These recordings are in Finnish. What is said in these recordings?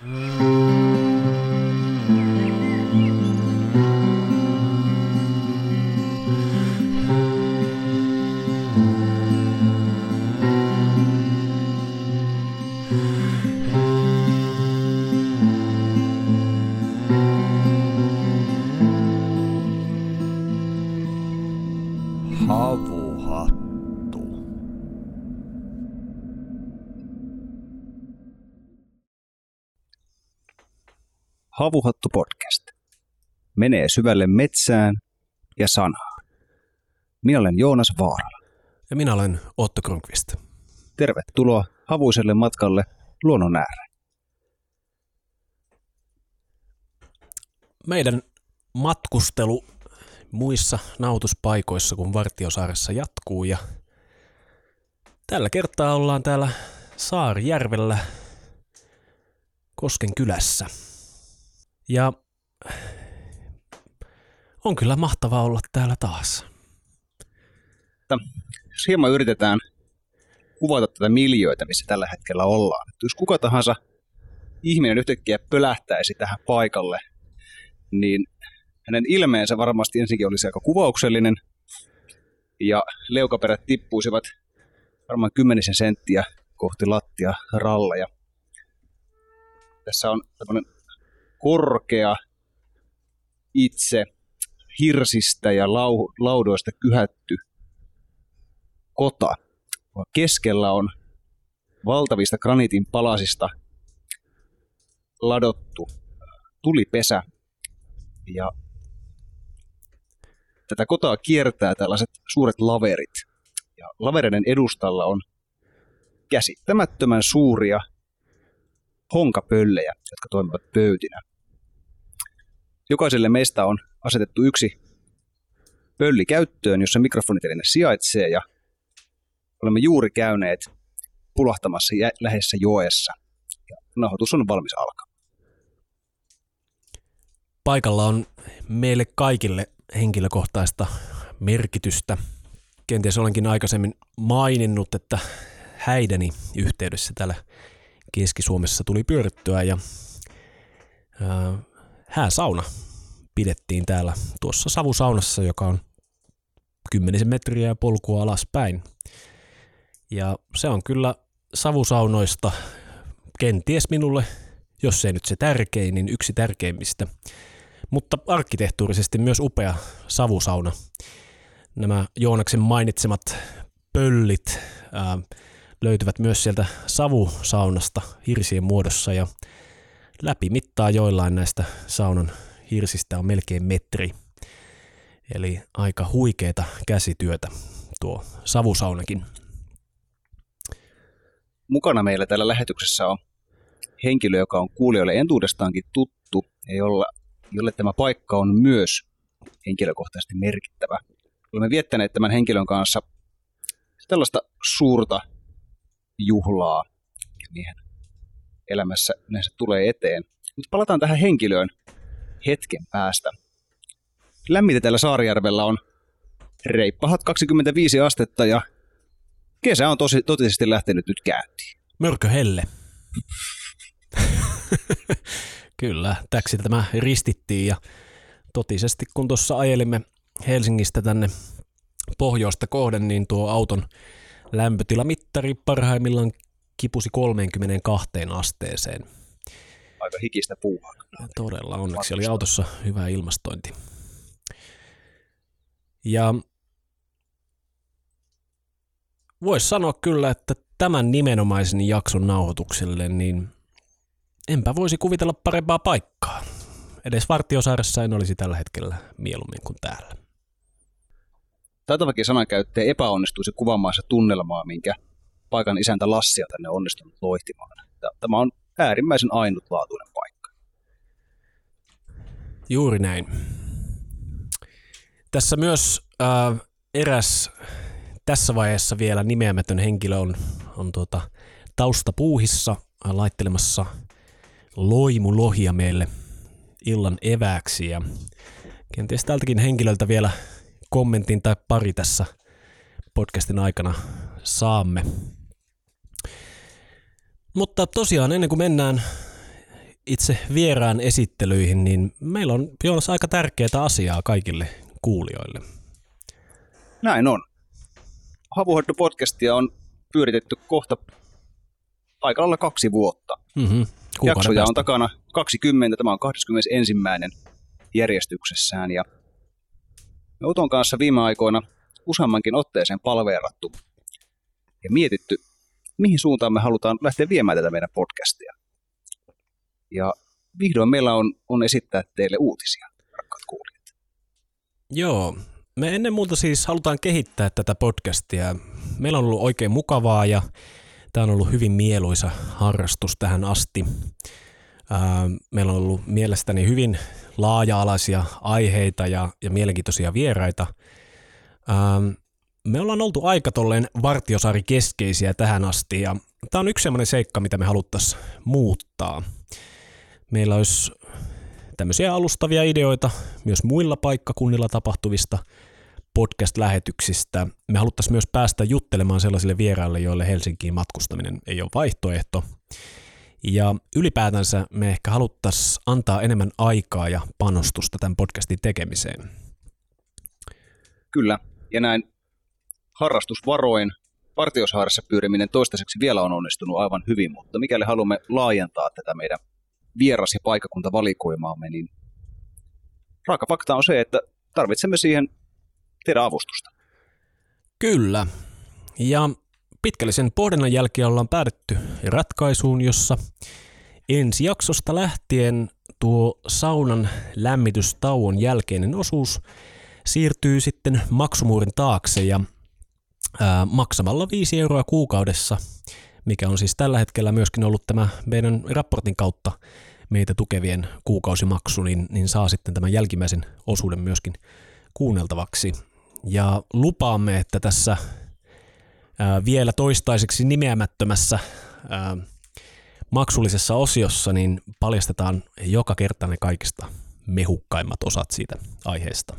Havuhattu. Havuhattu podcast. Menee syvälle metsään ja sanaan. Minä olen Joonas Vaarala. Ja minä olen Otto Kronqvist. Tervetuloa havuiselle matkalle luonnon ääreen. Meidän matkustelu muissa nautuspaikoissa kuin Vartiosaaressa jatkuu ja tällä kertaa ollaan täällä Saarijärvellä Kosken kylässä. Ja on kyllä mahtavaa olla täällä taas. Hieman yritetään kuvata tätä miljöitä, missä tällä hetkellä ollaan. Jos kuka tahansa ihminen yhtäkkiä pölähtäisi tähän paikalle, niin hänen ilmeensä varmasti ensinnäkin olisi aika kuvauksellinen ja leukaperät tippuisivat varmaan 10 senttiä kohti lattia ralleja. Tässä on tämmöinen korkea, itse hirsistä ja laudoista kyhätty kota. Keskellä on valtavista graniitin palasista ladottu tulipesä ja tätä kotaa kiertää tällaiset suuret laverit. Ja lavereiden edustalla on käsittämättömän suuria honkapöllejä, jotka toimivat pöytinä. Jokaiselle meistä on asetettu yksi pölli käyttöön, jossa mikrofoniteline sijaitsee, ja olemme juuri käyneet pulahtamassa läheisessä joessa. Ja nauhoitus on valmis alkaa. Paikalla on meille kaikille henkilökohtaista merkitystä. Kenties olenkin aikaisemmin maininnut, että häidäni yhteydessä täällä Keski-Suomessa tuli pyörittyä ja hääsauna pidettiin täällä tuossa savusaunassa, joka on 10 metriä polkua alaspäin. Ja se on kyllä savusaunoista kenties minulle, jos ei nyt se tärkein, niin yksi tärkeimmistä. Mutta arkkitehtuurisesti myös upea savusauna. Nämä Joonaksen mainitsemat pöllit löytyvät myös sieltä savusaunasta hirsien muodossa ja läpi mittaa joillain näistä saunan hirsistä on melkein metri. Eli aika huikeeta käsityötä tuo savusaunakin. Mukana meillä täällä lähetyksessä on henkilö, joka on kuulijoille entuudestaankin tuttu ja jolle tämä paikka on myös henkilökohtaisesti merkittävä. Olemme viettäneet tämän henkilön kanssa tällaista suurta juhlaa, mihin elämässä näissä tulee eteen. Mutta palataan tähän henkilöön hetken päästä. Lämmintä täällä Saarijärvellä on reippahat 25 astetta ja kesä on totisesti lähtenyt nyt käyntiin. Mörköhelle. Kyllä, täksi tämä ristittiin ja totisesti kun tuossa ajelimme Helsingistä tänne pohjoista kohden, niin tuo auton lämpötilamittari parhaimmillaan kipusi 32 asteeseen. Aika hikistä puuhaa. Todella, onneksi oli autossa hyvä ilmastointi. Ja voisi sanoa kyllä, että tämän nimenomaisen jakson nauhoitukselle, niin enpä voisi kuvitella parempaa paikkaa. Edes Vartiosaaressa en olisi tällä hetkellä mieluummin kuin täällä. Taitavakin sanankäyttäjä epäonnistuisi kuvaamaan se tunnelmaa, minkä paikan isäntä Lassi on tänne onnistunut loihtimaan. Tämä on äärimmäisen ainutlaatuinen paikka. Juuri näin. Tässä myös eräs tässä vaiheessa vielä nimeämätön henkilö on taustapuuhissa laittelemassa loimulohia meille illan evääksi ja kenties tältäkin henkilöltä vielä kommentin tai pari tässä podcastin aikana saamme. Mutta tosiaan ennen kuin mennään itse vieraan esittelyihin, niin meillä on Joonas aika tärkeää asiaa kaikille kuulijoille. Näin on. Havuhoito-podcastia on pyöritetty kohta aika lailla 2 vuotta. Jaksoja on takana 20, tämä on 21. järjestyksessään. Ja me Oton kanssa viime aikoina useammankin otteeseen palveerattu ja mietitty, mihin suuntaan me halutaan lähteä viemään tätä meidän podcastia. Ja vihdoin meillä on esittää teille uutisia, rakkaat kuulijat. Joo, me ennen muuta siis halutaan kehittää tätä podcastia. Meillä on ollut oikein mukavaa ja tämä on ollut hyvin mieluisa harrastus tähän asti. Meillä on ollut mielestäni hyvin laaja-alaisia aiheita ja mielenkiintoisia vieraita. Me ollaan oltu aika tolleen Vartiosaari-keskeisiä tähän asti ja tämä on yksi sellainen seikka, mitä me haluttaisiin muuttaa. Meillä olisi tämmöisiä alustavia ideoita myös muilla paikkakunnilla tapahtuvista podcast-lähetyksistä. Me haluttaisiin myös päästä juttelemaan sellaisille vieraille, joille Helsinkiin matkustaminen ei ole vaihtoehto. Ja ylipäätänsä me ehkä haluttaisiin antaa enemmän aikaa ja panostusta tämän podcastin tekemiseen. Kyllä, ja näin harrastusvaroin Vartiosaaressa pyöriminen toistaiseksi vielä on onnistunut aivan hyvin, mutta mikäli haluamme laajentaa tätä meidän vieras- ja paikkakuntavalikoimaamme, niin raaka fakta on se, että tarvitsemme siihen teidän avustusta. Kyllä, ja pitkällisen pohdinnan jälkeen ollaan päädytty ratkaisuun, jossa ensi jaksosta lähtien tuo saunan lämmitystauon jälkeinen osuus siirtyy sitten maksumuurin taakse ja maksamalla 5 euroa kuukaudessa, mikä on siis tällä hetkellä myöskin ollut tämä meidän raportin kautta meitä tukevien kuukausimaksu, niin saa sitten tämän jälkimmäisen osuuden myöskin kuunneltavaksi. Ja lupaamme, että tässä vielä toistaiseksi nimeämättömässä maksullisessa osiossa niin paljastetaan joka kerta ne kaikista mehukkaimmat osat siitä aiheesta.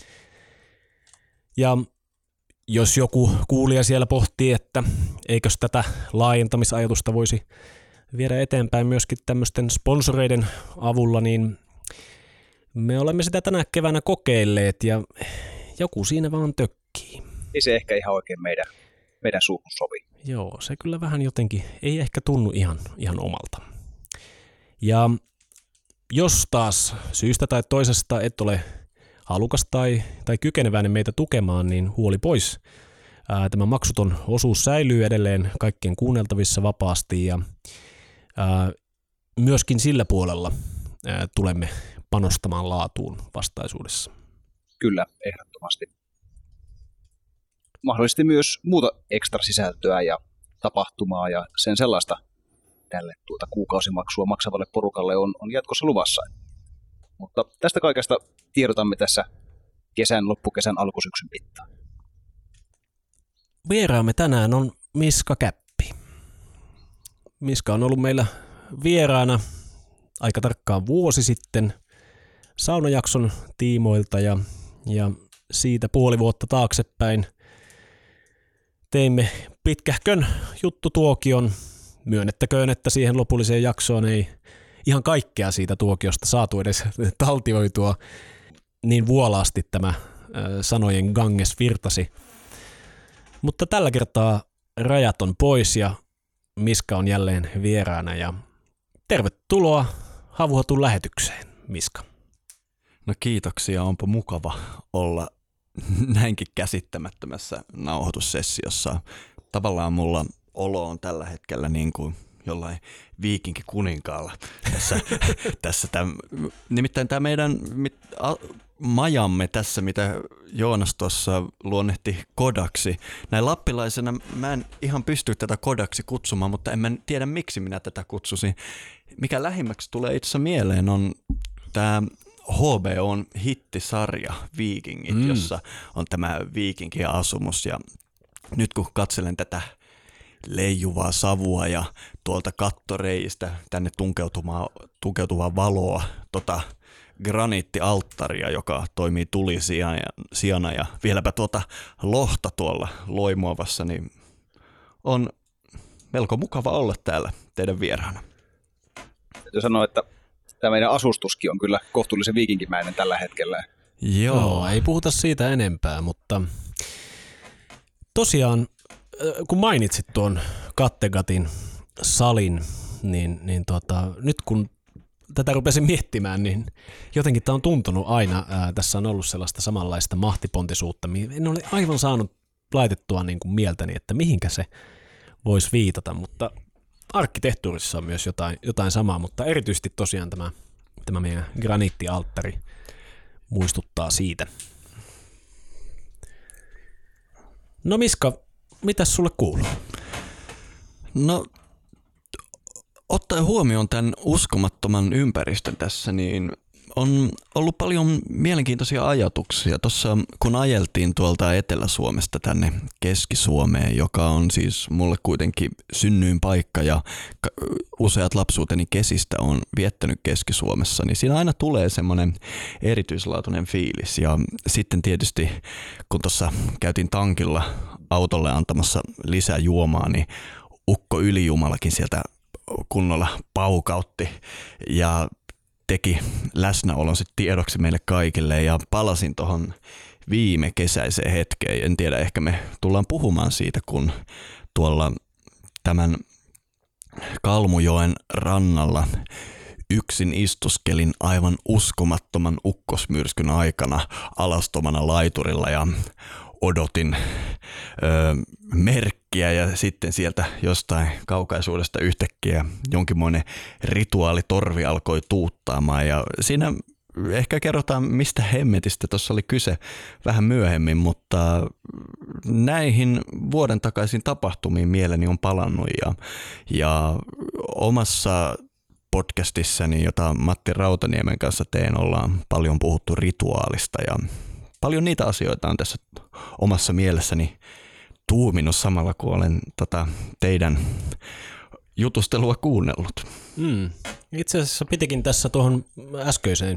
Ja jos joku kuulija siellä pohtii, että eikös tätä laajentamisajatusta voisi viedä eteenpäin myöskin tämmöisten sponsoreiden avulla, niin me olemme sitä tänä keväänä kokeilleet ja joku siinä vaan tökkii. Ei se ehkä ihan oikein meidän suuhun sovi. Joo, se kyllä vähän jotenkin ei ehkä tunnu ihan omalta. Ja jos taas syystä tai toisesta et ole halukas tai kykeneväinen meitä tukemaan, niin huoli pois. Tämä maksuton osuus säilyy edelleen kaikkien kuunneltavissa vapaasti ja myöskin sillä puolella tulemme panostamaan laatuun vastaisuudessa. Kyllä, ehdottomasti. Mahdollisesti myös muuta ekstra sisältöä ja tapahtumaa ja sen sellaista tälle kuukausimaksua maksavalle porukalle on jatkossa luvassa. Mutta tästä kaikesta tiedotamme tässä loppukesän, alkusyksyn mittaan. Vieraamme tänään on Miska Käppi. Miska on ollut meillä vieraana aika tarkkaan vuosi sitten saunajakson tiimoilta ja siitä puoli vuotta taaksepäin teimme pitkähkön juttutuokion. Myönnettäköön, että siihen lopulliseen jaksoon ei ihan kaikkea siitä tuokiosta saatu edes taltioitua. Niin vuolaasti tämä sanojen ganges virtasi. Mutta tällä kertaa rajat on pois ja Miska on jälleen vieraana. Ja tervetuloa Havuhotun lähetykseen, Miska. No kiitoksia, onpa mukava olla näinkin käsittämättömässä nauhoitussessiossa. Tavallaan mulla olo on tällä hetkellä niin kuin jollain viikinkikuninkaalla. Nimittäin tämä meidän majamme tässä, mitä Joonas tuossa luonnehti kodaksi. Näin lappilaisena mä en ihan pysty tätä kodaksi kutsumaan, mutta en mä tiedä miksi minä tätä kutsusin. Mikä lähimmäksi tulee itse mieleen on tämä HBO:n hittisarja Viikingit, jossa on tämä viikinkien asumus. Ja nyt kun katselen tätä leijuvaa savua ja tuolta kattoreistä tänne tunkeutuvaa valoa, graniittialttaria, joka toimii tulisijana ja vieläpä lohta tuolla loimuavassa, niin on melko mukava olla täällä teidän vieraana. Täytyy sanoa, että tämä meidän asustuskin on kyllä kohtuullisen viikinkimäinen tällä hetkellä. Joo, ei puhuta siitä enempää, mutta tosiaan kun mainitsit tuon Kattegatin salin, niin nyt kun tätä rupesin miettimään, niin jotenkin tämä on tuntunut aina, tässä on ollut sellaista samanlaista mahtipontisuutta, en ole aivan saanut laitettua niin kuin mieltäni, että mihinkä se voisi viitata, mutta arkkitehtuurissa on myös jotain samaa, mutta erityisesti tosiaan tämä meidän graniittialttari muistuttaa siitä. No Miska, mitäs sulle kuuluu? No, ottaen huomioon tämän uskomattoman ympäristön tässä, niin on ollut paljon mielenkiintoisia ajatuksia. Tuossa kun ajeltiin tuolta Etelä-Suomesta tänne Keski-Suomeen, joka on siis mulle kuitenkin synnyin paikka ja useat lapsuuteni kesistä on viettänyt Keski-Suomessa, niin siinä aina tulee semmoinen erityislaatuinen fiilis. Ja sitten tietysti kun tuossa käytiin tankilla autolle antamassa lisää juomaa, niin ukko Ylijumalakin sieltä kunnolla paukautti ja teki läsnäolonsa tiedoksi meille kaikille ja palasin tuohon viime kesäiseen hetkeen. En tiedä, ehkä me tullaan puhumaan siitä, kun tuolla tämän Kalmujoen rannalla yksin istuskelin aivan uskomattoman ukkosmyrskyn aikana alastomana laiturilla ja odotin merkkiä ja sitten sieltä jostain kaukaisuudesta yhtäkkiä jonkinmoinen rituaalitorvi alkoi tuuttaamaan ja siinä ehkä kerrotaan mistä hemmetistä tuossa oli kyse vähän myöhemmin, mutta näihin vuoden takaisin tapahtumiin mieleni on palannut ja omassa podcastissani, jota Matti Rautaniemen kanssa teen, ollaan paljon puhuttu rituaalista ja paljon niitä asioita on tässä omassa mielessäni tuuminut samalla, kun olen teidän jutustelua kuunnellut. Itse asiassa pitikin tässä tuohon äskeiseen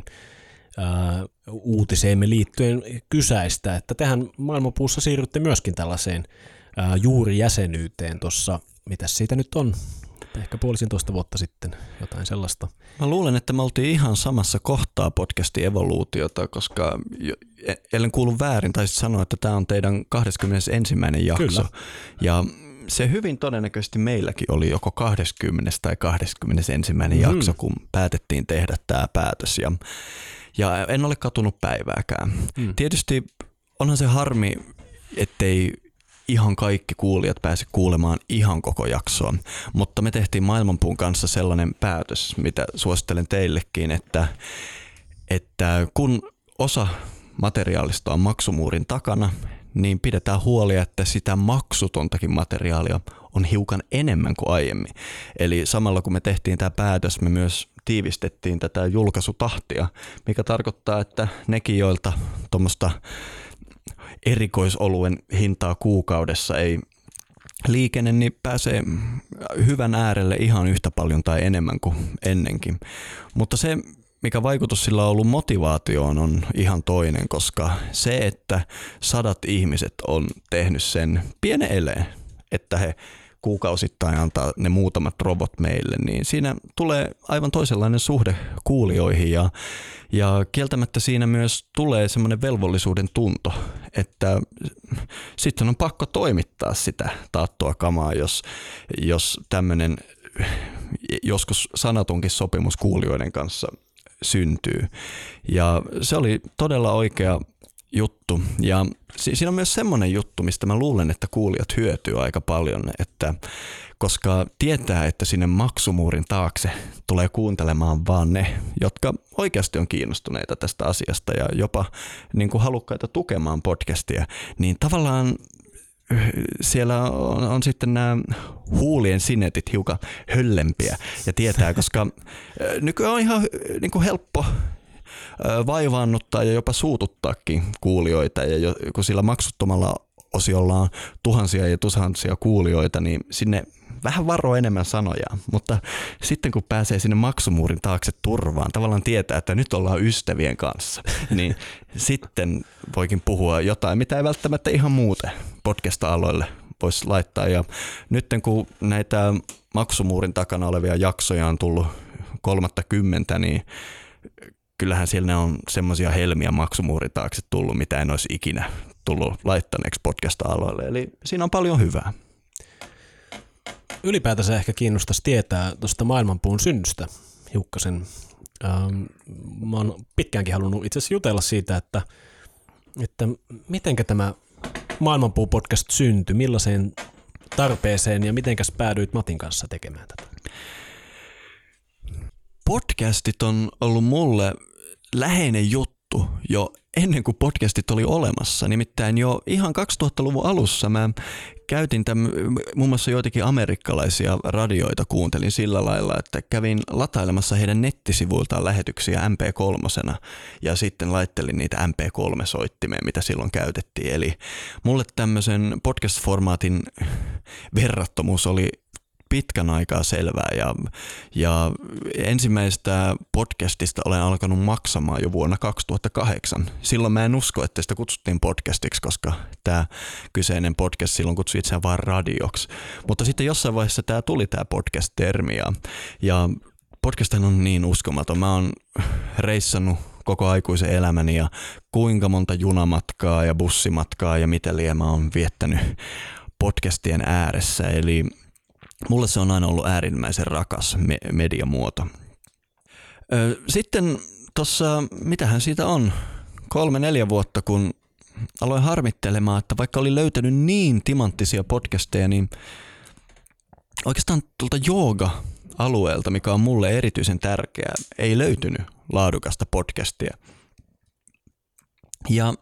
uutiseemme liittyen kysäistä, että tehän Maailmanpuussa siirrytte myöskin tällaiseen juurijäsenyyteen tuossa, mitäs siitä nyt on? Ehkä 1,5 vuotta sitten, jotain sellaista. Mä luulen, että me oltiin ihan samassa kohtaa podcastin evoluutiota, koska ellen kuulu väärin, taisit sanoa, että tämä on teidän 21. jakso. Kyllä. Ja se hyvin todennäköisesti meilläkin oli joko 20. tai 21. jakso, kun päätettiin tehdä tämä päätös. Ja en ole katunut päivääkään. Tietysti onhan se harmi, ettei ihan kaikki kuulijat pääsi kuulemaan ihan koko jaksoa, mutta me tehtiin Maailmanpuun kanssa sellainen päätös, mitä suosittelen teillekin, että kun osa materiaalista on maksumuurin takana, niin pidetään huoli, että sitä maksutontakin materiaalia on hiukan enemmän kuin aiemmin. Eli samalla kun me tehtiin tämä päätös, me myös tiivistettiin tätä julkaisutahtia, mikä tarkoittaa, että nekin, joilta tuommoista erikoisoluen hintaa kuukaudessa ei liikenne, niin pääsee hyvän äärelle ihan yhtä paljon tai enemmän kuin ennenkin. Mutta se, mikä vaikutus sillä on ollut motivaatioon, on ihan toinen, koska se, että 100 ihmiset on tehnyt sen pienen eleen, että he kuukausittain antaa ne muutamat robot meille, niin siinä tulee aivan toisenlainen suhde kuulijoihin ja kieltämättä siinä myös tulee semmoinen velvollisuuden tunto, että sitten on pakko toimittaa sitä taattua kamaa, jos tämmöinen joskus sanatunkin sopimus kuulijoiden kanssa syntyy. Ja se oli todella oikea juttu. Ja siinä on myös semmoinen juttu, mistä mä luulen, että kuulijat hyötyy aika paljon, että koska tietää, että sinne maksumuurin taakse tulee kuuntelemaan vaan ne, jotka oikeasti on kiinnostuneita tästä asiasta ja jopa niin kuin halukkaita tukemaan podcastia, niin tavallaan siellä on sitten nämä huulien sinetit hiukan höllempiä ja tietää, koska nykyään on ihan niin kuin helppo vaivaannuttaa ja jopa suututtaakin kuulijoita ja kun sillä maksuttomalla osiolla on tuhansia ja tuhansia kuulijoita, niin sinne vähän varo enemmän sanoja, mutta sitten kun pääsee sinne maksumuurin taakse turvaan, tavallaan tietää, että nyt ollaan ystävien kanssa, niin sitten voikin puhua jotain, mitä ei välttämättä ihan muuten podcast-aloille voisi laittaa. Ja nyt kun näitä maksumuurin takana olevia jaksoja on tullut 30, niin kyllähän siellä on semmoisia helmiä maksumuurin taakse tullut, mitä en olisi ikinä tullut laittaneeksi podcast-aloille. Eli siinä on paljon hyvää. Ylipäätänsä ehkä kiinnostaisi tietää tuosta maailmanpuun synnystä hiukkasen. Mä oon pitkäänkin halunnut itse asiassa jutella siitä, että mitenkä tämä Maailmanpuu-podcast syntyi, millaiseen tarpeeseen ja mitenkäs päädyit Matin kanssa tekemään tätä? Podcastit on ollut mulle läheinen juttu jo ennen kuin podcastit oli olemassa. Nimittäin jo ihan 2000-luvun alussa mä käytin muun muassa joitakin amerikkalaisia radioita, kuuntelin sillä lailla, että kävin latailemassa heidän nettisivuiltaan lähetyksiä MP3 ja sitten laittelin niitä MP3-soittimeen, mitä silloin käytettiin. Eli mulle tämmöisen podcast-formaatin verrattomuus oli pitkän aikaa selvää ja ensimmäistä podcastista olen alkanut maksamaan jo vuonna 2008. Silloin mä en usko, että sitä kutsuttiin podcastiksi, koska tämä kyseinen podcast silloin kutsui itseään vain radioksi. Mutta sitten jossain vaiheessa tuli tämä podcast-termi ja podcast on niin uskomaton. Mä oon reissannut koko aikuisen elämäni ja kuinka monta junamatkaa ja bussimatkaa ja mitä liian mä oon viettänyt podcastien ääressä. Eli mulle se on aina ollut äärimmäisen rakas mediamuoto. Sitten tuossa, mitähän siitä on, 3-4 vuotta, kun aloin harmittelemaan, että vaikka oli löytänyt niin timanttisia podcasteja, niin oikeastaan tuolta jooga-alueelta, mikä on mulle erityisen tärkeää, ei löytynyt laadukasta podcastia. Ja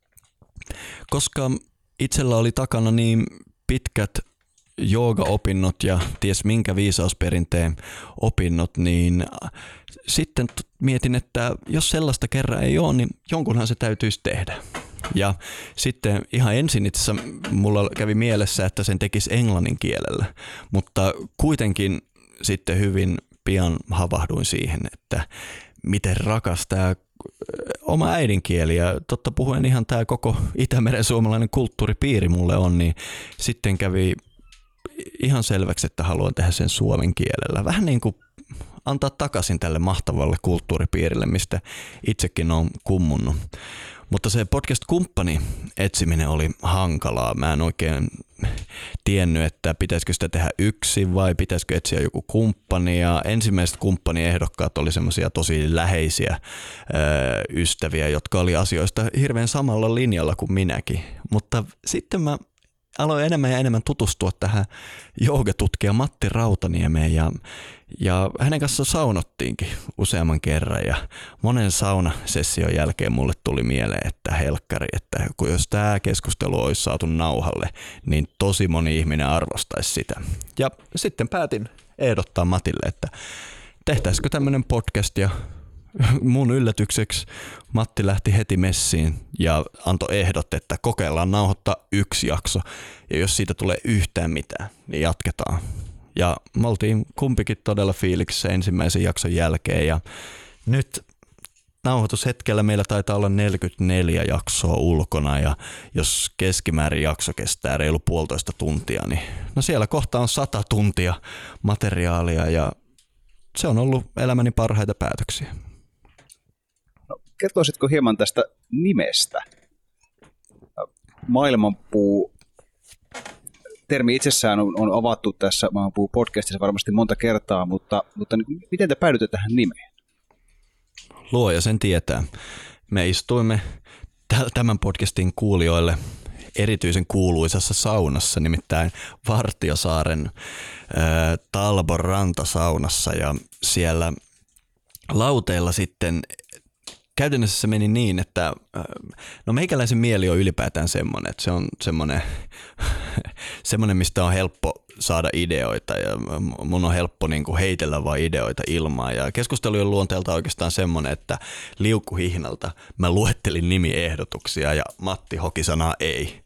koska itsellä oli takana niin pitkät jooga-opinnot ja ties minkä viisausperinteen opinnot, niin sitten mietin, että jos sellaista kerran ei ole, niin jonkunhan se täytyisi tehdä. Ja sitten ihan ensin itse asiassa mulla kävi mielessä, että sen tekisi englannin kielellä, mutta kuitenkin sitten hyvin pian havahduin siihen, että miten rakas tämä oma äidinkieli ja totta puhuen ihan tämä koko Itämeren suomalainen kulttuuripiiri mulle on, niin sitten kävi ihan selväksi, että haluan tehdä sen suomen kielellä. Vähän niin kuin antaa takaisin tälle mahtavalle kulttuuripiirille, mistä itsekin on kummunnut. Mutta se podcast-kumppani etsiminen oli hankalaa. Mä en oikein tiennyt, että pitäisikö sitä tehdä yksin vai pitäisikö etsiä joku kumppani. Ja ensimmäiset kumppaniehdokkaat oli semmoisia tosi läheisiä ystäviä, jotka oli asioista hirveän samalla linjalla kuin minäkin. Mutta sitten mä aloin enemmän ja enemmän tutustua tähän joogatutkija Matti Rautaniemeen ja hänen kanssaan saunottiinkin useamman kerran ja monen saunasession jälkeen mulle tuli mieleen, että helkkari, että jos tämä keskustelu olisi saatu nauhalle, niin tosi moni ihminen arvostaisi sitä. Ja sitten päätin ehdottaa Matille, että tehtäisikö tämmöinen podcast ja mun yllätykseksi Matti lähti heti messiin ja antoi ehdot, että kokeillaan nauhoittaa 1 jakso ja jos siitä tulee yhtään mitään, niin jatketaan. Ja me oltiin kumpikin todella fiiliksissä ensimmäisen jakson jälkeen ja nyt nauhoitushetkellä meillä taitaa olla 44 jaksoa ulkona ja jos keskimäärin jakso kestää reilu 1,5 tuntia, niin no siellä kohta on 100 tuntia materiaalia ja se on ollut elämäni parhaita päätöksiä. No, kertoisitko hieman tästä nimestä? Maailmanpuu. Termi itsessään on avattu tässä Maailmanpuu-podcastissa varmasti monta kertaa, mutta miten te päädytte tähän nimeen? Luoja sen tietää. Me istuimme tämän podcastin kuulijoille erityisen kuuluisassa saunassa, nimittäin Vartiosaaren Talbon rantasaunassa ja siellä lauteilla sitten käytännössä se meni niin, että no meikäläisen mieli on ylipäätään semmoinen, että se on semmoinen, mistä on helppo saada ideoita ja mun on helppo niin kuin heitellä vaan ideoita ilmaan ja keskustelujen luonteelta oikeastaan semmoinen, että liukuhihnalta mä luettelin nimiehdotuksia ja Matti hoki sanaa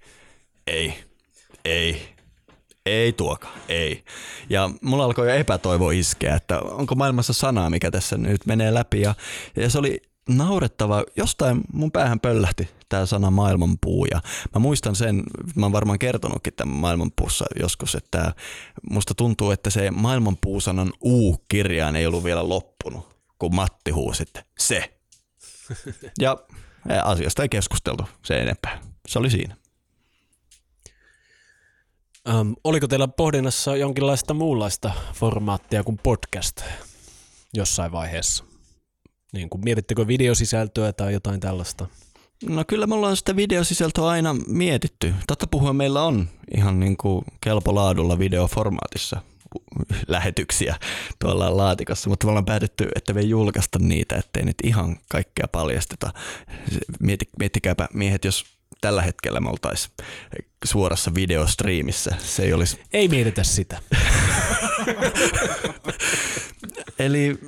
ei tuoka, ei. Ja mulla alkoi jo epätoivo iskeä, että onko maailmassa sanaa, mikä tässä nyt menee läpi ja se oli naurettava. Jostain mun päähän pöllähti tämä sana maailmanpuu ja mä muistan sen, mä oon varmaan kertonutkin tämän maailmanpuussa joskus, että musta tuntuu, että se maailmanpuusanan U-kirjaan ei ollut vielä loppunut, kun Matti huusi se. Ja asiasta ei keskusteltu sen enempää. Se oli siinä. Oliko teillä pohdinnassa jonkinlaista muunlaista formaattia kuin podcast jossain vaiheessa? Niin kuin, mietittekö videosisältöä tai jotain tällaista? No kyllä me ollaan sitä videosisältöä aina mietitty. Totta puhuen meillä on ihan niin kuin kelpo laadulla videoformaatissa lähetyksiä tuolla laatikossa, mutta me ollaan päätetty, että me ei julkaista niitä, ettei nyt ihan kaikkea paljasteta. Miettikääpä miehet, jos tällä hetkellä me oltaisiin suorassa videostriimissä. Se ei olisi... Ei mietitä sitä. Eli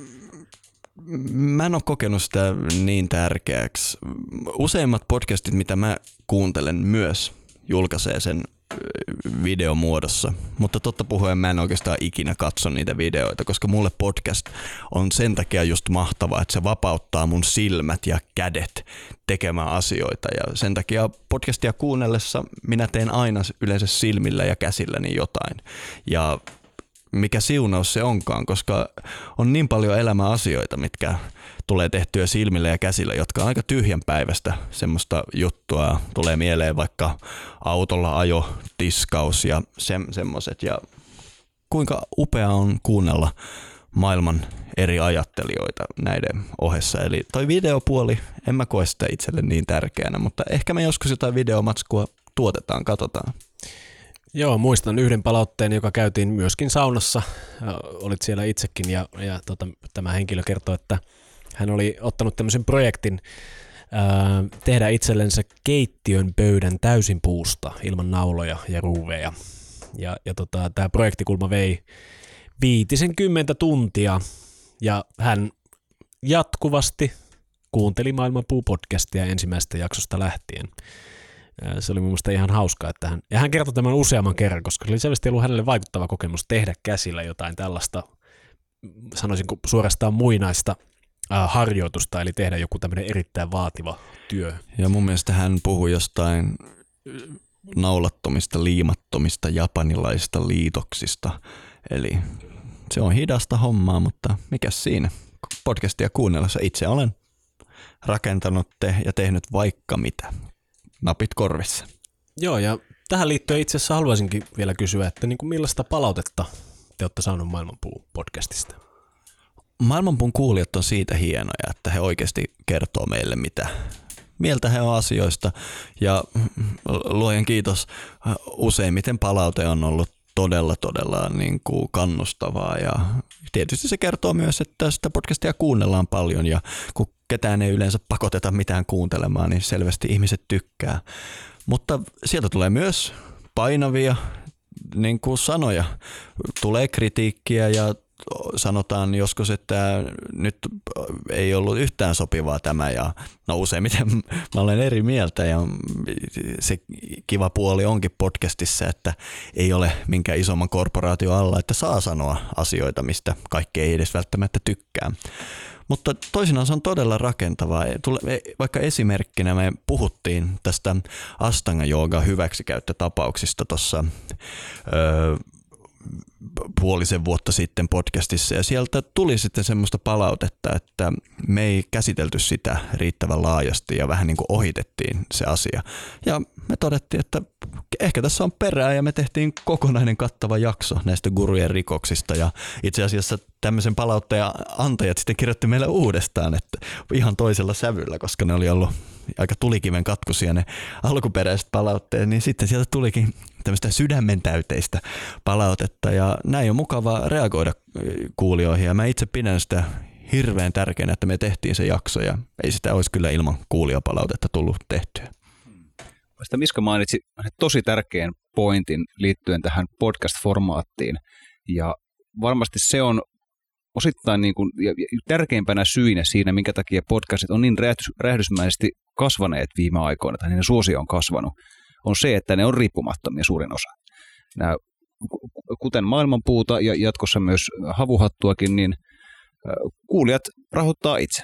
mä en ole kokenut sitä niin tärkeäksi. Useimmat podcastit, mitä mä kuuntelen myös, julkaisee sen videomuodossa, mutta totta puhuen mä en oikeastaan ikinä katso niitä videoita, koska mulle podcast on sen takia just mahtava, että se vapauttaa mun silmät ja kädet tekemään asioita ja sen takia podcastia kuunnellessa minä teen aina yleensä silmillä ja käsilläni jotain ja mikä siunaus se onkaan, koska on niin paljon elämäasioita, mitkä tulee tehtyä silmillä ja käsillä, jotka on aika tyhjänpäiväistä semmoista juttua. Tulee mieleen vaikka autolla ajo, tiskaus ja semmoiset. Ja kuinka upea on kuunnella maailman eri ajattelijoita näiden ohessa. Eli toi videopuoli, en mä koe sitä itselle niin tärkeänä, mutta ehkä me joskus jotain videomatskua tuotetaan, katsotaan. Joo, muistan yhden palautteen, joka käytiin myöskin saunassa. Olit siellä itsekin ja tämä henkilö kertoi, että hän oli ottanut tämmöisen projektin tehdä itsellensä keittiön pöydän täysin puusta ilman nauloja ja ruuveja. Ja tämä projektikulma vei 50 tuntia ja hän jatkuvasti kuunteli Maailmanpuu-podcastia ensimmäisestä jaksosta lähtien. Se oli mun mielestä ihan hauskaa, että hän kertoi tämän useamman kerran, koska se oli selvästi ollut hänelle vaikuttava kokemus tehdä käsillä jotain tällaista, sanoisinko suorastaan muinaista harjoitusta, eli tehdä joku tämmöinen erittäin vaativa työ. Ja mun mielestä hän puhui jostain naulattomista, liimattomista japanilaisista liitoksista, eli se on hidasta hommaa, mutta mikäs siinä? Podcastia kuunnellessa itse olen rakentanut ja tehnyt vaikka mitä. Napit korvissa. Joo, ja tähän liittyen itse asiassa haluaisinkin vielä kysyä, että niin kuin millaista palautetta te olette saanut Maailmanpuu-podcastista? Maailmanpuun kuulijat on siitä hienoja, että he oikeasti kertoo meille, mitä mieltä he on asioista. Ja luojan kiitos, useimmiten palaute on ollut todella niin kuin kannustavaa. Ja tietysti se kertoo myös, että sitä podcastia kuunnellaan paljon ja kun ketään ei yleensä pakoteta mitään kuuntelemaan, niin selvästi ihmiset tykkää. Mutta sieltä tulee myös painavia niin kuin sanoja. Tulee kritiikkiä ja sanotaan joskus, että nyt ei ollut yhtään sopivaa tämä ja no useimmiten mä olen eri mieltä ja se kiva puoli onkin podcastissa, että ei ole minkään isomman korporaation alla, että saa sanoa asioita, mistä kaikki ei edes välttämättä tykkää. Mutta toisinaan se on todella rakentavaa. Vaikka esimerkkinä me puhuttiin tästä Astanga-jooga hyväksikäyttötapauksista tuossa puolisen vuotta sitten podcastissa ja sieltä tuli sitten semmoista palautetta, että me ei käsitelty sitä riittävän laajasti ja vähän niin kuin ohitettiin se asia. Ja me todettiin, että ehkä tässä on perää ja me tehtiin kokonainen kattava jakso näistä gurujen rikoksista ja itse asiassa tämmöisen palautteen antajat sitten kirjoitti meille uudestaan, että ihan toisella sävyllä, koska ne oli ollut aika tulikiven katkuisia ne alkuperäiset palautteet, niin sitten sieltä tulikin tämmöistä sydämentäyteistä palautetta ja näin on mukava reagoida kuulijoihin ja mä itse pidän sitä hirveän tärkeänä, että me tehtiin se jakso ja ei sitä olisi kyllä ilman kuulijapalautetta tullut tehtyä. Sitä Miska mainitsi tosi tärkeän pointin liittyen tähän podcast-formaattiin ja varmasti se on osittain niin kuin, ja tärkeimpänä syynä siinä, minkä takia podcastit on niin räjähdysmäisesti kasvaneet viime aikoina, tai niiden suosio on kasvanut, on se, että ne on riippumattomia suurin osa. Nämä, kuten Maailmanpuuta ja jatkossa myös Havuhattuakin, niin kuulijat rahoittaa itse.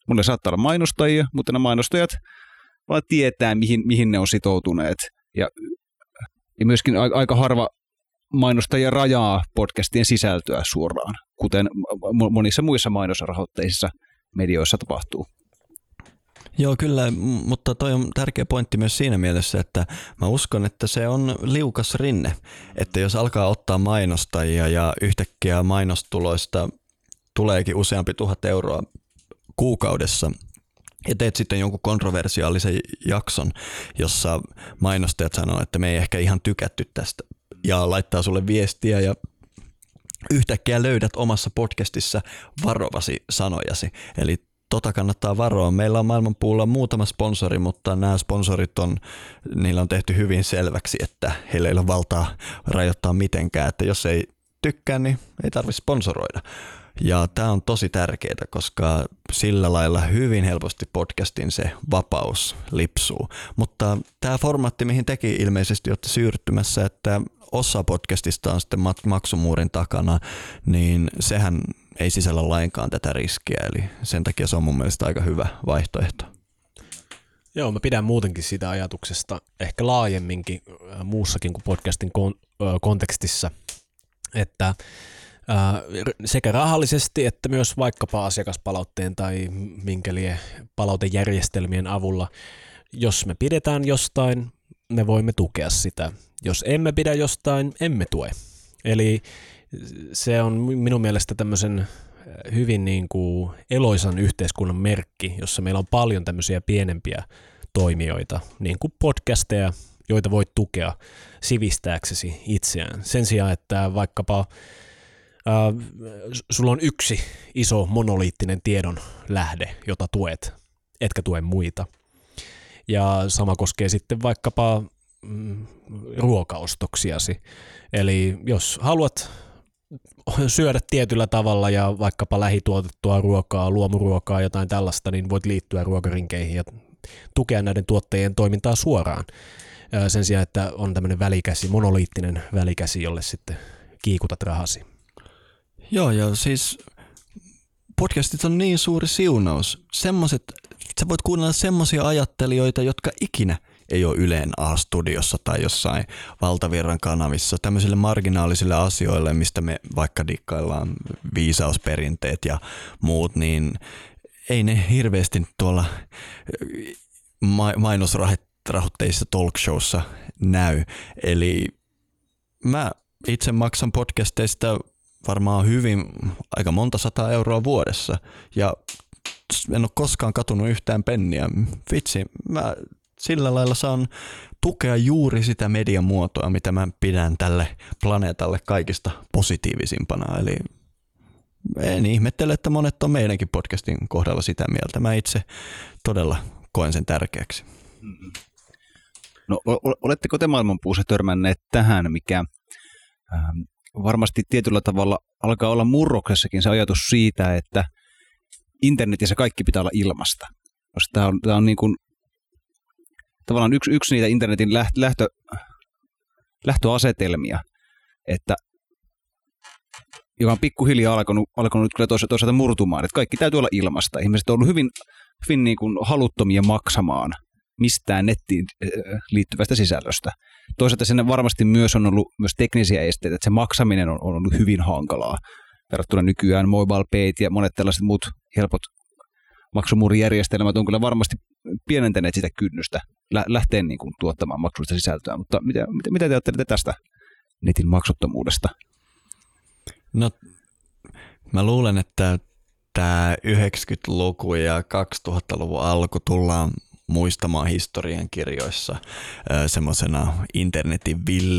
Monille saattaa olla mainostajia, mutta ne mainostajat vaan tietää, mihin ne on sitoutuneet. Ja myöskin aika harva mainostajia rajaa podcastien sisältöä suoraan, kuten monissa muissa mainosrahoitteisissa medioissa tapahtuu. Joo, kyllä, mutta toi on tärkeä pointti myös siinä mielessä, että mä uskon, että se on liukas rinne, että jos alkaa ottaa mainostajia ja yhtäkkiä mainostuloista tuleekin useampi 1000 euroa kuukaudessa ja teet sitten jonkun kontroversiaalisen jakson, jossa mainostajat sanoo, että me ei ehkä ihan tykätty tästä ja laittaa sulle viestiä ja yhtäkkiä löydät omassa podcastissa varovasi sanojasi, eli tota kannattaa varoa. Meillä on Maailmanpuulla muutama sponsori, mutta nämä sponsorit niillä on tehty hyvin selväksi, että heillä ei ole valtaa rajoittaa mitenkään, että jos ei tykkää, niin ei tarvitse sponsoroida. Ja tämä on tosi tärkeää, koska sillä lailla hyvin helposti podcastin se vapaus lipsuu. Mutta tämä formaatti, mihin tekin ilmeisesti olette siirtymässä, että osa podcastista on sitten maksumuurin takana, niin sehän ei sisällä lainkaan tätä riskiä, eli sen takia se on mun mielestä aika hyvä vaihtoehto. Joo, mä pidän muutenkin sitä ajatuksesta ehkä laajemminkin muussakin kuin podcastin kontekstissa, että sekä rahallisesti että myös vaikkapa asiakaspalautteen tai minkä lie palautejärjestelmien avulla, jos me pidetään jostain, me voimme tukea sitä. Jos emme pidä jostain, emme tue. Eli se on minun mielestä tämmöisen hyvin niin kuin eloisan yhteiskunnan merkki, jossa meillä on paljon tämmöisiä pienempiä toimijoita, niin kuin podcasteja, joita voit tukea sivistääksesi itseään. Sen sijaan, että vaikkapa sulla on yksi iso monoliittinen tiedon lähde, jota tuet, etkä tue muita. Ja sama koskee sitten vaikkapa ruokaostoksiasi. Eli jos haluat syödä tietyllä tavalla ja vaikkapa lähituotettua ruokaa, luomuruokaa, jotain tällaista, niin voit liittyä ruokarinkeihin ja tukea näiden tuottajien toimintaa suoraan. Sen sijaan, että on tämmöinen välikäsi, monoliittinen välikäsi, jolle sitten kiikutat rahasi. Joo, ja siis podcastit on niin suuri siunaus. Sä voit kuunnella semmoisia ajattelijoita, jotka ikinä ei ole Ylen A-studiossa tai jossain valtavirran kanavissa, tämmöisille marginaalisille asioille, mistä me vaikka dikkaillaan viisausperinteet ja muut, niin ei ne hirveästi tuolla mainosrahoitteisissa talkshowssa näy. Eli mä itse maksan podcasteista varmaan aika monta 100 euroa vuodessa ja en ole koskaan katunut yhtään penniä. Vitsi, mä sillä lailla saan tukea juuri sitä mediamuotoa, mitä mä pidän tälle planeetalle kaikista positiivisimpana. Eli en ihmettele, että monet on meidänkin podcastin kohdalla sitä mieltä. Mä itse todella koen sen tärkeäksi. No, oletteko te Maailmanpuussa törmänneet tähän, mikä varmasti tietyllä tavalla alkaa olla murroksessakin se ajatus siitä, että internetissä kaikki pitää olla ilmasta. Tämä on niin kuin tavallaan yksi niitä internetin lähtöasetelmia, että joka on pikkuhiljaa alkanut kyllä toisaalta murtumaan, että kaikki täytyy olla ilmasta. Ihmiset on ollut hyvin niin kuin haluttomia maksamaan mistään nettiin liittyvästä sisällöstä. Toisaalta siinä varmasti myös on ollut myös teknisiä esteitä, että se maksaminen on ollut hyvin hankalaa verrattuna nykyään MobilePayt ja monet tällaiset muut helpot maksumuurijärjestelmät on kyllä varmasti pienentäneet sitä kynnystä lähteä niin kuin tuottamaan maksullista sisältöä, mutta mitä te ajattelette tästä netin maksuttomuudesta? No, mä luulen, että tämä 90-luku ja 2000-luvun alku tullaan muistamaan historiankirjoissa semmoisena internetin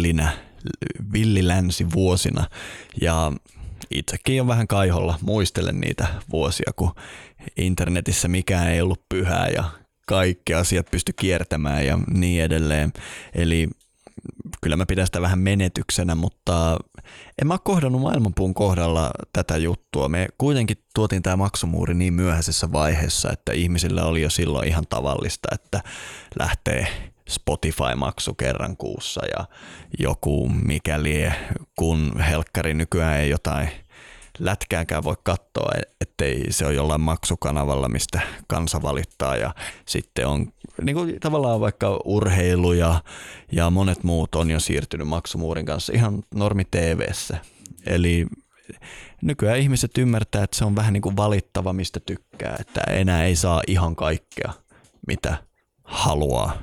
villilänsivuosina ja itsekin on vähän kaiholla muistelen niitä vuosia, kun internetissä mikään ei ollut pyhää ja kaikki asiat pystyi kiertämään ja niin edelleen. Eli kyllä mä pidän sitä vähän menetyksenä, mutta en mä ole kohdannut Maailmanpuun kohdalla tätä juttua. Me kuitenkin tuotiin tämä maksumuuri niin myöhäisessä vaiheessa, että ihmisillä oli jo silloin ihan tavallista, että lähtee Spotify-maksu kerran kuussa ja joku mikäli kun helkkari nykyään ei jotain lätkääkään voi katsoa, ettei se ole jollain maksukanavalla, mistä kansa valittaa. Ja sitten on niin kuin tavallaan vaikka urheilu ja monet muut on jo siirtynyt maksumuurin kanssa ihan normi TV:ssä. Eli nykyään ihmiset ymmärtää, että se on vähän niin kuin valittava, mistä tykkää, että enää ei saa ihan kaikkea, mitä haluaa.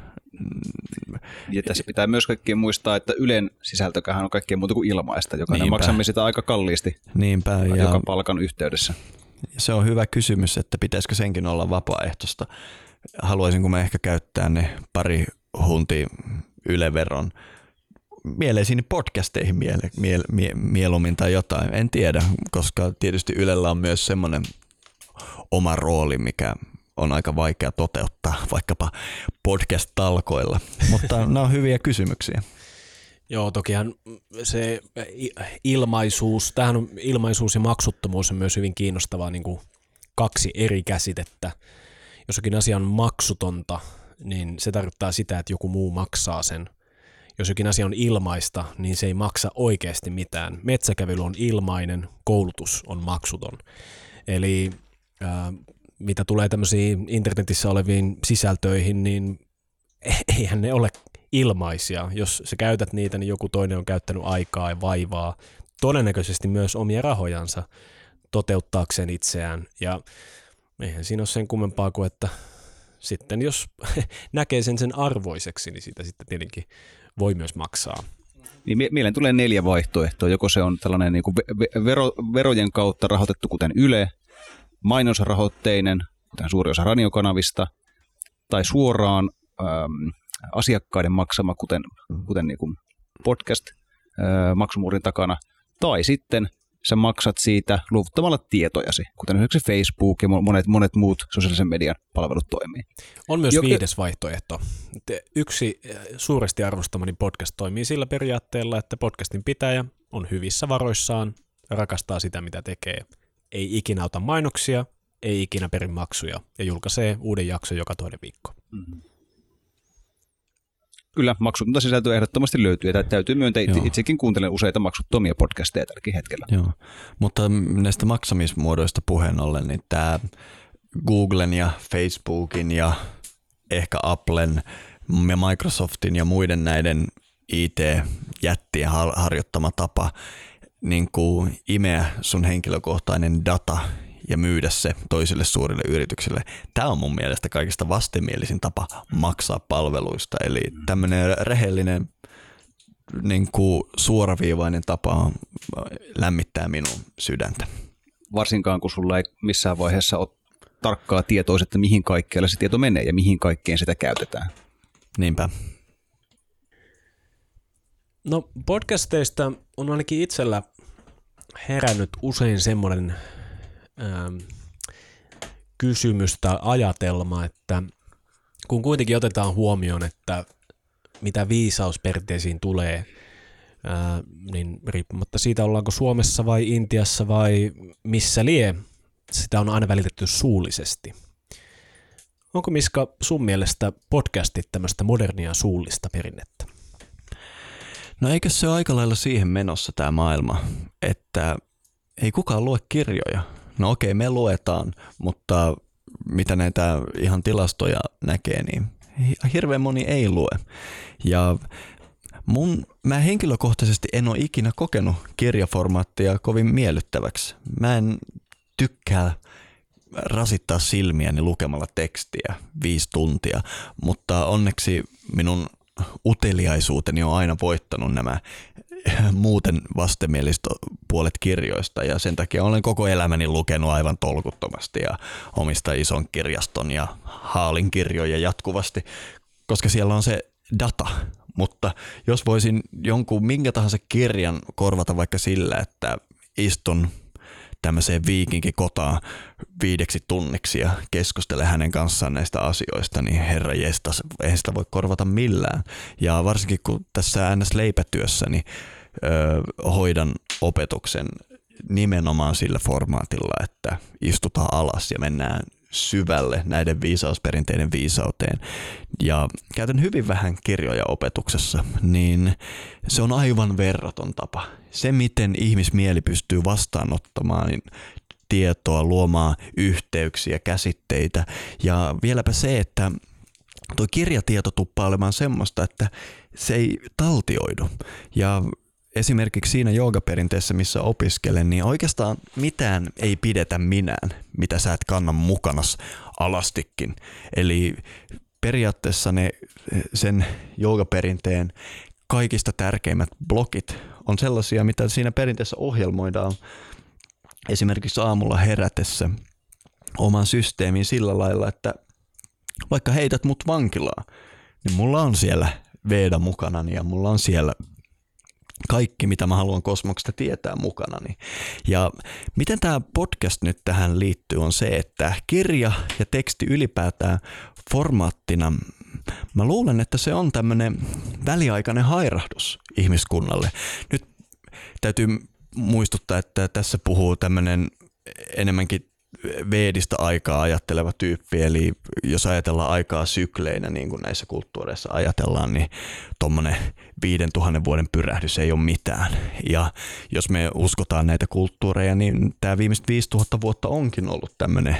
Ja tässä pitää myös kaikkien muistaa, että Ylen sisältökähän on kaikkea muuta kuin ilmaista. Jokainen maksamme sitä aika kalliisti. Niinpä. Joka palkan yhteydessä. Se on hyvä kysymys, että pitäisikö senkin olla vapaaehtoista. Haluaisinko mä ehkä käyttää ne pari huntia Yle-veron mieleisiin podcasteihin mieluummin tai jotain. En tiedä, koska tietysti Ylellä on myös semmoinen oma rooli, mikä on aika vaikea toteuttaa vaikkapa podcast-talkoilla, mutta nämä on hyviä kysymyksiä. Joo, tokihan se ilmaisuus, tämähän on ilmaisuus ja maksuttomuus on myös hyvin kiinnostavaa niin kuin kaksi eri käsitettä. Jos jokin asia on maksutonta, niin se tarkoittaa sitä, että joku muu maksaa sen. Jos jokin asia on ilmaista, niin se ei maksa oikeasti mitään. Metsäkävely on ilmainen, koulutus on maksuton. Eli mitä tulee tämmöisiin internetissä oleviin sisältöihin, niin eihän ne ole ilmaisia. Jos sä käytät niitä, niin joku toinen on käyttänyt aikaa ja vaivaa, todennäköisesti myös omia rahojansa toteuttaakseen itseään. Ja eihän siinä ole sen kummempaa kuin, että sitten jos näkee sen arvoiseksi, niin siitä sitten tietenkin voi myös maksaa. Niin mieleen tulee 4 vaihtoehtoa. Joko se on tällainen niin kuin verojen kautta rahoitettu, kuten Yle, mainosrahoitteinen, kuten suuri osa radiokanavista, tai suoraan asiakkaiden maksama, kuten niin kuin podcast maksumuurin takana, tai sitten sä maksat siitä luovuttamalla tietojasi, kuten esimerkiksi Facebook ja monet muut sosiaalisen median palvelut toimii. On myös 5. vaihtoehto. Yksi suuresti arvostamani podcast toimii sillä periaatteella, että podcastin pitäjä on hyvissä varoissaan, rakastaa sitä mitä tekee, ei ikinä ota mainoksia, ei ikinä peri maksuja ja julkaisee uuden jakson joka toinen viikko. Mm-hmm. Kyllä, maksutonta sisältöä ehdottomasti löytyy ja täytyy myöntää, itsekin kuuntelen useita maksuttomia podcasteja tälläkin hetkellä. Joo, mutta näistä maksamismuodoista puheen ollen, niin tämä Googlen ja Facebookin ja ehkä Applen ja Microsoftin ja muiden näiden IT-jättien harjoittama tapa niin kuin imeä sun henkilökohtainen data ja myydä se toisille suurille yrityksille. Tämä on mun mielestä kaikista vastenmielisin tapa maksaa palveluista. Eli tämmöinen rehellinen niin kuin suoraviivainen tapa lämmittää minun sydäntä. Varsinkaan kun sulla ei missään vaiheessa ole tarkkaa tietoa, että mihin kaikkialle se tieto menee ja mihin kaikkeen sitä käytetään. Niinpä. No podcasteista on ainakin itsellä herännyt usein semmoinen kysymys tai ajatelma, että kun kuitenkin otetaan huomioon, että mitä viisausperinteisiin tulee, niin riippumatta siitä ollaanko Suomessa vai Intiassa vai missä lie, sitä on aina välitetty suullisesti. Onko Miska sun mielestä podcastit tämmöistä modernia suullista perinnettä? No eikö se ole aika lailla siihen menossa tämä maailma, että ei kukaan lue kirjoja. No okei, me luetaan, mutta mitä näitä ihan tilastoja näkee, niin hirveän moni ei lue. Ja mä henkilökohtaisesti en ole ikinä kokenut kirjaformaattia kovin miellyttäväksi. Mä en tykkää rasittaa silmiäni lukemalla tekstiä 5 tuntia, mutta onneksi minun uteliaisuuteni on aina voittanut nämä muuten vastenmieliset puolet kirjoista ja sen takia olen koko elämäni lukenut aivan tolkuttomasti ja omistan ison kirjaston ja haalin kirjoja jatkuvasti, koska siellä on se data. Mutta jos voisin jonkun minkä tahansa kirjan korvata vaikka sillä, että istun tämmöiseen viikinkikotaan 5 tunniksi ja keskustele hänen kanssaan näistä asioista, niin herra jestas, eihän sitä voi korvata millään. Ja varsinkin kun tässä NS-leipätyössä niin hoidan opetuksen nimenomaan sillä formaatilla, että istutaan alas ja mennään syvälle näiden viisausperinteiden viisauteen ja käytän hyvin vähän kirjoja opetuksessa, niin se on aivan verraton tapa. Se, miten ihmismieli pystyy vastaanottamaan tietoa, luomaan yhteyksiä, käsitteitä ja vieläpä se, että tuo kirjatieto tuppaa olemaan semmoista, että se ei taltioidu ja esimerkiksi siinä joogaperinteessä, missä opiskelen, niin oikeastaan mitään ei pidetä minään, mitä sä et kanna mukanas alastikin. Eli periaatteessa sen joogaperinteen kaikista tärkeimmät blokit on sellaisia, mitä siinä perinteessä ohjelmoidaan esimerkiksi aamulla herätessä oman systeemiin sillä lailla, että vaikka heität mut vankilaan, niin mulla on siellä Veda mukanani ja mulla on siellä kaikki, mitä mä haluan kosmoksesta tietää mukanani. Ja miten tämä podcast nyt tähän liittyy on se, että kirja ja teksti ylipäätään formaattina, mä luulen, että se on tämmöinen väliaikainen hairahdus ihmiskunnalle. Nyt täytyy muistuttaa, että tässä puhuu tämmöinen enemmänkin veedistä aikaa ajatteleva tyyppi, eli jos ajatellaan aikaa sykleinä, niin kuin näissä kulttuureissa ajatellaan, niin tuommoinen 5000 vuoden pyrähdys ei ole mitään. Ja jos me uskotaan näitä kulttuureja, niin tämä viimeiset 5000 vuotta onkin ollut tämmöinen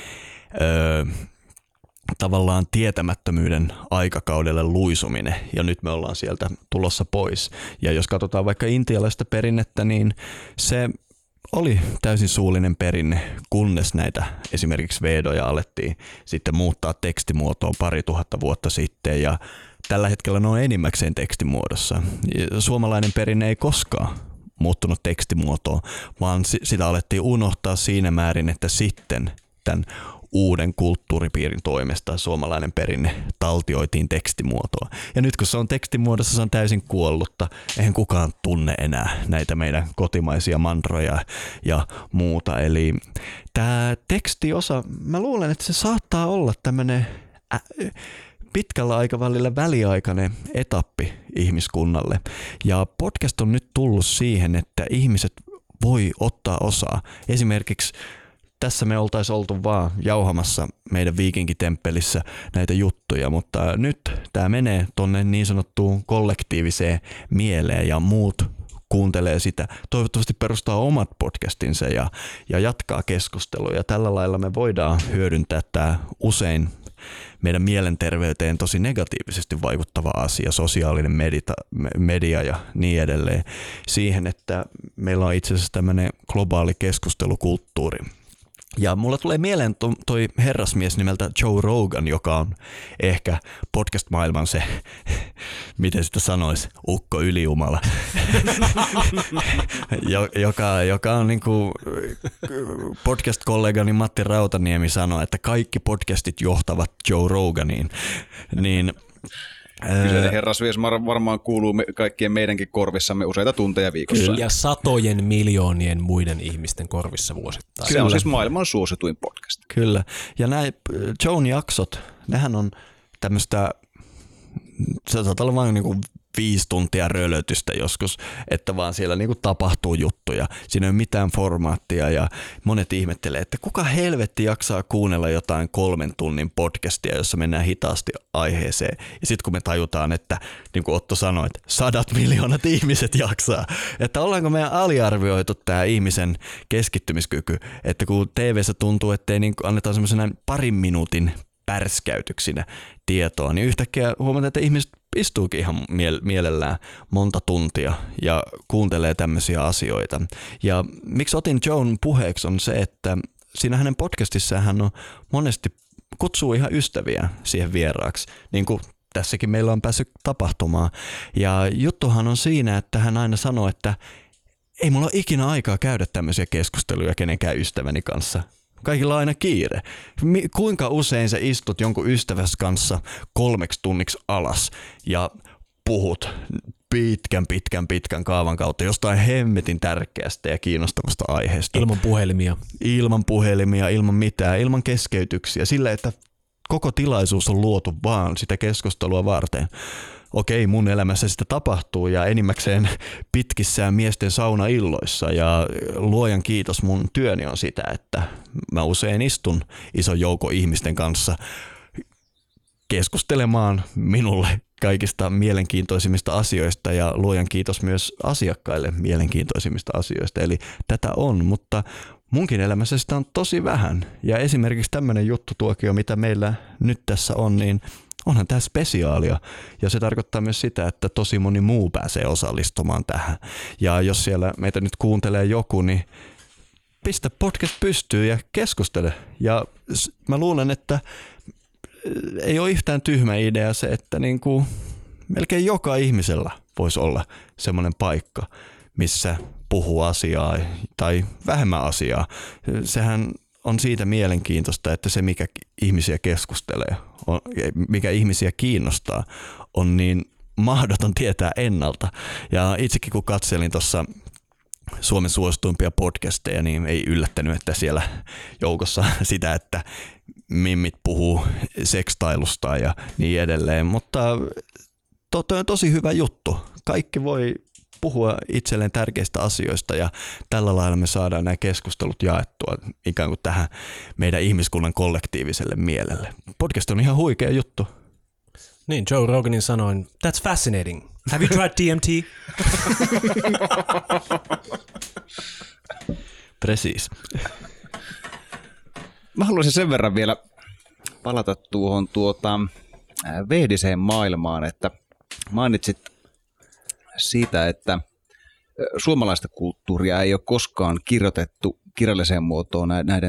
tavallaan tietämättömyyden aikakaudelle luisuminen, ja nyt me ollaan sieltä tulossa pois. Ja jos katsotaan vaikka intialaista perinnettä, niin se oli täysin suullinen perinne, kunnes näitä esimerkiksi vedoja alettiin sitten muuttaa tekstimuotoon 2000 vuotta sitten, ja tällä hetkellä ne on enimmäkseen tekstimuodossa. Suomalainen perinne ei koskaan muuttunut tekstimuotoon, vaan sitä alettiin unohtaa siinä määrin, että sitten tämän uuden kulttuuripiirin toimesta suomalainen perinne taltioitiin tekstimuotoon. Ja nyt kun se on tekstimuodossa, se on täysin kuollutta. Eihän kukaan tunne enää näitä meidän kotimaisia mantroja ja muuta. Eli tämä tekstiosa, mä luulen, että se saattaa olla tämmöinen pitkällä aikavälillä väliaikainen etappi ihmiskunnalle. Ja podcast on nyt tullut siihen, että ihmiset voi ottaa osaa. Esimerkiksi tässä me oltaisiin oltu vaan jauhamassa meidän viikinkitemppelissä näitä juttuja, mutta nyt tämä menee tonne niin sanottuun kollektiiviseen mieleen ja muut kuuntelee sitä. Toivottavasti perustaa omat podcastinsa ja jatkaa keskustelua. Ja tällä lailla me voidaan hyödyntää tämä usein meidän mielenterveyteen tosi negatiivisesti vaikuttava asia, sosiaalinen media ja niin edelleen, siihen, että meillä on itse asiassa tämmöinen globaali keskustelukulttuuri. Ja mulla tulee mieleen toi herrasmies nimeltä Joe Rogan, joka on ehkä podcast-maailman se, miten sitä sanoisi, ukko ylijumala, joka on niinku podcast-kollegani Matti Rautaniemi sanoi, että kaikki podcastit johtavat Joe Roganiin, niin kyseinen herrasmies varmaan kuuluu kaikkien meidänkin korvissamme useita tunteja viikossa. Ja satojen miljoonien muiden ihmisten korvissa vuosittain. Se on siis maailman suosituin podcast. Kyllä. Ja nämä Joen jaksot, nehän on tämmöistä, se saattaa olla vain niinku 5 tuntia rölötystä joskus, että vaan siellä niinku tapahtuu juttuja. Siinä ei ole mitään formaattia ja monet ihmettelee, että kuka helvetti jaksaa kuunnella jotain 3 tunnin podcastia, jossa mennään hitaasti aiheeseen. Ja sitten kun me tajutaan, että niin kuin Otto sanoi, että 100 miljoonat ihmiset jaksaa, että ollaanko meidän aliarvioitu tämä ihmisen keskittymiskyky, että kun TV:ssä tuntuu, ettei niin annetaan semmoisena 2 minuutin pärskäytyksinä tietoa, niin yhtäkkiä huomataan, että ihmiset istuukin ihan mielellään monta tuntia ja kuuntelee tämmöisiä asioita. Ja miksi otin Joen puheeksi on se, että siinä hänen podcastissaan hän on monesti kutsuu ihan ystäviä siihen vieraaksi, niin kuin tässäkin meillä on päässyt tapahtumaan. Ja juttuhan on siinä, että hän aina sanoo, että ei mulla ole ikinä aikaa käydä tämmöisiä keskusteluja kenenkään ystäväni kanssa. Kaikilla on aina kiire. Kuinka usein sä istut jonkun ystäväs kanssa 3 tunniksi alas ja puhut pitkän kaavan kautta jostain hemmetin tärkeästä ja kiinnostavasta aiheesta. Ilman puhelimia. Ilman puhelimia, ilman mitään, ilman keskeytyksiä. Sillä, että koko tilaisuus on luotu vaan sitä keskustelua varten. Okei, mun elämässä sitä tapahtuu ja enimmäkseen pitkissään miesten saunailloissa ja luojan kiitos mun työni on sitä, että mä usein istun ison joukon ihmisten kanssa keskustelemaan minulle kaikista mielenkiintoisimmista asioista ja luojan kiitos myös asiakkaille mielenkiintoisimmista asioista. Eli tätä on, mutta munkin elämässä sitä on tosi vähän. Ja esimerkiksi tämmöinen juttutuokio, mitä meillä nyt tässä on, niin onhan tämä spesiaalia. Ja se tarkoittaa myös sitä, että tosi moni muu pääsee osallistumaan tähän. Ja jos siellä meitä nyt kuuntelee joku, niin pistä podcast pystyyn ja keskustele. Ja mä luulen, että ei ole yhtään tyhmä idea se, että niin kuin melkein joka ihmisellä voisi olla semmoinen paikka, missä puhuu asiaa tai vähemmän asiaa. Sehän on siitä mielenkiintoista, että se mikä ihmisiä keskustelee, mikä ihmisiä kiinnostaa, on niin mahdoton tietää ennalta. Ja itsekin kun katselin tuossa Suomen suosituimpia podcasteja, niin ei yllättänyt, että siellä joukossa sitä, että mimmit puhuu sekstailusta ja niin edelleen, mutta on tosi hyvä juttu. Kaikki voi puhua itselleen tärkeistä asioista ja tällä lailla me saadaan nämä keskustelut jaettua ikään kuin tähän meidän ihmiskunnan kollektiiviselle mielelle. Podcast on ihan huikea juttu. Niin, Joe Roganin sanoin, that's fascinating. Have you tried DMT? Precis. Mä haluaisin sen verran vielä palata tuohon vehdiseen maailmaan, että mainitsit siitä, että suomalaista kulttuuria ei ole koskaan kirjoitettu kirjalliseen muotoon näiden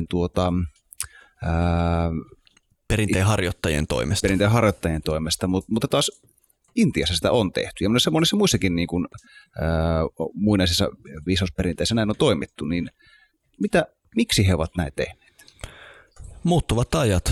perinteen harjoittajien toimesta, mutta taas Intiassa sitä on tehty ja monissa muissakin niin kuin, muinaisissa viisausperinteissä näin on toimittu, niin miksi he ovat näin tehneet? Muuttuvat ajat.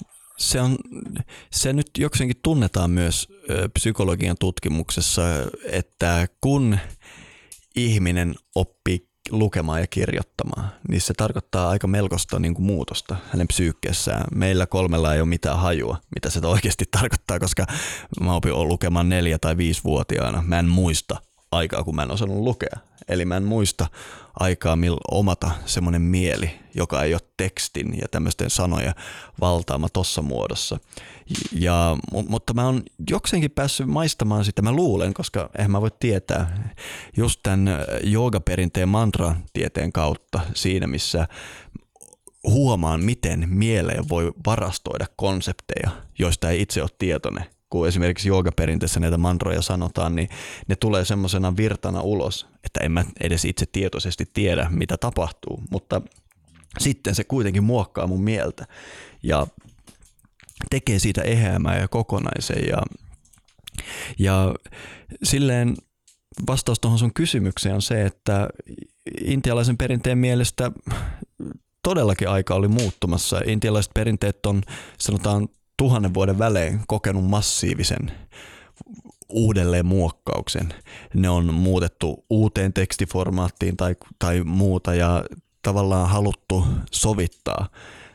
Se nyt jokseenkin tunnetaan myös psykologian tutkimuksessa, että kun ihminen oppii lukemaan ja kirjoittamaan, niin se tarkoittaa aika melkoista niin kuin muutosta hänen psyykkeessään. Meillä kolmella ei ole mitään hajua, mitä se oikeasti tarkoittaa, koska mä opin lukemaan 4- tai 5-vuotiaana. Mä en muista aikaa, kun mä en osannut lukea. Eli mä en muista aikaa, millä omata semmoinen mieli, joka ei ole tekstin ja tämmöisten sanoja valtaama tossa muodossa. Mutta mä oon jokseenkin päässyt maistamaan sitä, mä luulen, koska eihän mä voi tietää, just tämän joogaperinteen mantra-tieteen kautta siinä, missä huomaan, miten mieleen voi varastoida konsepteja, joista ei itse ole tietoinen. Kun esimerkiksi joogaperinteessä näitä mantroja sanotaan, niin ne tulee semmoisena virtana ulos, että en mä edes itse tietoisesti tiedä, mitä tapahtuu, mutta sitten se kuitenkin muokkaa mun mieltä ja tekee siitä eheämää ja kokonaisen. Ja silleen vastaus tuohon sun kysymykseen on se, että intialaisen perinteen mielestä todellakin aika oli muuttumassa. Intialaiset perinteet on, sanotaan, 1000 vuoden välein kokenut massiivisen uudelleen muokkauksen. Ne on muutettu uuteen tekstiformaattiin tai muuta ja tavallaan haluttu sovittaa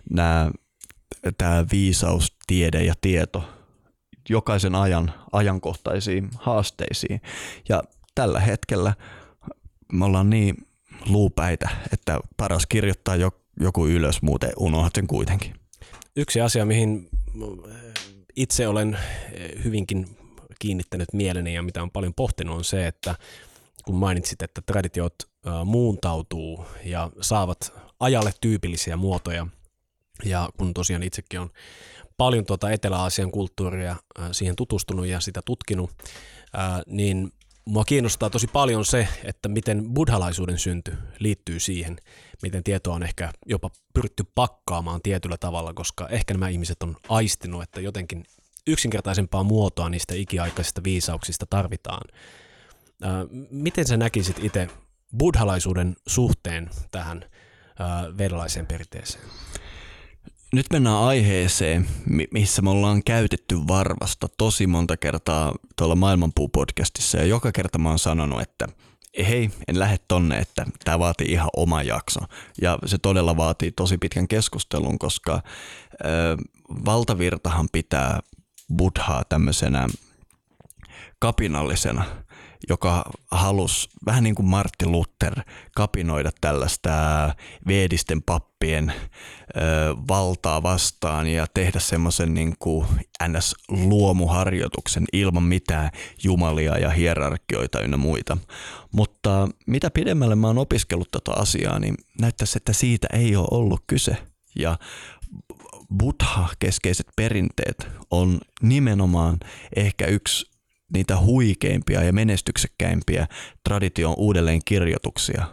tämä viisaus, tiede ja tieto jokaisen ajankohtaisiin haasteisiin. Ja tällä hetkellä me ollaan niin luupäitä, että paras kirjoittaa joku ylös, muuten unohdat sen kuitenkin. Yksi asia, mihin itse olen hyvinkin kiinnittänyt mieleni ja mitä on paljon pohtinut, on se, että kun mainitsit, että traditiot muuntautuu ja saavat ajalle tyypillisiä muotoja, ja kun tosiaan itsekin on paljon Etelä-Aasian kulttuuria siihen tutustunut ja sitä tutkinut, niin mua kiinnostaa tosi paljon se, että miten buddhalaisuuden synty liittyy siihen, miten tietoa on ehkä jopa pyritty pakkaamaan tietyllä tavalla, koska ehkä nämä ihmiset on aistinut, että jotenkin yksinkertaisempaa muotoa niistä ikiaikaisista viisauksista tarvitaan. Miten sä näkisit itse buddhalaisuuden suhteen tähän vedalaiseen perinteeseen? Nyt mennään aiheeseen, missä me ollaan käytetty varvasta tosi monta kertaa tuolla Maailmanpuu-podcastissa ja joka kerta mä oon sanonut, että hei, en lähde tonne, että tää vaatii ihan oma jakso. Ja se todella vaatii tosi pitkän keskustelun, koska valtavirtahan pitää buddhaa tämmöisenä kapinallisena, joka halusi vähän niin kuin Martin Luther kapinoida tällaista veedisten pappien valtaa vastaan ja tehdä semmoisen niin kuin NS-luomuharjoituksen ilman mitään jumalia ja hierarkioita ynnä muita. Mutta mitä pidemmälle mä oon opiskellut tätä asiaa, niin näyttäisi, että siitä ei ole ollut kyse. Ja buddha-keskeiset perinteet on nimenomaan ehkä yksi niitä huikeimpia ja menestyksekkäimpiä tradition uudelleen-kirjoituksia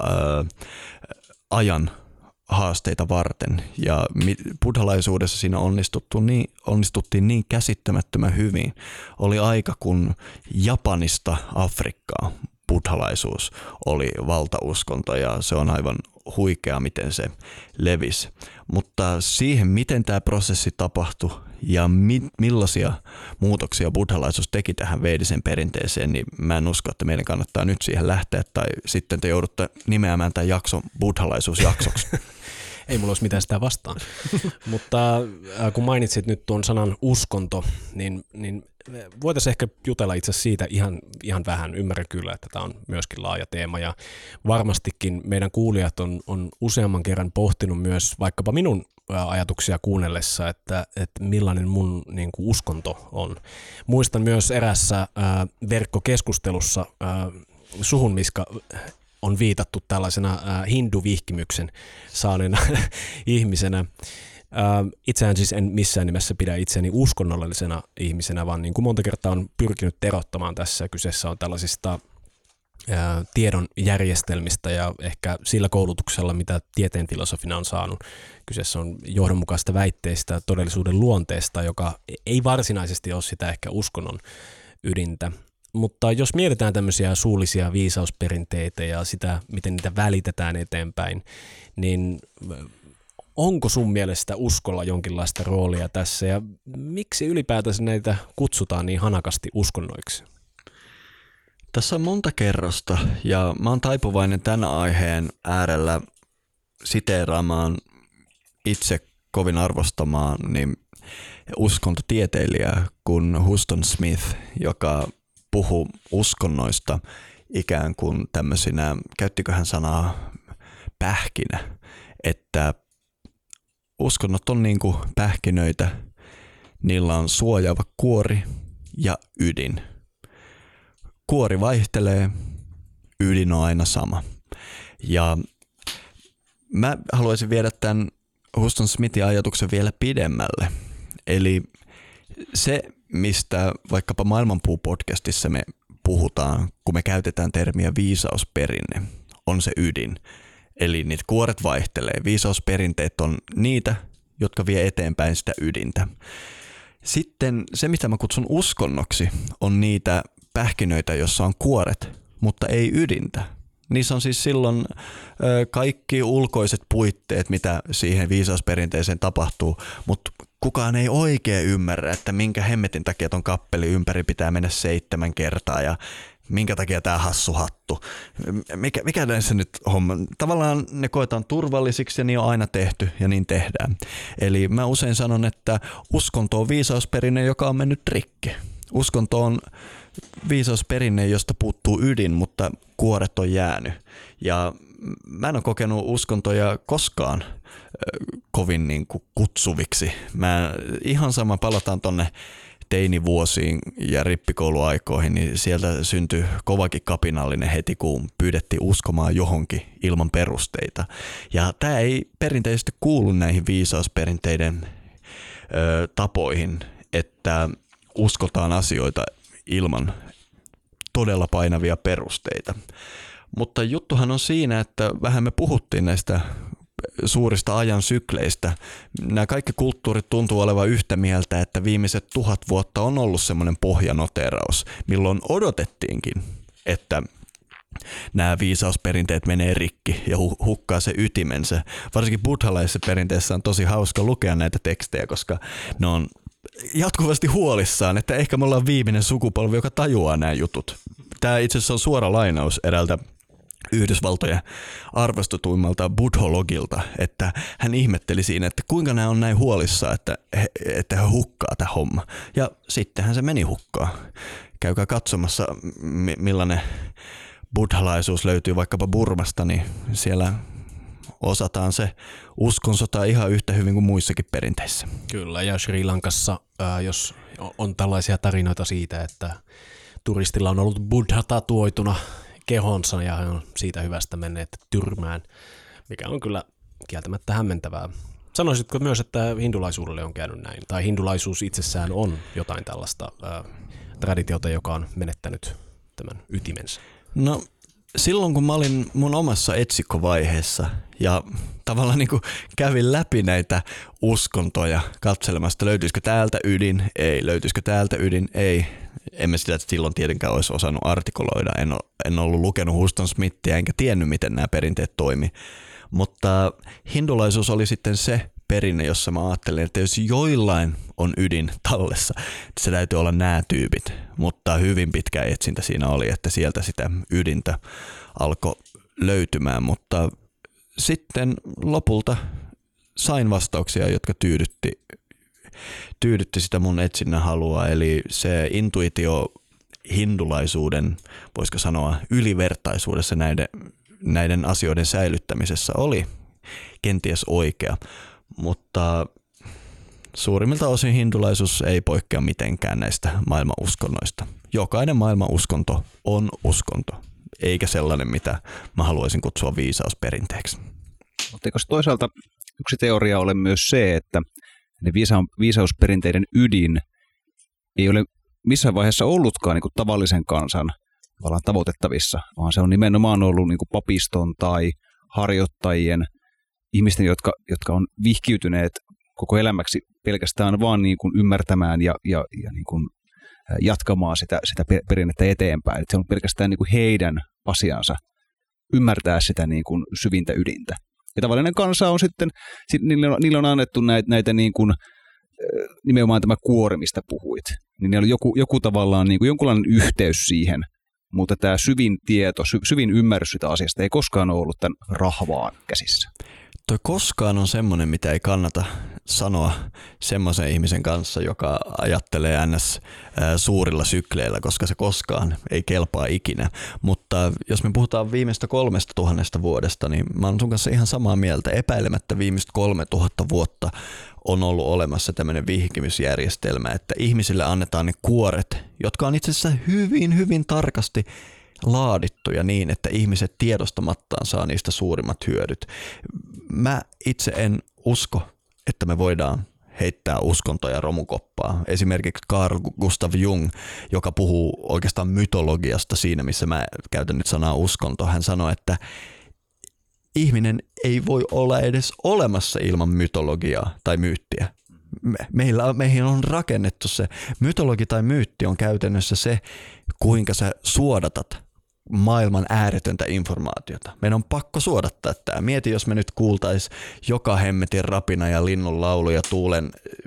ajan haasteita varten. Ja buddhalaisuudessa siinä onnistuttiin niin käsittämättömän hyvin. Oli aika, kun Japanista Afrikkaan buddhalaisuus oli valtauskonto ja se on aivan huikea, miten se levisi. Mutta siihen, miten tämä prosessi tapahtui ja millaisia muutoksia buddhalaisuus teki tähän veedisen perinteeseen, niin mä en usko, että meidän kannattaa nyt siihen lähteä tai sitten te joudutte nimeämään tämän jakson buddhalaisuusjaksoksi. Ei mulla olisi mitään sitä vastaan. Mutta kun mainitsit nyt tuon sanan uskonto, niin voitaisiin ehkä jutella itse asiassa siitä ihan vähän. Ymmärrän kyllä, että tämä on myöskin laaja teema ja varmastikin meidän kuulijat on useamman kerran pohtinut myös vaikkapa minun ajatuksia kuunnellessa, että millainen mun niin kuin uskonto on. Muistan myös erässä verkkokeskustelussa suhun, miska on viitattu tällaisena hinduvihkimyksen saaneena ihmisenä. Itseään siis en missään nimessä pidä itseäni uskonnollisena ihmisenä, vaan niin kuin monta kertaa on pyrkinyt erottamaan tässä. Kyseessä on tällaisista tiedon järjestelmistä ja ehkä sillä koulutuksella, mitä tieteen filosofina on saanut. Kyseessä on johdonmukaista väitteistä todellisuuden luonteesta, joka ei varsinaisesti ole sitä ehkä uskonnon ydintä. Mutta jos mietitään tämmöisiä suullisia viisausperinteitä ja sitä, miten niitä välitetään eteenpäin, niin onko sun mielestä uskolla jonkinlaista roolia tässä ja miksi ylipäätänsä näitä kutsutaan niin hanakasti uskonnoiksi? Tässä on monta kerrosta ja mä oon taipuvainen tämän aiheen äärellä siteeraamaan itse kovin arvostamaan niin uskontotieteilijää kuin Huston Smith, joka puhuu uskonnoista ikään kuin tämmöisinä, käyttikö hän sanaa pähkinä, että uskonnot on niin kuin pähkinöitä, niillä on suojaava kuori ja ydin. Kuori vaihtelee, ydin on aina sama. Ja mä haluaisin viedä tämän Huston Smithin ajatuksen vielä pidemmälle. Eli se, mistä vaikkapa Maailmanpuu-podcastissa me puhutaan, kun me käytetään termiä viisausperinne, on se ydin. Eli niitä kuoret vaihtelee. Viisausperinteet on niitä, jotka vie eteenpäin sitä ydintä. Sitten se, mitä mä kutsun uskonnoksi, on niitä pähkinöitä, jossa on kuoret, mutta ei ydintä. Niissä on siis silloin kaikki ulkoiset puitteet, mitä siihen viisausperinteeseen tapahtuu, mutta kukaan ei oikein ymmärrä, että minkä hemmetin takia ton kappeli ympäri pitää mennä 7 kertaa ja minkä takia tää hassu hattu. Mikä näissä nyt homma? Tavallaan ne koetaan turvallisiksi ja niin on aina tehty ja niin tehdään. Eli mä usein sanon, että uskonto on viisausperinne, joka on mennyt rikki. Uskonto on viisausperinne, josta puuttuu ydin, mutta kuoret on jäänyt. Ja mä en ole kokenut uskontoja koskaan kovin niin kuin kutsuviksi. Ihan sama, palataan tonne teinivuosiin ja rippikouluaikoihin, niin sieltä syntyi kovakin kapinallinen heti, kun pyydettiin uskomaan johonkin ilman perusteita. Ja tämä ei perinteisesti kuulu näihin viisausperinteiden tapoihin, että uskotaan asioita ilman todella painavia perusteita. Mutta juttuhan on siinä, että vähän me puhuttiin näistä suurista ajan sykleistä. Nämä kaikki kulttuurit tuntuu olevan yhtä mieltä, että viimeiset 1000 vuotta on ollut semmoinen pohjanoteraus, milloin odotettiinkin, että nämä viisausperinteet menee rikki ja hukkaa se ytimensä. Varsinkin buddhalaisessa perinteessä on tosi hauska lukea näitä tekstejä, koska ne on jatkuvasti huolissaan, että ehkä me ollaan viimeinen sukupolvi, joka tajuaa nämä jutut. Tämä itse asiassa on suora lainaus eräältä Yhdysvaltojen arvostetuimmalta buddhologilta, että hän ihmetteli siinä, että kuinka nämä on näin huolissaan, että he hukkaa tämä homma. Ja sittenhän se meni hukkaan. Käykää katsomassa, millainen buddhalaisuus löytyy vaikkapa Burmasta, niin siellä osataan se uskonsota ihan yhtä hyvin kuin muissakin perinteissä. Kyllä, ja Sri Lankassa, jos on tällaisia tarinoita siitä, että turistilla on ollut buddha tatuoituna kehonsa ja he on siitä hyvästä menneet tyrmään, mikä on kyllä kieltämättä hämmentävää. Sanoisitko myös, että hindulaisuudelle on käynyt näin, tai hindulaisuus itsessään on jotain tällaista traditiota, joka on menettänyt tämän ytimensä? No silloin kun mä olin mun omassa etsikkovaiheessa ja tavallaan niin kuin kävin läpi näitä uskontoja katselemasta, löytyisikö täältä ydin, ei, löytyisikö täältä ydin, ei. Emme sitä silloin tietenkään olisi osannut artikuloida, en ollut lukenut Huston Smithia enkä tiennyt miten nämä perinteet toimi. Mutta hindulaisuus oli sitten se perinne, jossa mä ajattelin, että jos joillain on ydin tallessa, se täytyy olla nämä tyypit. Mutta hyvin pitkä etsintä siinä oli, että sieltä sitä ydintä alkoi löytymään. Mutta sitten lopulta sain vastauksia, jotka tyydytti sitä mun etsinnän halua. Eli se intuitio hindulaisuuden, voisiko sanoa ylivertaisuudessa näiden asioiden säilyttämisessä oli kenties oikea, mutta suurimmilta osin hindulaisuus ei poikkea mitenkään näistä maailmanuskonnoista. Jokainen maailmanuskonto on uskonto, eikä sellainen, mitä mä haluaisin kutsua viisausperinteeksi. Mutta eikö toisaalta yksi teoria ole myös se, että ne viisausperinteiden ydin ei ole missään vaiheessa ollutkaan niin kuin tavallisen kansan tavallaan tavoitettavissa, vaan se on nimenomaan ollut niin kuin papiston tai harjoittajien, ihmisten, jotka on vihkiytyneet koko elämäksi pelkästään vaan niin kuin ymmärtämään ja niin kuin jatkamaan sitä perinnettä eteenpäin. Että se on pelkästään niin kuin heidän asiansa ymmärtää sitä niin kuin syvintä ydintä. Ja tavallinen kansa on sitten niillä on annettu näitä niin kuin, nimenomaan tämä kuori, mistä puhuit. Niin niillä on joku tavallaan niin kuin jonkunlainen yhteys siihen, mutta tämä syvin tieto, syvin ymmärrys sitä asiasta ei koskaan ole ollut tämän rahvaan käsissä. Toi koskaan on semmoinen, mitä ei kannata sanoa semmoisen ihmisen kanssa, joka ajattelee ns. Suurilla sykleillä, koska se koskaan ei kelpaa ikinä. Mutta jos me puhutaan viimeistä 3000 vuodesta, niin mä oon sun kanssa ihan samaa mieltä. Epäilemättä viimeistä 3000 vuotta on ollut olemassa tämmöinen vihkimysjärjestelmä, että ihmisille annetaan ne kuoret, jotka on itse asiassa hyvin, hyvin tarkasti laadittuja niin, että ihmiset tiedostamattaan saa niistä suurimmat hyödyt. Mä itse en usko, että me voidaan heittää uskontoja romukoppaa. Esimerkiksi Carl Gustav Jung, joka puhuu oikeastaan mytologiasta siinä, missä mä käytän nyt sanaa uskonto. Hän sanoi, että ihminen ei voi olla edes olemassa ilman mytologiaa tai myyttiä. Meihin on rakennettu se. Mytologi tai myytti on käytännössä se, kuinka sä suodatat maailman ääretöntä informaatiota. Meidän on pakko suodattaa tämä. Mieti, jos me nyt kuultaisiin joka hemmetin rapina ja linnun laulu ja tuulen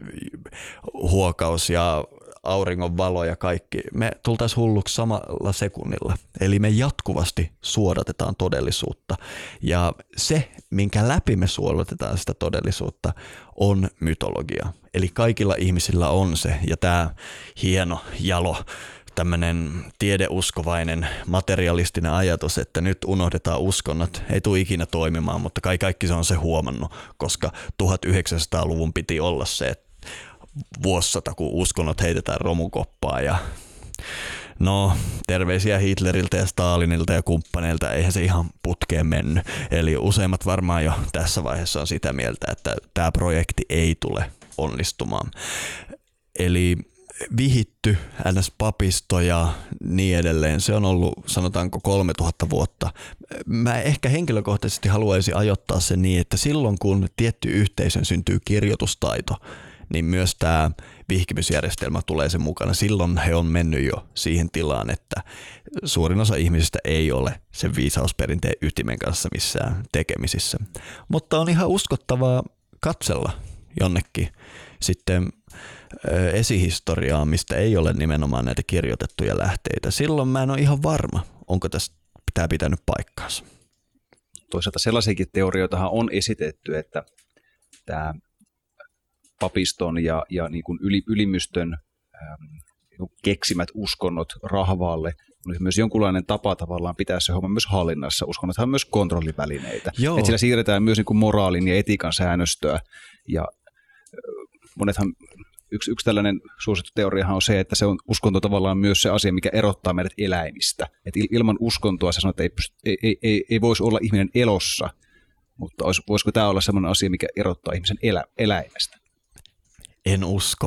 huokaus ja auringon valo ja kaikki. Me tultaisiin hulluksi samalla sekunnilla. Eli me jatkuvasti suodatetaan todellisuutta. Ja se, minkä läpi me suodatetaan sitä todellisuutta, on mytologia. Eli kaikilla ihmisillä on se. Ja tämä hieno, jalo, tämmöinen tiedeuskovainen, materialistinen ajatus, että nyt unohdetaan uskonnot, ei tule ikinä toimimaan, mutta kaikki se on se huomannut, koska 1900-luvun piti olla se vuosisata, kun uskonnot heitetään romukoppaa ja no, terveisiä Hitleriltä ja Stalinilta ja kumppaneilta, eihän se ihan putkeen mennyt. Eli useimmat varmaan jo tässä vaiheessa on sitä mieltä, että tämä projekti ei tule onnistumaan. Eli vihitty, NS-papisto ja niin edelleen, se on ollut sanotaanko 3000 vuotta. Mä ehkä henkilökohtaisesti haluaisin ajoittaa sen niin, että silloin kun tietty yhteisön syntyy kirjoitustaito, niin myös tämä vihkimysjärjestelmä tulee sen mukana. Silloin he on mennyt jo siihen tilaan, että suurin osa ihmisistä ei ole sen viisausperinteen ytimen kanssa missään tekemisissä. Mutta on ihan uskottavaa katsella jonnekin sitten esihistoriaa, mistä ei ole nimenomaan näitä kirjoitettuja lähteitä. Silloin mä en ole ihan varma, onko tässä tämä pitänyt paikkaansa. Toisaalta sellaisiakin teorioitahan on esitetty, että tämä papiston ja niin kuin ylimystön keksimät uskonnot rahvaalle olisi myös jonkunlainen tapa tavallaan pitää se homma myös hallinnassa. Uskonnothan on myös kontrollivälineitä. Että sillä siirretään myös niin kuin moraalin ja etiikan säännöstöä. Ja monethan, yksi tällainen suosittu teoriahan on se, että se on uskonto tavallaan myös se asia, mikä erottaa meidät eläimistä. Että ilman uskontoa se sanoo, että ei voisi olla ihminen elossa, mutta voisiko tämä olla sellainen asia, mikä erottaa ihmisen eläimestä? En usko.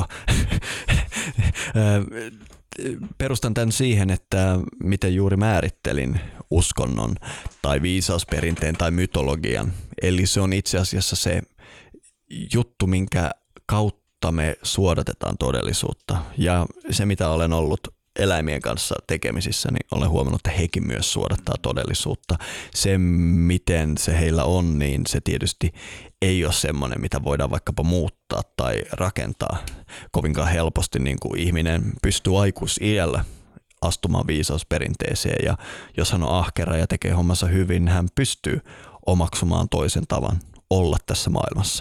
Perustan tämän siihen, että miten juuri määrittelin uskonnon tai viisausperinteen tai mytologian. Eli se on itse asiassa se juttu, minkä kautta me suodatetaan todellisuutta. Ja se, mitä olen ollut eläimien kanssa tekemisissä, niin olen huomannut, että hekin myös suodattaa todellisuutta. Se, miten se heillä on, niin se tietysti ei ole semmoinen, mitä voidaan vaikkapa muuttaa tai rakentaa kovinkaan helposti, niin kuin ihminen pystyy aikuisiällä astumaan viisausperinteeseen. Ja jos hän on ahkera ja tekee hommansa hyvin, niin hän pystyy omaksumaan toisen tavan olla tässä maailmassa.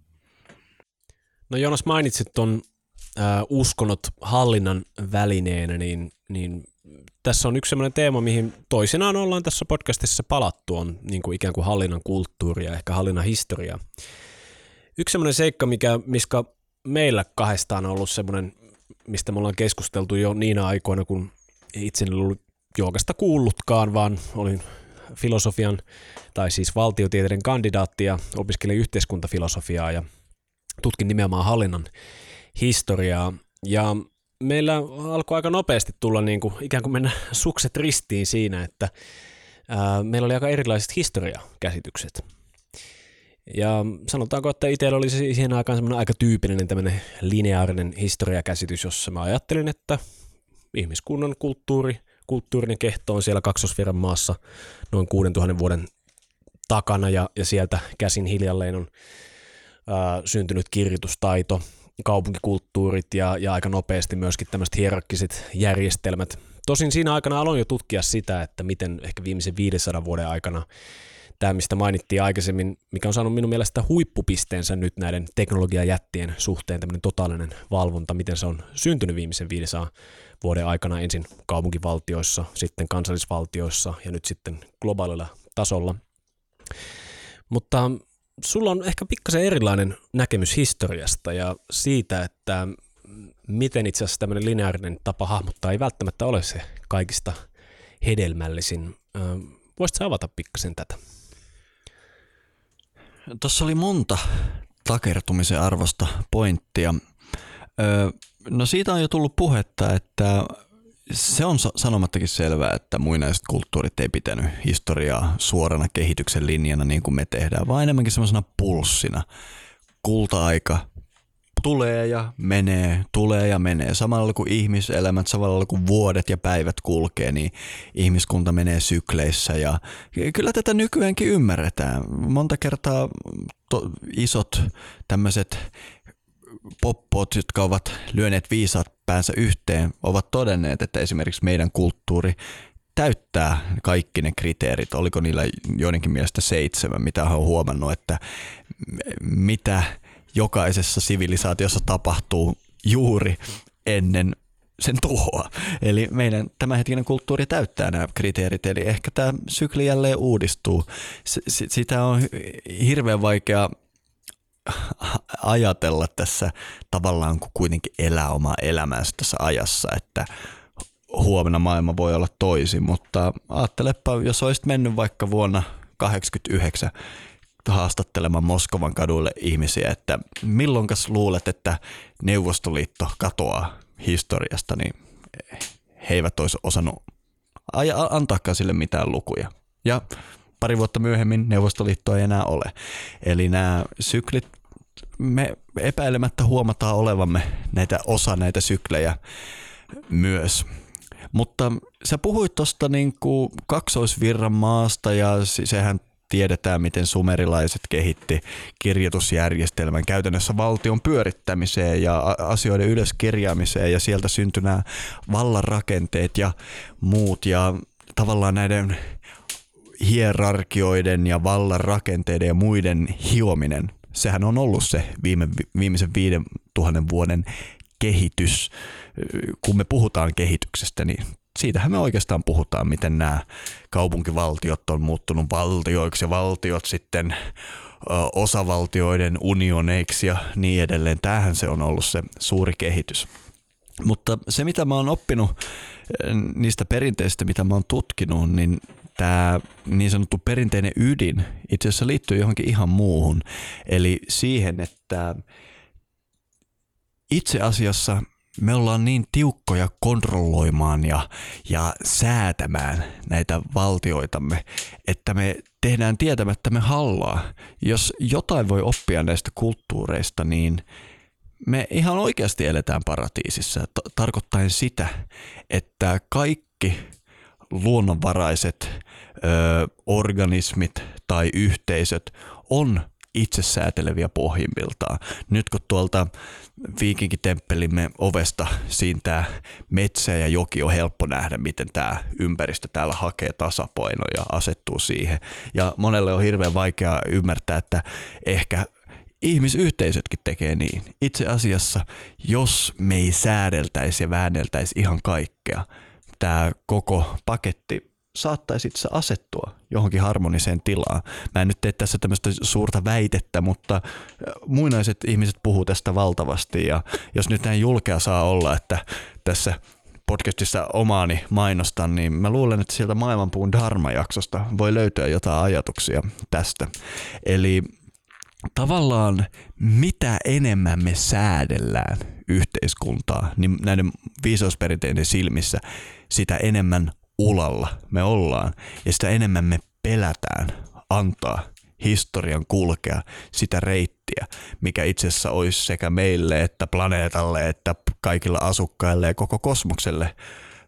No Joonas, mainitsit tuon uskonnot hallinnan välineenä, niin tässä on yksi sellainen teema, mihin toisinaan ollaan tässä podcastissa palattu, on niin kuin ikään kuin hallinnan kulttuuri ja ehkä hallinnan historia. Yksi sellainen seikka, mikä meillä kahdestaan on ollut semmoinen, mistä me ollaan keskusteltu jo niinä aikoina, kun itse en ollut joogasta kuullutkaan, vaan olin filosofian tai siis valtiotieteiden kandidaatti ja opiskelin yhteiskuntafilosofiaa ja tutkin nimenomaan hallinnan historiaa, ja meillä alkoi aika nopeasti tulla niin kuin, ikään kuin mennä sukset ristiin siinä, että meillä oli aika erilaiset historiakäsitykset. Ja sanotaanko, että itsellä oli siihen aikaan semmoinen aika tyypillinen tämmöinen lineaarinen historiakäsitys, jossa mä ajattelin, että ihmiskunnan kulttuurinen kehto on siellä Kaksosvirran maassa noin 6000 vuoden takana, ja sieltä käsin hiljalleen on syntynyt kirjoitustaito, kaupunkikulttuurit ja aika nopeasti myöskin tämmöiset hierarkkiset järjestelmät. Tosin siinä aikana aloin jo tutkia sitä, että miten ehkä viimeisen 500 vuoden aikana tämä, mistä mainittiin aikaisemmin, mikä on saanut minun mielestä huippupisteensä nyt näiden teknologiajättien suhteen, tämmöinen totaalinen valvonta, miten se on syntynyt viimeisen 500 vuoden aikana ensin kaupunkivaltioissa, sitten kansallisvaltioissa ja nyt sitten globaalilla tasolla. Mutta sulla on ehkä pikkasen erilainen näkemys historiasta ja siitä, että miten itse asiassa tämmöinen lineaarinen tapa hahmottaa ei välttämättä ole se kaikista hedelmällisin. Voisitko avata pikkasen tätä? Tuossa oli monta takertumisen arvosta pointtia. No siitä on jo tullut puhetta, että se on sanomattakin selvää, että muinaiset kulttuurit ei pitänyt historiaa suorana kehityksen linjana niin kuin me tehdään, vaan enemmänkin semmoisena pulssina. Kulta-aika tulee ja menee. Samalla kuin ihmiselämät, samalla kuin vuodet ja päivät kulkee, niin ihmiskunta menee sykleissä. Ja kyllä tätä nykyäänkin ymmärretään. Monta kertaa isot tämmöiset poppot, jotka ovat lyöneet viisaat päänsä yhteen, ovat todenneet, että esimerkiksi meidän kulttuuri täyttää kaikki ne kriteerit. Oliko niillä joidenkin mielestä 7, mitä on huomannut, että mitä jokaisessa sivilisaatiossa tapahtuu juuri ennen sen tuhoa. Eli meidän tämänhetkinen kulttuuri täyttää nämä kriteerit, eli ehkä tämä sykli jälleen uudistuu. Sitä on hirveän vaikea ajatella tässä tavallaan, kun kuitenkin elää omaa elämäänsä tässä ajassa, että huomenna maailma voi olla toisin, mutta ajattelepa, jos olisit mennyt vaikka vuonna 1989 haastattelemaan Moskovan kaduille ihmisiä, että milloinkas luulet, että Neuvostoliitto katoaa historiasta, niin he eivät olisi osannut antaakaan sille mitään lukuja. Ja pari vuotta myöhemmin Neuvostoliittoa ei enää ole. Eli nämä syklit, me epäilemättä huomataan olevamme osa näitä syklejä myös. Mutta sä puhuit tuosta niinku Kaksoisvirran maasta ja sehän tiedetään, miten sumerilaiset kehitti kirjoitusjärjestelmän käytännössä valtion pyörittämiseen ja asioiden ylöskirjaamiseen ja sieltä syntyi nämä vallanrakenteet ja muut ja tavallaan näiden hierarkioiden ja vallan rakenteiden ja muiden hiominen, sehän on ollut se viimeisen 5000 vuoden kehitys. Kun me puhutaan kehityksestä, niin siitähän me oikeastaan puhutaan, miten nämä kaupunkivaltiot on muuttunut valtioiksi ja valtiot sitten osavaltioiden unioneiksi ja niin edelleen. Tämähän se on ollut se suuri kehitys. Mutta se, mitä mä oon oppinut niistä perinteistä, mitä mä oon tutkinut, niin tämä niin sanottu perinteinen ydin itse asiassa liittyy johonkin ihan muuhun. Eli siihen, että itse asiassa me ollaan niin tiukkoja kontrolloimaan ja säätämään näitä valtioitamme, että me tehdään tietämättämme hallaa. Jos jotain voi oppia näistä kulttuureista, niin me ihan oikeasti eletään paratiisissa, tarkoittaen sitä, että kaikki luonnonvaraiset organismit tai yhteisöt on itsesääteleviä pohjimmiltaan. Nyt kun tuolta viikinkitemppelimme ovesta siintää metsä ja joki, on helppo nähdä, miten tämä ympäristö täällä hakee tasapainoa ja asettuu siihen. Ja monelle on hirveän vaikea ymmärtää, että ehkä ihmisyhteisötkin tekee niin. Itse asiassa, jos me ei säädeltäisi ja väänneltäisi ihan kaikkea, tämä koko paketti saattaisi itse asettua johonkin harmoniseen tilaan. Mä en nyt tee tässä tämmöistä suurta väitettä, mutta muinaiset ihmiset puhuu tästä valtavasti, ja jos nyt näin julkea saa olla, että tässä podcastissa omaani mainostan, niin mä luulen, että sieltä Maailmanpuun Dharma-jaksosta voi löytyä jotain ajatuksia tästä. Eli tavallaan mitä enemmän me säädellään yhteiskuntaa, niin näiden viisausperinteiden silmissä sitä enemmän ulalla me ollaan ja sitä enemmän me pelätään antaa historian kulkea sitä reittiä, mikä itse asiassa olisi sekä meille että planeetalle että kaikilla asukkaille ja koko kosmokselle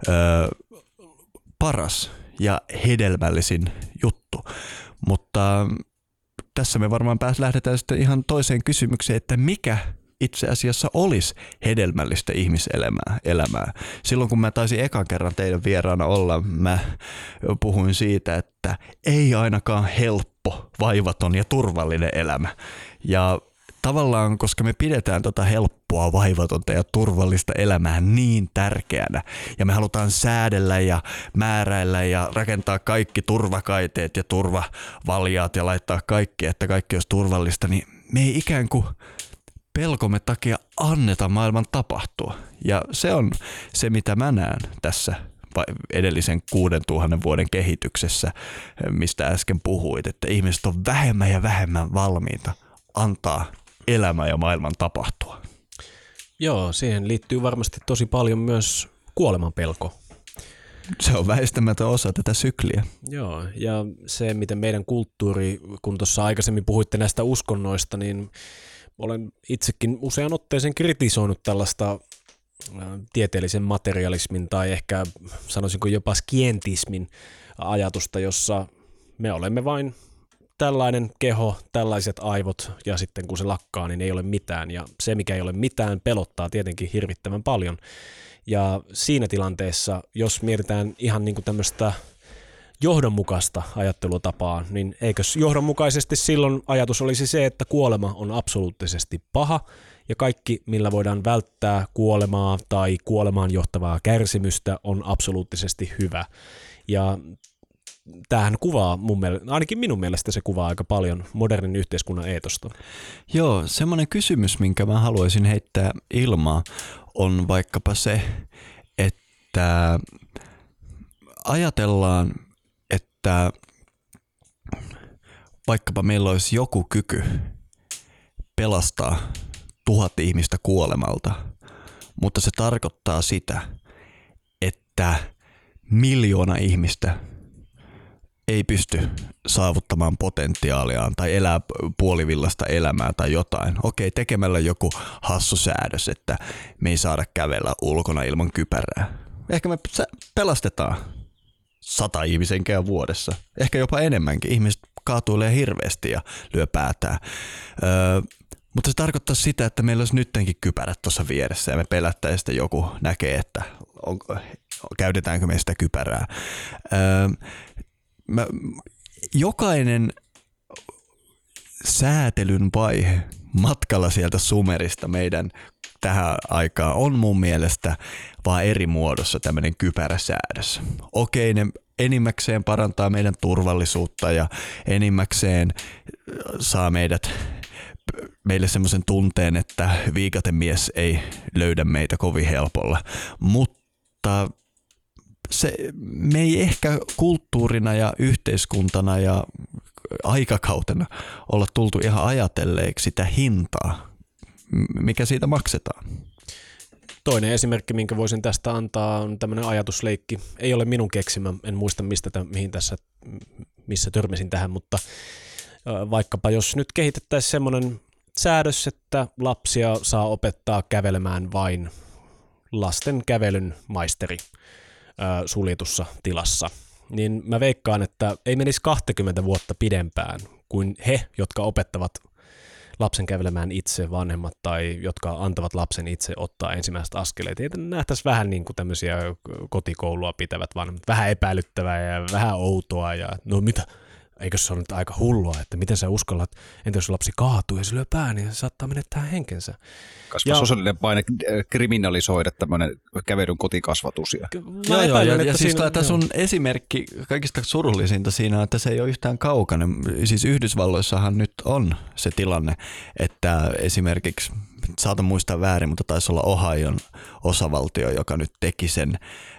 paras ja hedelmällisin juttu. Mutta tässä me varmaan lähdetään sitten ihan toiseen kysymykseen, että mikä itse asiassa olisi hedelmällistä ihmiselämää. Silloin kun mä taisin ekan kerran teidän vieraana olla, mä puhuin siitä, että ei ainakaan helppo, vaivaton ja turvallinen elämä. Ja tavallaan, koska me pidetään tota helppoa, vaivatonta ja turvallista elämää niin tärkeänä, ja me halutaan säädellä ja määräillä ja rakentaa kaikki turvakaiteet ja turvavaljaat ja laittaa kaikki, että kaikki olisi turvallista, niin me ei ikään kuin pelkomme takia anneta maailman tapahtua. Ja se on se, mitä mä näen tässä edellisen 6000 vuoden kehityksessä, mistä äsken puhuit, että ihmiset on vähemmän ja vähemmän valmiita antaa elämä ja maailman tapahtua. Joo, siihen liittyy varmasti tosi paljon myös kuoleman pelko. Se on väistämätön osa tätä sykliä. Joo, ja se, miten meidän kulttuuri, kun tuossa aikaisemmin puhuitte näistä uskonnoista, niin olen itsekin usean otteeseen kritisoinut tällaista tieteellisen materialismin tai ehkä sanoisinko jopa skientismin ajatusta, jossa me olemme vain tällainen keho, tällaiset aivot ja sitten kun se lakkaa, niin ei ole mitään. Ja se, mikä ei ole mitään, pelottaa tietenkin hirvittävän paljon. Ja siinä tilanteessa, jos mietitään ihan niin kuin tämmöistä johdonmukaista ajattelutapaa, niin eikös johdonmukaisesti silloin ajatus olisi se, että kuolema on absoluuttisesti paha ja kaikki, millä voidaan välttää kuolemaa tai kuolemaan johtavaa kärsimystä, on absoluuttisesti hyvä. Ja tämähän kuvaa, ainakin minun mielestä se kuvaa aika paljon modernin yhteiskunnan eetosta. Joo, semmoinen kysymys, minkä mä haluaisin heittää ilmaan, on vaikkapa se, että ajatellaan, että vaikkapa meillä olisi joku kyky pelastaa 1000 ihmistä kuolemalta, mutta se tarkoittaa sitä, että 1 000 000 ihmistä ei pysty saavuttamaan potentiaaliaan tai elää puolivillasta elämää tai jotain. Okei, tekemällä joku hassu säädös, että me ei saada kävellä ulkona ilman kypärää. Ehkä me pelastetaan 100 ihmisenkeä vuodessa. Ehkä jopa enemmänkin. Ihmiset kaatuilee hirveästi ja lyö päätään. Mutta se tarkoittaa sitä, että meillä olisi nyttenkin kypärät tuossa vieressä ja me pelättäisiin, että joku näkee, että käytetäänkö me sitä kypärää. jokainen säätelyn vaihe matkalla sieltä Sumerista meidän tähän aikaan on mun mielestä vaan eri muodossa tämmöinen kypäräsäädös. Okei, ne enimmäkseen parantaa meidän turvallisuutta ja enimmäkseen saa meille semmoisen tunteen, että viikatemies ei löydä meitä kovin helpolla, mutta me ei ehkä kulttuurina ja yhteiskuntana ja aikakautena olla tultu ihan ajatelleeksi sitä hintaa, mikä siitä maksetaan. Toinen esimerkki, minkä voisin tästä antaa, on tämmöinen ajatusleikki. Ei ole minun keksimä, en muista missä törmäsin tähän, mutta vaikkapa jos nyt kehitettäisiin semmoinen säädös, että lapsia saa opettaa kävelemään vain lasten kävelyn maisteri suljetussa tilassa, niin mä veikkaan, että ei menisi 20 vuotta pidempään kuin he, jotka opettavat lapsen kävelemään itse, vanhemmat tai jotka antavat lapsen itse ottaa ensimmäiset askeleet. Ei nähtäisi vähän niin kuin tämmöisiä kotikoulua pitävät vanhemmat, vähän epäilyttävää ja vähän outoa ja no mitä, eikö se ole nyt aika hullua, että miten sä uskallat, entä jos lapsi kaatuu ja se lyö pää, niin se saattaa menettää henkensä. Kasvaa sosiaalinen paine kriminalisoida tämmöinen kävelyn kotikasvatus. Joo, ja siis tämä sun esimerkki kaikista surullisinta siinä on, että se ei ole yhtään kaukainen. Siis Yhdysvalloissahan nyt on se tilanne, että esimerkiksi, saatan muistaa väärin, mutta taisi olla Ohion osavaltio, joka nyt teki sen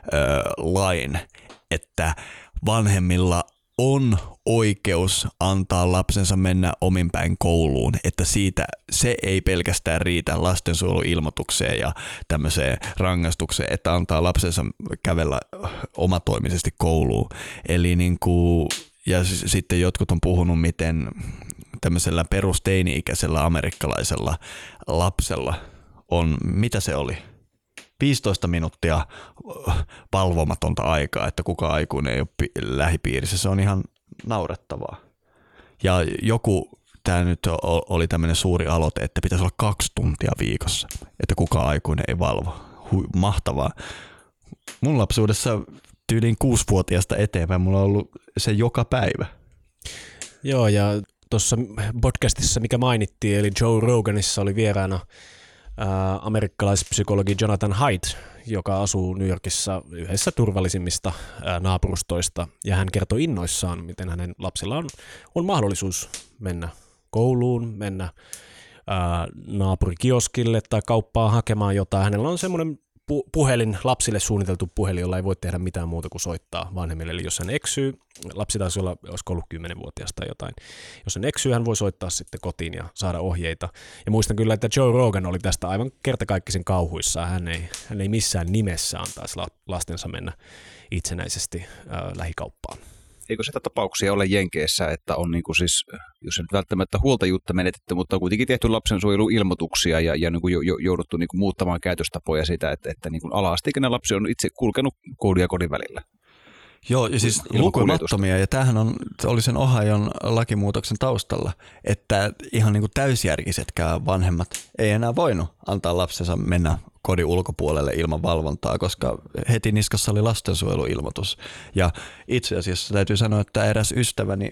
lain, että vanhemmilla on oikeus antaa lapsensa mennä ominpäin kouluun, että siitä se ei pelkästään riitä lastensuojeluilmoitukseen ja tämmöiseen rangaistukseen, että antaa lapsensa kävellä omatoimisesti kouluun. Eli ja sitten jotkut on puhunut, miten tämmöisellä perusteini-ikäisellä amerikkalaisella lapsella on, mitä se oli? 15 minuuttia valvomatonta aikaa, että kukaan aikuinen ei ole lähipiirissä. Se on ihan naurettavaa. Ja tämä nyt oli tämmöinen suuri aloite, että pitäisi olla 2 tuntia viikossa, että kukaan aikuinen ei valvo. Mahtavaa. Mun lapsuudessa tyyliin 6-vuotiaasta eteenpäin mulla on ollut se joka päivä. Joo, ja tuossa podcastissa, mikä mainittiin, eli Joe Roganissa oli vieraana amerikkalaispsykologi Jonathan Haidt, joka asuu New Yorkissa yhdessä turvallisimmista naapurustoista, ja hän kertoi innoissaan, miten hänen lapsilla on mahdollisuus mennä kouluun, mennä naapurikioskille tai kauppaan hakemaan jotain. Hänellä on semmoinen puhelin, lapsille suunniteltu puhelin, jolla ei voi tehdä mitään muuta kuin soittaa vanhemmille. Eli jos hän eksyy, lapsi taisi olla, olisiko ollut 10-vuotias tai jotain, jos hän eksyy, hän voi soittaa sitten kotiin ja saada ohjeita. Ja muistan kyllä, että Joe Rogan oli tästä aivan kertakaikkisen kauhuissaan. Hän ei missään nimessä antaisi lastensa mennä itsenäisesti lähikauppaan. Eikö sitä tapauksia ole Jenkeissä, että on niin kuin siis, jos ei nyt välttämättä huoltajuutta menetetty, mutta on kuitenkin tehty lapsensuojeluilmoituksia ja niin kuin jouduttu niin kuin muuttamaan käytöstapoja sitä, että niin kuin ala-asteikäinen lapsi on itse kulkenut koulun ja kodin välillä. Joo, ja siis lukumattomia, ja tämähän oli sen Ohion lakimuutoksen taustalla, että ihan niin kuin täysjärkisetkään vanhemmat ei enää voinut antaa lapsensa mennä kodin ulkopuolelle ilman valvontaa, koska heti niskassa oli lastensuojeluilmoitus. Ja itse asiassa täytyy sanoa, että eräs ystäväni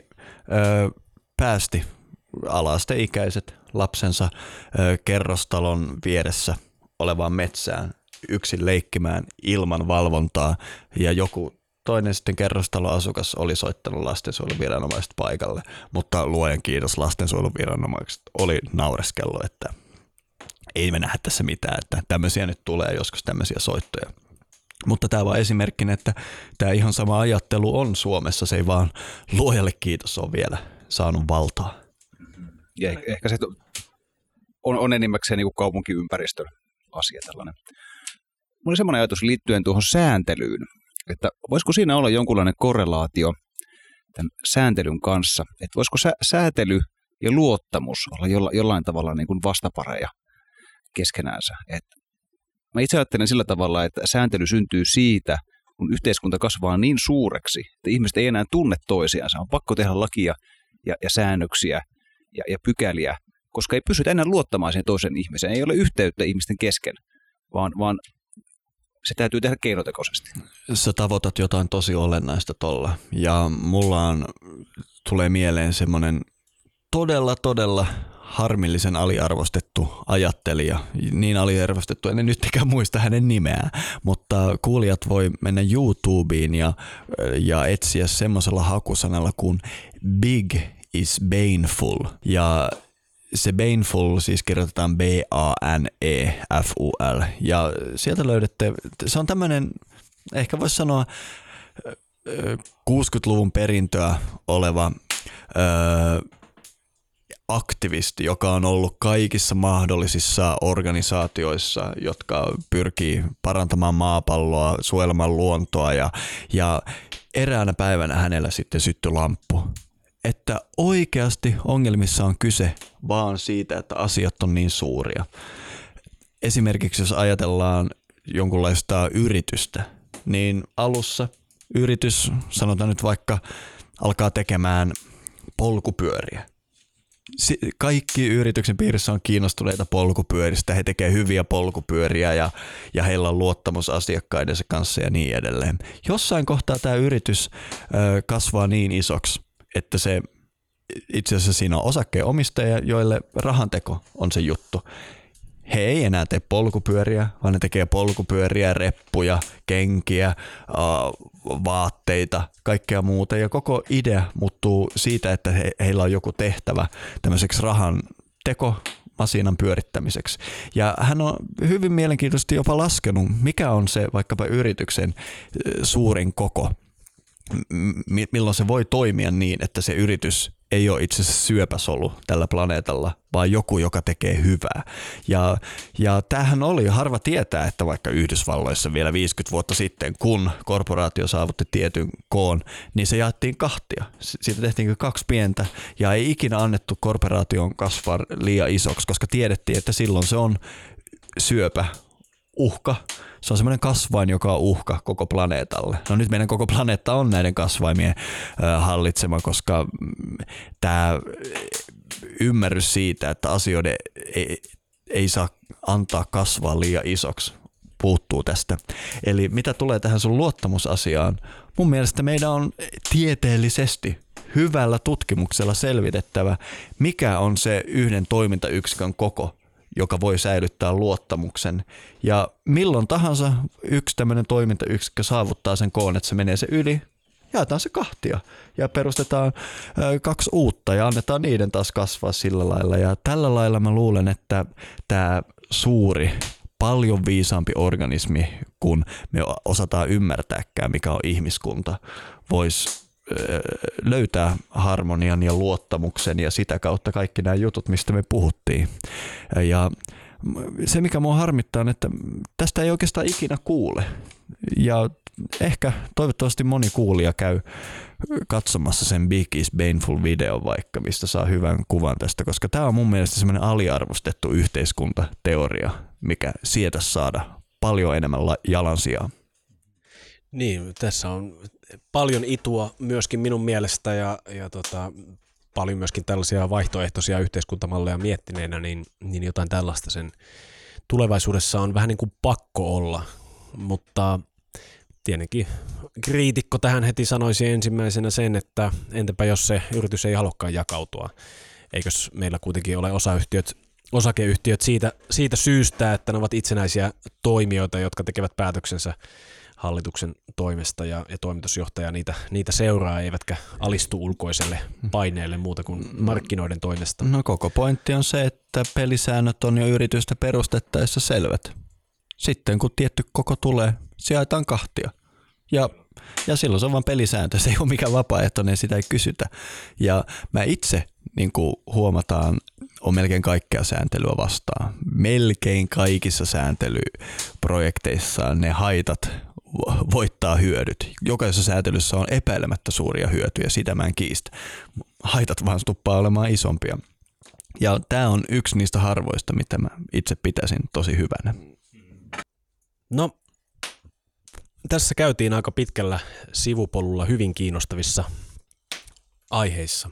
päästi ala-asteikäiset lapsensa kerrostalon vieressä olevaan metsään yksin leikkimään ilman valvontaa, ja joku toinen sitten kerrostaloasukas oli soittanut lastensuojeluviranomaiset paikalle, mutta luojan kiitos, lastensuojeluviranomaiset oli naureskellut, että ei me nähdä tässä mitään, että tämmöisiä nyt tulee joskus tämmöisiä soittoja. Mutta tämä vaan esimerkkinä, että tämä ihan sama ajattelu on Suomessa, se ei vaan luojalle kiitos ole vielä saanut valtaa. Ja ehkä se on enimmäkseen niin kuin kaupunkiympäristön asia tällainen. Mulla oli semmoinen ajatus liittyen tuohon sääntelyyn, että voisiko siinä olla jonkunlainen korrelaatio tämän sääntelyn kanssa, että voisiko säätely ja luottamus olla jollain tavalla niin kuin vastapareja keskenäänsä. Mä itse ajattelen sillä tavalla, että sääntely syntyy siitä, kun yhteiskunta kasvaa niin suureksi, että ihmiset ei enää tunne toisiansa. On pakko tehdä lakia ja säännöksiä ja pykäliä, koska ei pystytä enää luottamaan siihen toisen ihmiseen. Ei ole yhteyttä ihmisten kesken, vaan se täytyy tehdä keinotekoisesti. Sä tavoitat jotain tosi olennaista tolla. Ja mulla on tulee mieleen semmoinen todella harmillisen aliarvostettu ajattelija. Niin aliarvostettu, en nytkään muista hänen nimeään, mutta kuulijat voi mennä YouTubeen ja etsiä semmoisella hakusanalla kuin Big is Baneful. Ja se Baneful siis kirjoitetaan B-A-N-E-F-U-L. Ja sieltä löydätte, se on tämmöinen, ehkä voisi sanoa 60-luvun perintöä oleva aktivisti, joka on ollut kaikissa mahdollisissa organisaatioissa, jotka pyrkii parantamaan maapalloa, suojelemaan luontoa ja eräänä päivänä hänellä sitten syttyi lamppu. Että oikeasti ongelmissa on kyse vaan siitä, että asiat on niin suuria. Esimerkiksi jos ajatellaan jonkunlaista yritystä, niin alussa yritys, sanotaan nyt vaikka, alkaa tekemään polkupyöriä. Kaikki yrityksen piirissä on kiinnostuneita polkupyöristä, he tekevät hyviä polkupyöriä ja heillä on luottamus asiakkaidensa kanssa ja niin edelleen. Jossain kohtaa tämä yritys kasvaa niin isoksi, että se itse asiassa siinä on osakkeenomistajia, joille rahanteko on se juttu. He ei enää tee polkupyöriä, vaan ne tekee polkupyöriä, reppuja, kenkiä, vaatteita, kaikkea muuta. Ja koko idea muuttuu siitä, että heillä on joku tehtävä tämmöiseksi rahan tekomasiinan pyörittämiseksi. Ja hän on hyvin mielenkiintoisesti jopa laskenut, mikä on se vaikkapa yrityksen suurin koko, milloin se voi toimia niin, että se yritys ei ole itse asiassa syöpäsolu tällä planeetalla, vaan joku, joka tekee hyvää. Ja tämähän oli, harva tietää, että vaikka Yhdysvalloissa vielä 50 vuotta sitten, kun korporaatio saavutti tietyn koon, niin se jaettiin kahtia. Siitä tehtiin 2 pientä ja ei ikinä annettu korporaation kasvaa liian isoksi, koska tiedettiin, että silloin se on syöpä. Uhka. Se on semmoinen kasvain, joka on uhka koko planeetalle. No nyt meidän koko planeetta on näiden kasvaimien hallitsema, koska tämä ymmärrys siitä, että asioiden ei saa antaa kasvaa liian isoksi, puuttuu tästä. Eli mitä tulee tähän sun luottamusasiaan, mun mielestä meidän on tieteellisesti hyvällä tutkimuksella selvitettävä, mikä on se yhden toimintayksikön koko, joka voi säilyttää luottamuksen. Ja milloin tahansa yksi tämmöinen toimintayksikkö saavuttaa sen koon, että se menee se yli, jaetaan se kahtia ja perustetaan 2 uutta ja annetaan niiden taas kasvaa sillä lailla. Ja tällä lailla mä luulen, että tämä suuri, paljon viisaampi organismi, kun me osataan ymmärtääkään, mikä on ihmiskunta, voisi löytää harmonian ja luottamuksen ja sitä kautta kaikki nämä jutut, mistä me puhuttiin. Ja se, mikä mua harmittaa, on, että tästä ei oikeastaan ikinä kuule. Ja ehkä toivottavasti moni kuulija käy katsomassa sen Big is Baneful -videon vaikka, mistä saa hyvän kuvan tästä, koska tämä on mun mielestä semmoinen aliarvostettu yhteiskuntateoria, mikä sietäisi saada paljon enemmän jalansijaa. Niin, tässä on paljon itua myöskin minun mielestä ja paljon myöskin tällaisia vaihtoehtoisia yhteiskuntamalleja miettineenä, niin jotain tällaista sen tulevaisuudessa on vähän niin kuin pakko olla, mutta tietenkin kriitikko tähän heti sanoisi ensimmäisenä sen, että entäpä jos se yritys ei halukkaan jakautua, eikös meillä kuitenkin ole osakeyhtiöt siitä syystä, että ne ovat itsenäisiä toimijoita, jotka tekevät päätöksensä hallituksen toimesta ja toimitusjohtaja niitä seuraa, eivätkä alistu ulkoiselle paineelle muuta kuin markkinoiden toimesta. No koko pointti on se, että pelisäännöt on jo yritystä perustettaessa selvät. Sitten kun tietty koko tulee, se jaetaan kahtia. Ja silloin se on vaan pelisääntö, se ei ole mikään vapaaehtoinen, sitä ei kysytä. Ja mä itse, niin kuin huomataan, on melkein kaikkea sääntelyä vastaan. Melkein kaikissa sääntelyprojekteissa ne haitat voittaa hyödyt. Jokaisessa säätelyssä on epäilemättä suuria hyötyjä, sitä mä en kiistä. Haitat vaan tuppaa olemaan isompia. Ja tämä on yksi niistä harvoista, mitä mä itse pitäisin tosi hyvänä. No, tässä käytiin aika pitkällä sivupolulla hyvin kiinnostavissa aiheissa.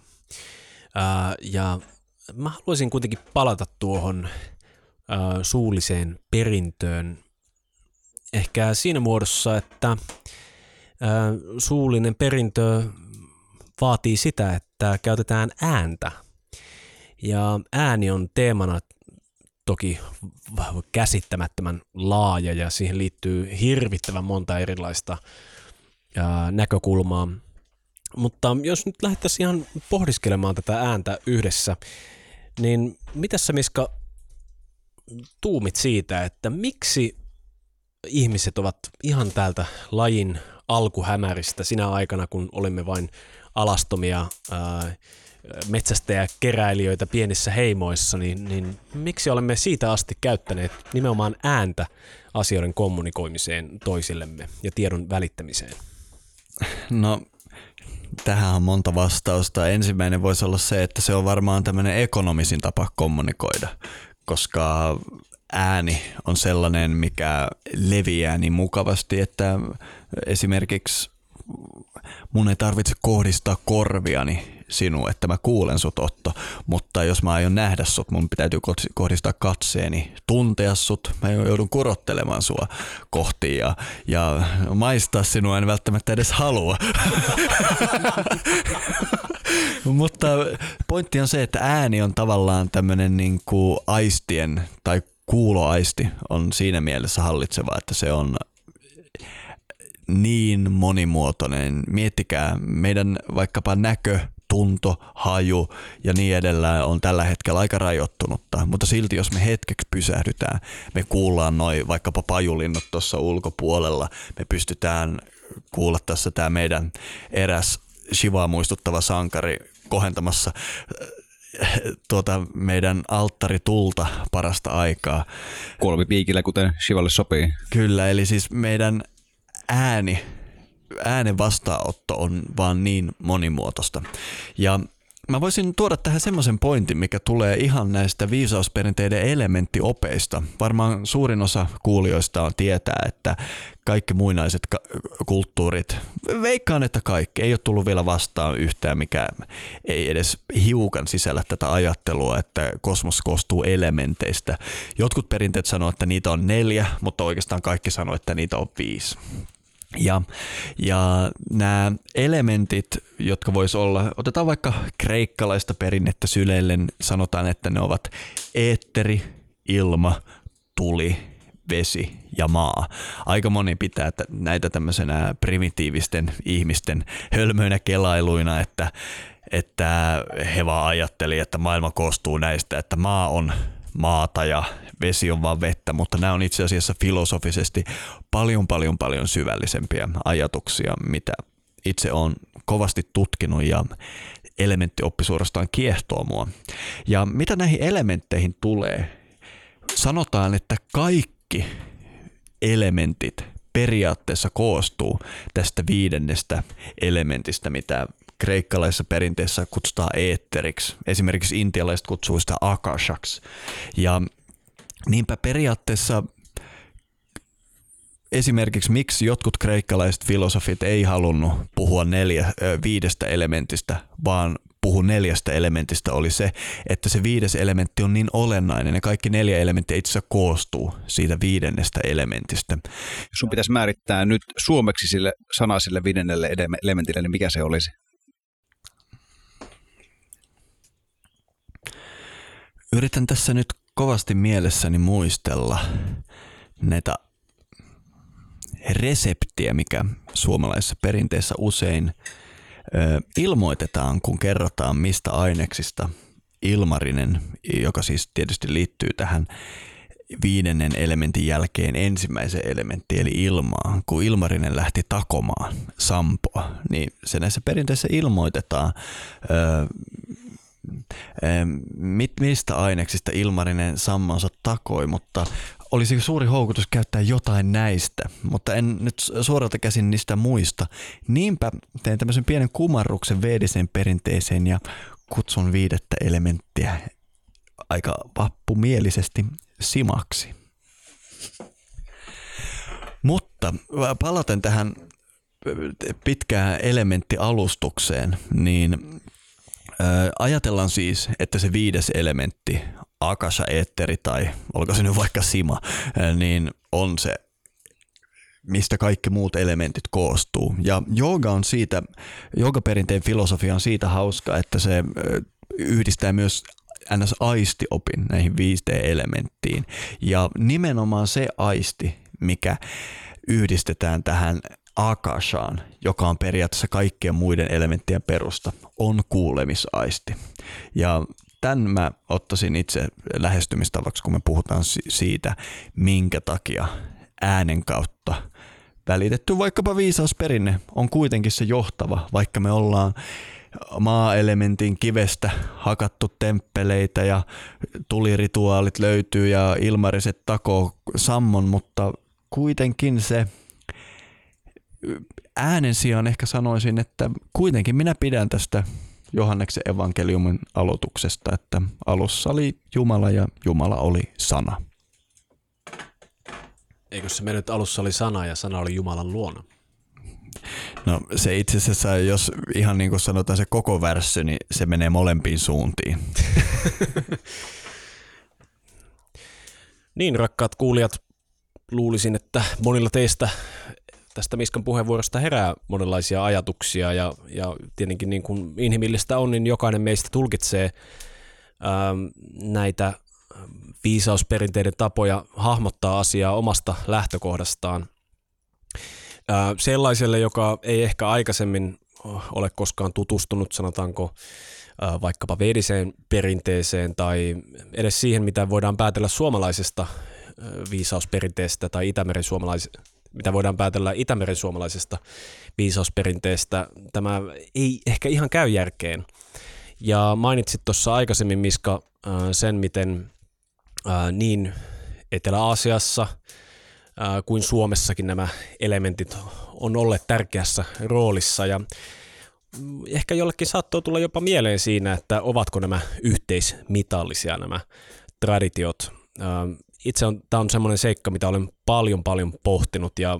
Ja mä haluaisin kuitenkin palata tuohon suulliseen perintöön ehkä siinä muodossa, että suullinen perintö vaatii sitä, että käytetään ääntä. Ja ääni on teemana toki käsittämättömän laaja ja siihen liittyy hirvittävän monta erilaista näkökulmaa. Mutta jos nyt lähdettäisiin ihan pohdiskelemaan tätä ääntä yhdessä, niin mitä sä, Miska, tuumit siitä, että miksi ihmiset ovat ihan täältä lajin alkuhämäristä sinä aikana, kun olimme vain alastomia metsästäjäkeräilijöitä pienissä heimoissa, niin miksi olemme siitä asti käyttäneet nimenomaan ääntä asioiden kommunikoimiseen toisillemme ja tiedon välittämiseen? No, tähän on monta vastausta. Ensimmäinen voisi olla se, että se on varmaan tämmöinen ekonomisin tapa kommunikoida, koska ääni on sellainen, mikä leviää niin mukavasti, että esimerkiksi mun ei tarvitse kohdistaa korviani sinuun, että mä kuulen sut, Otto, mutta jos mä aion nähdä sut, mun täytyy kohdistaa katseeni, tuntea sut, mä joudun kurottelemaan sua kohti ja maistaa sinua en välttämättä edes halua. Mutta pointti on se, että ääni on tavallaan tämmönen niinku aistien tai kuuloaisti on siinä mielessä hallitseva, että se on niin monimuotoinen. Miettikää, meidän vaikkapa näkö, tunto, haju ja niin edelleen on tällä hetkellä aika rajoittunutta, mutta silti jos me hetkeksi pysähdytään, me kuullaan noi vaikkapa pajulinnut tuossa ulkopuolella, me pystytään kuulla tässä tämä meidän eräs Shivaa muistuttava sankari kohentamassa meidän alttaritulta parasta aikaa. Kolmipiikillä, kuten Shivalle sopii. Kyllä, eli siis meidän äänen vastaanotto on vaan niin monimuotoista. Ja mä voisin tuoda tähän semmoisen pointin, mikä tulee ihan näistä viisausperinteiden elementtiopeista. Varmaan suurin osa kuulijoista on tietää, että kaikki muinaiset kulttuurit, veikkaan, että kaikki, ei ole tullut vielä vastaan yhtään, mikä ei edes hiukan sisällä tätä ajattelua, että kosmos koostuu elementeistä. Jotkut perinteet sanoo, että niitä on 4, mutta oikeastaan kaikki sanoo, että niitä on 5. Ja nämä elementit, jotka vois olla, otetaan vaikka kreikkalaista perinnettä syleillen, sanotaan, että ne ovat eetteri, ilma, tuli, vesi ja maa. Aika moni pitää näitä tämmöisenä primitiivisten ihmisten hölmöinä kelailuina, että he vaan ajatteli, että maailma koostuu näistä, että maa on maata ja vesi on vaan vettä, mutta nämä on itse asiassa filosofisesti paljon syvällisempiä ajatuksia, mitä itse olen kovasti tutkinut ja elementtioppi suorastaan kiehtoo mua. Ja mitä näihin elementteihin tulee? Sanotaan, että kaikki elementit periaatteessa koostuu tästä 5. elementistä, mitä kreikkalaisessa perinteessä kutsutaan eetteriksi. Esimerkiksi intialaiset kutsuu sitä akashaksi. Ja niinpä periaatteessa esimerkiksi miksi jotkut kreikkalaiset filosofit ei halunnut puhua 5 elementistä, vaan puhu 4 elementistä oli se, että se 5. elementti on niin olennainen ja kaikki 4 elementtiä itse asiassa koostuu siitä 5. elementistä. Jos sun pitäisi määrittää nyt suomeksi sille sana sille 5. elementille, niin mikä se olisi? Yritän tässä nyt kovasti mielessäni muistella näitä reseptiä, mikä suomalaisessa perinteessä usein ilmoitetaan, kun kerrotaan mistä aineksista ilmarinen, joka siis tietysti liittyy tähän 5. elementin jälkeen ensimmäisen elementti eli ilmaan. Kun ilmarinen lähti takomaan sampoa, niin se näissä perinteissä ilmoitetaan, mistä aineksista ilmarinen sammonsa takoi, mutta olisi suuri houkutus käyttää jotain näistä, mutta en nyt suoralta käsin niistä muista. Niinpä teen tämmöisen pienen kumarruksen veediseen perinteeseen ja kutsun 5. elementtiä aika vappumielisesti simaksi. Mutta palaten tähän pitkään elementtialustukseen, niin ajatellaan siis, että se 5. elementti, akasha, eetteri tai olko se nyt vaikka sima, niin on se mistä kaikki muut elementit koostuu. Ja joogaperinteen filosofia on siitä hauska, että se yhdistää myös NS-aistiopin näihin 5D-elementtiin. Ja nimenomaan se aisti, mikä yhdistetään tähän akashaan, joka on periaatteessa kaikkien muiden elementtien perusta, on kuulemisaisti. Ja tämän mä ottaisin itse lähestymistavaksi, kun me puhutaan siitä, minkä takia äänen kautta välitetty vaikkapa viisausperinne on kuitenkin se johtava, vaikka me ollaan maa-elementin kivestä hakattu temppeleitä ja tulirituaalit löytyy ja ilmariset takoo sammon, mutta kuitenkin se äänen sijaan ehkä sanoisin, että kuitenkin minä pidän tästä Johanneksen evankeliumin aloituksesta, että alussa oli Jumala ja Jumala oli sana. Eikö se mennyt alussa oli sana ja sana oli Jumalan luona? No se itse asiassa, jos ihan niin kuin sanotaan se koko värssy, niin se menee molempiin suuntiin. Niin, rakkaat kuulijat, luulisin, että monilla teistä tästä Miskan puheenvuorosta herää monenlaisia ajatuksia ja tietenkin niin kuin inhimillistä on, niin jokainen meistä tulkitsee näitä viisausperinteiden tapoja hahmottaa asiaa omasta lähtökohdastaan. Sellaiselle, joka ei ehkä aikaisemmin ole koskaan tutustunut, sanotaanko vaikkapa vediseen perinteeseen tai edes siihen, mitä voidaan päätellä suomalaisesta viisausperinteestä tai mitä voidaan päätellä Itämeren suomalaisesta viisausperinteestä. Tämä ei ehkä ihan käy järkeen. Ja mainitsit tuossa aikaisemmin, Miska, sen, miten niin Etelä-Aasiassa kuin Suomessakin nämä elementit on olleet tärkeässä roolissa. Ja ehkä jollekin saattoi tulla jopa mieleen siinä, että ovatko nämä yhteismitallisia nämä traditiot. Tämä on semmoinen seikka, mitä olen paljon pohtinut ja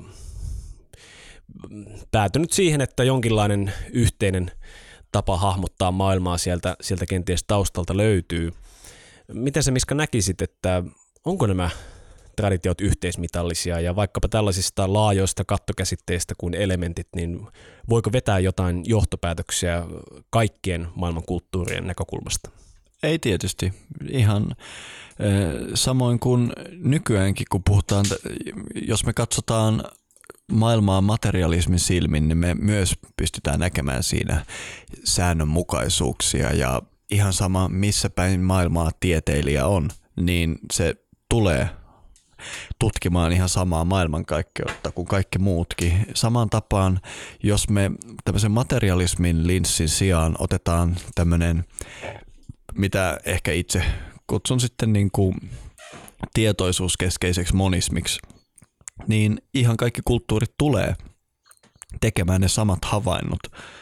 päätynyt siihen, että jonkinlainen yhteinen tapa hahmottaa maailmaa sieltä kenties taustalta löytyy. Miten sä, Miska, näkisit, että onko nämä traditiot yhteismitallisia ja vaikkapa tällaisista laajoista kattokäsitteistä kuin elementit, niin voiko vetää jotain johtopäätöksiä kaikkien maailman kulttuurien näkökulmasta? Ei tietysti. Ihan samoin kuin nykyäänkin, kun puhutaan, jos me katsotaan maailmaa materialismin silmin, niin me myös pystytään näkemään siinä säännönmukaisuuksia ja ihan sama missä päin maailmaa tieteilijä on, niin se tulee tutkimaan ihan samaa maailmankaikkeutta kuin kaikki muutkin. Samaan tapaan, jos me tämmöisen materialismin linssin sijaan otetaan tämmöinen, mitä ehkä itse kutsun sitten niin kuin tietoisuuskeskeiseksi monismiksi, niin ihan kaikki kulttuurit tulee tekemään ne samat havainnot.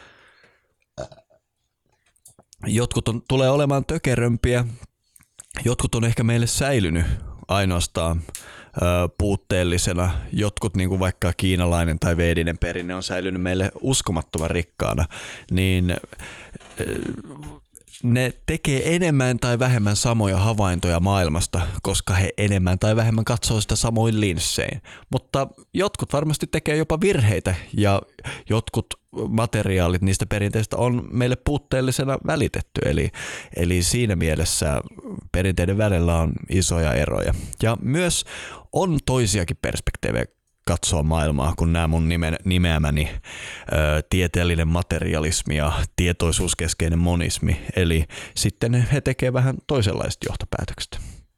Jotkut tulee olemaan tökerömpiä, jotkut on ehkä meille säilynyt ainoastaan puutteellisena. Jotkut, niin kuin vaikka kiinalainen tai vedinen perinne, on säilynyt meille uskomattoman rikkaana, niin ne tekee enemmän tai vähemmän samoja havaintoja maailmasta, koska he enemmän tai vähemmän katsoo sitä samoin linssein. Mutta jotkut varmasti tekee jopa virheitä ja jotkut materiaalit niistä perinteistä on meille puutteellisena välitetty. Eli siinä mielessä perinteiden välillä on isoja eroja. Ja myös on toisiakin perspektiivejä katsoa maailmaa, kun nämä mun nimeämäni tieteellinen materialismi ja tietoisuuskeskeinen monismi. Eli sitten he tekevät vähän toisenlaiset johtopäätökset.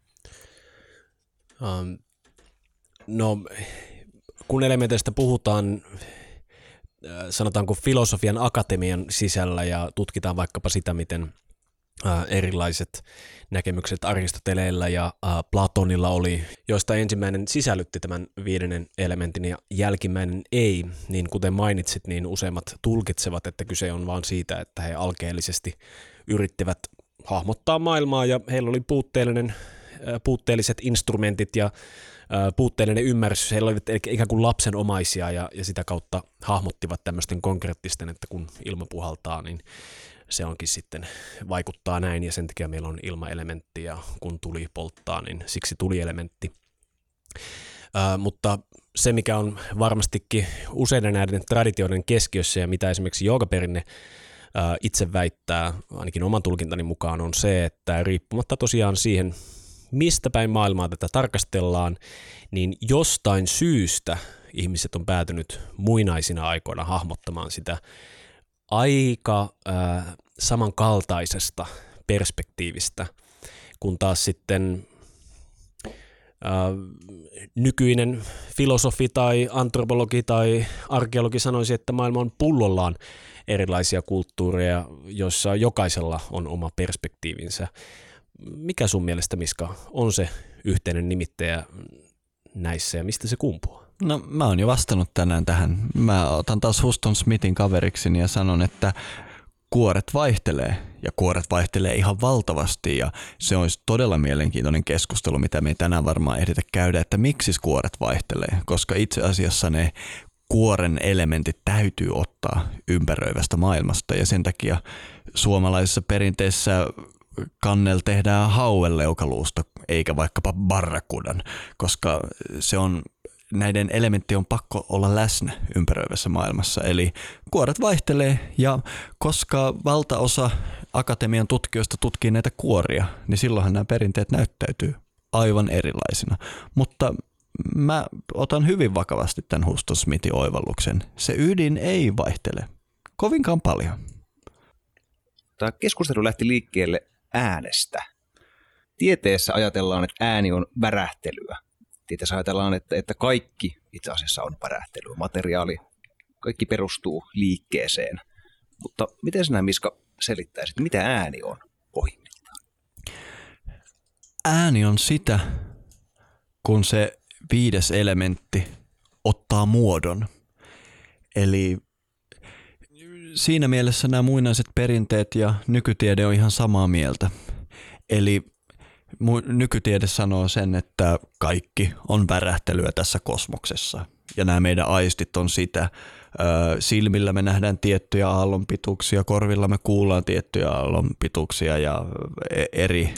No, kun elementeistä puhutaan, sanotaanko filosofian akatemian sisällä ja tutkitaan vaikkapa sitä, miten erilaiset näkemykset Aristoteleilla ja Platonilla oli, joista ensimmäinen sisällytti tämän 5. elementin ja jälkimmäinen ei, niin kuten mainitsit, niin useimmat tulkitsevat, että kyse on vain siitä, että he alkeellisesti yrittivät hahmottaa maailmaa ja heillä oli puutteelliset instrumentit ja puutteellinen ymmärrys, heillä olivat ikään kuin lapsenomaisia ja sitä kautta hahmottivat tämmöisten konkreettisten, että kun ilma puhaltaa, niin se onkin sitten, vaikuttaa näin ja sen takia meillä on ilmaelementti ja kun tuli polttaa, niin siksi tulielementti. Mutta se, mikä on varmastikin useiden näiden traditioiden keskiössä ja mitä esimerkiksi joogaperinne itse väittää, ainakin oman tulkintani mukaan, on se, että riippumatta tosiaan siihen, mistä päin maailmaa tätä tarkastellaan, niin jostain syystä ihmiset on päätynyt muinaisina aikoina hahmottamaan sitä aika samankaltaisesta perspektiivistä, kun taas sitten nykyinen filosofi tai antropologi tai arkeologi sanoisi, että maailma on pullollaan erilaisia kulttuureja, joissa jokaisella on oma perspektiivinsä. Mikä sun mielestä, Miska, on se yhteinen nimittäjä näissä ja mistä se kumpuaa? No mä oon jo vastannut tänään tähän. Mä otan taas Huston Smithin kaverikseni ja sanon, että kuoret vaihtelee ja kuoret vaihtelee ihan valtavasti ja se olisi todella mielenkiintoinen keskustelu, mitä me ei tänään varmaan ehditä käydä, että miksi kuoret vaihtelee, koska itse asiassa ne kuoren elementit täytyy ottaa ympäröivästä maailmasta ja sen takia suomalaisessa perinteessä kannel tehdään haueleukaluusta eikä vaikkapa barrakudan, koska se on näiden elementtien on pakko olla läsnä ympäröivässä maailmassa. Eli kuoret vaihtelee ja koska valtaosa akatemian tutkijoista tutkii näitä kuoria, niin silloinhan nämä perinteet näyttäytyy aivan erilaisina. Mutta mä otan hyvin vakavasti tämän Huston Smithin oivalluksen. Se ydin ei vaihtele kovinkaan paljon. Tämä keskustelu lähti liikkeelle äänestä. Tieteessä ajatellaan, että ääni on värähtelyä. Tieteessä ajatellaan, että kaikki itse asiassa on värähtelyä. Materiaali, kaikki perustuu liikkeeseen. Mutta miten sinä, Miska, selittäisit, mitä ääni on pohjimmiltaan? Ääni on sitä, kun se 5. elementti ottaa muodon. Eli siinä mielessä nämä muinaiset perinteet ja nykytiede on ihan samaa mieltä. Eli nykytiede sanoo sen, että kaikki on värähtelyä tässä kosmoksessa. Ja nämä meidän aistit on sitä. Silmillä me nähdään tiettyjä aallonpituuksia, korvilla me kuullaan tiettyjä aallonpituuksia ja eri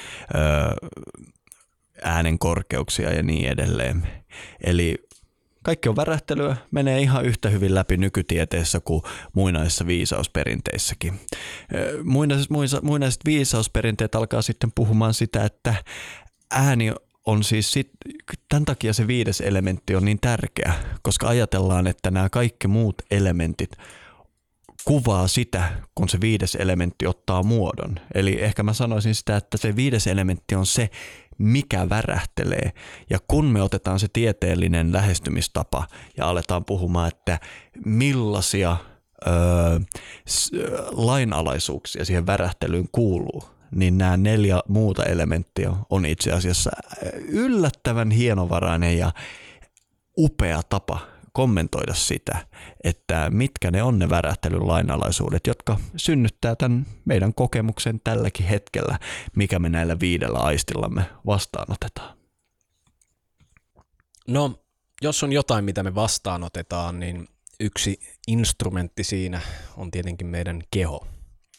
äänen korkeuksia ja niin edelleen. Eli kaikki on värähtelyä, menee ihan yhtä hyvin läpi nykytieteessä kuin muinaisissa viisausperinteissäkin. Muinaiset viisausperinteet alkaa sitten puhumaan sitä, että ääni on siis tämän takia se 5. elementti on niin tärkeä, koska ajatellaan, että nämä kaikki muut elementit kuvaa sitä, kun se 5. elementti ottaa muodon. Eli ehkä mä sanoisin sitä, että se 5. elementti on se, mikä värähtelee. Ja kun me otetaan se tieteellinen lähestymistapa ja aletaan puhumaan, että millaisia lainalaisuuksia siihen värähtelyyn kuuluu, niin nämä 4 muuta elementtiä on itse asiassa yllättävän hienovarainen ja upea tapa kommentoida sitä, että mitkä ne on ne värähtelyn lainalaisuudet, jotka synnyttää tämän meidän kokemuksen tälläkin hetkellä, mikä me näillä 5 aistillamme vastaanotetaan. No, jos on jotain, mitä me vastaanotetaan, niin yksi instrumentti siinä on tietenkin meidän keho.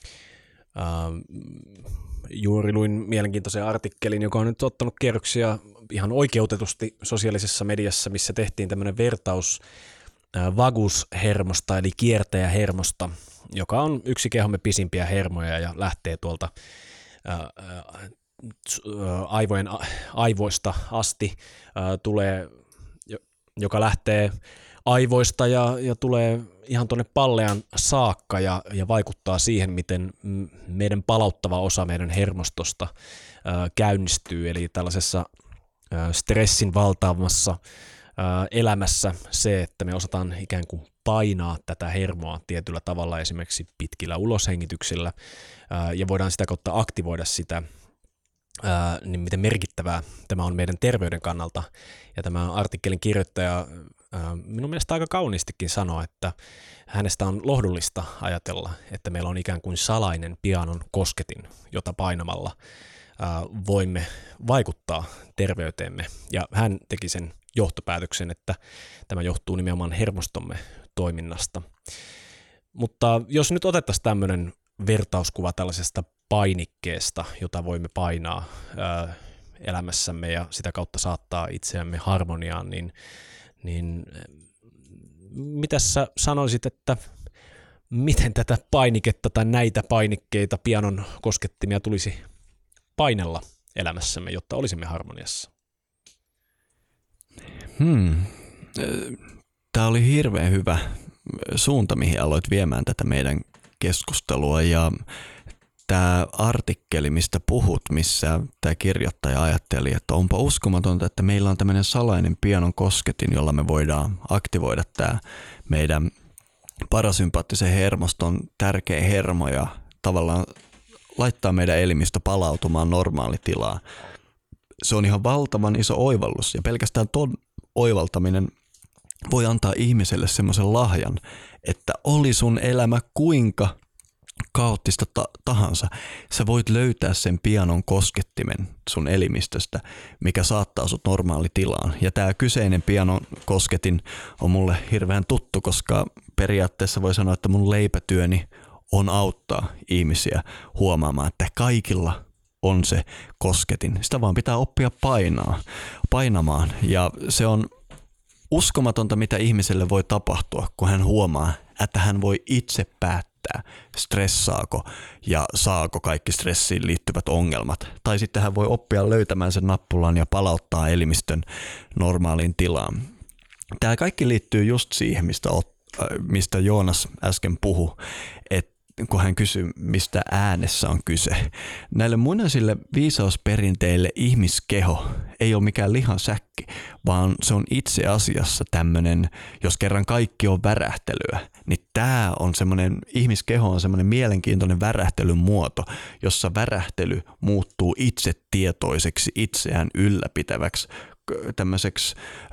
Juuri luin mielenkiintoisen artikkelin, joka on nyt ottanut kierroksia ihan oikeutetusti sosiaalisessa mediassa, missä tehtiin tämmöinen vertaus vagushermosta eli kiertäjähermosta, joka on yksi kehomme pisimpiä hermoja ja lähtee tuolta aivoista asti, joka lähtee aivoista ja tulee ihan tuonne pallean saakka ja vaikuttaa siihen, miten meidän palauttava osa meidän hermostosta käynnistyy. Eli tällaisessa stressin valtaamassa elämässä se, että me osataan ikään kuin painaa tätä hermoa tietyllä tavalla esimerkiksi pitkillä uloshengityksillä ja voidaan sitä kautta aktivoida sitä, niin miten merkittävää tämä on meidän terveyden kannalta. Ja tämä artikkelin kirjoittaja minun mielestä aika kauniistikin sanoo, että hänestä on lohdullista ajatella, että meillä on ikään kuin salainen pianon kosketin, jota painamalla voimme vaikuttaa terveyteemme. Ja hän teki sen johtopäätöksen, että tämä johtuu nimenomaan hermostomme toiminnasta. Mutta jos nyt otettaisiin tämmöinen vertauskuva tällaisesta painikkeesta, jota voimme painaa elämässämme ja sitä kautta saattaa itseämme harmoniaan, niin mitä sä sanoisit, että miten tätä painiketta tai näitä painikkeita, pianon koskettimia tulisi painella elämässämme, jotta olisimme harmoniassa? Tämä oli hirveän hyvä suunta, mihin aloit viemään tätä meidän keskustelua, ja tämä artikkeli, mistä puhut, missä tämä kirjoittaja ajatteli, että onpa uskomatonta, että meillä on tämmöinen salainen pianon kosketin, jolla me voidaan aktivoida tämä meidän parasympaattisen hermoston tärkeä hermo ja tavallaan laittaa meidän elimistö palautumaan normaalitilaan. Se on ihan valtavan iso oivallus, ja pelkästään ton oivaltaminen voi antaa ihmiselle semmoisen lahjan, että oli sun elämä kuinka kaoottista tahansa, sä voit löytää sen pianon koskettimen sun elimistöstä, mikä saattaa sut normaalitilaan. Ja tää kyseinen pianon kosketin on mulle hirveän tuttu, koska periaatteessa voi sanoa, että mun leipätyöni on auttaa ihmisiä huomaamaan, että kaikilla on se kosketin. Sitä vaan pitää oppia painamaan, ja se on uskomatonta, mitä ihmiselle voi tapahtua, kun hän huomaa, että hän voi itse päättää, stressaako ja saako kaikki stressiin liittyvät ongelmat. Tai sitten hän voi oppia löytämään sen nappulan ja palauttaa elimistön normaaliin tilaan. Tämä kaikki liittyy just siihen, mistä Joonas äsken puhui, että kun hän kysyi, mistä äänessä on kyse. Näille muinaisille viisausperinteille ihmiskeho ei ole mikään lihansäkki, vaan se on itse asiassa tämmöinen, jos kerran kaikki on värähtelyä, niin tämä on semmoinen, ihmiskeho on semmoinen mielenkiintoinen värähtelyn muoto, jossa värähtely muuttuu itsetietoiseksi, itseään ylläpitäväksi tämmöiseksi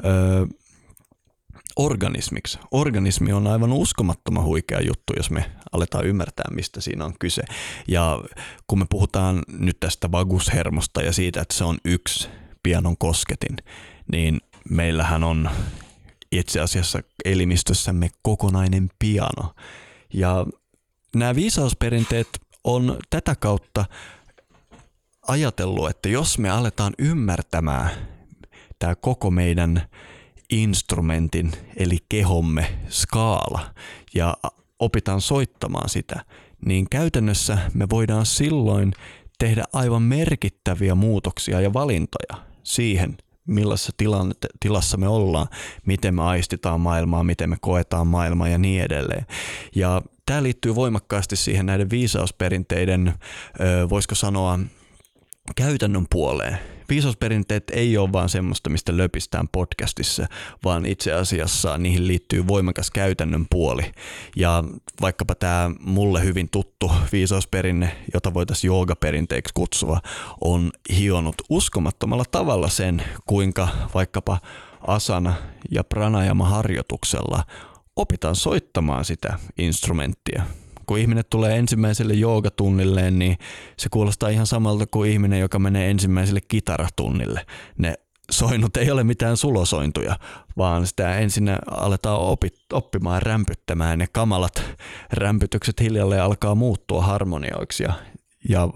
organismiksi. Organismi on aivan uskomattoman huikea juttu, jos me aletaan ymmärtää, mistä siinä on kyse. Ja kun me puhutaan nyt tästä vagushermosta ja siitä, että se on yksi pianon kosketin, niin meillähän on itse asiassa elimistössämme kokonainen piano. Ja nämä viisausperinteet on tätä kautta ajatellut, että jos me aletaan ymmärtämään tämä koko meidän instrumentin eli kehomme skaala ja opitaan soittamaan sitä, niin käytännössä me voidaan silloin tehdä aivan merkittäviä muutoksia ja valintoja siihen, millaisessa tilassa me ollaan, miten me aistitaan maailmaa, miten me koetaan maailmaa ja niin edelleen. Ja tämä liittyy voimakkaasti siihen näiden viisausperinteiden, voisiko sanoa, käytännön puoleen. Viisausperinteet ei ole vaan semmoista, mistä löpistään podcastissa, vaan itse asiassa niihin liittyy voimakas käytännön puoli. Ja vaikkapa tämä mulle hyvin tuttu viisausperinne, jota voitaisiin joogaperinteeksi kutsua, on hionut uskomattomalla tavalla sen, kuinka vaikkapa asana ja pranayama harjoituksella opitaan soittamaan sitä instrumenttia. Kun ihminen tulee ensimmäiselle joogatunnilleen, niin se kuulostaa ihan samalta kuin ihminen, joka menee ensimmäiselle kitaratunnille. Ne soinnut ei ole mitään sulosointuja, vaan sitä ensin aletaan oppimaan rämpyttämään. Ne kamalat rämpytykset hiljalleen alkaa muuttua harmonioiksi. Ja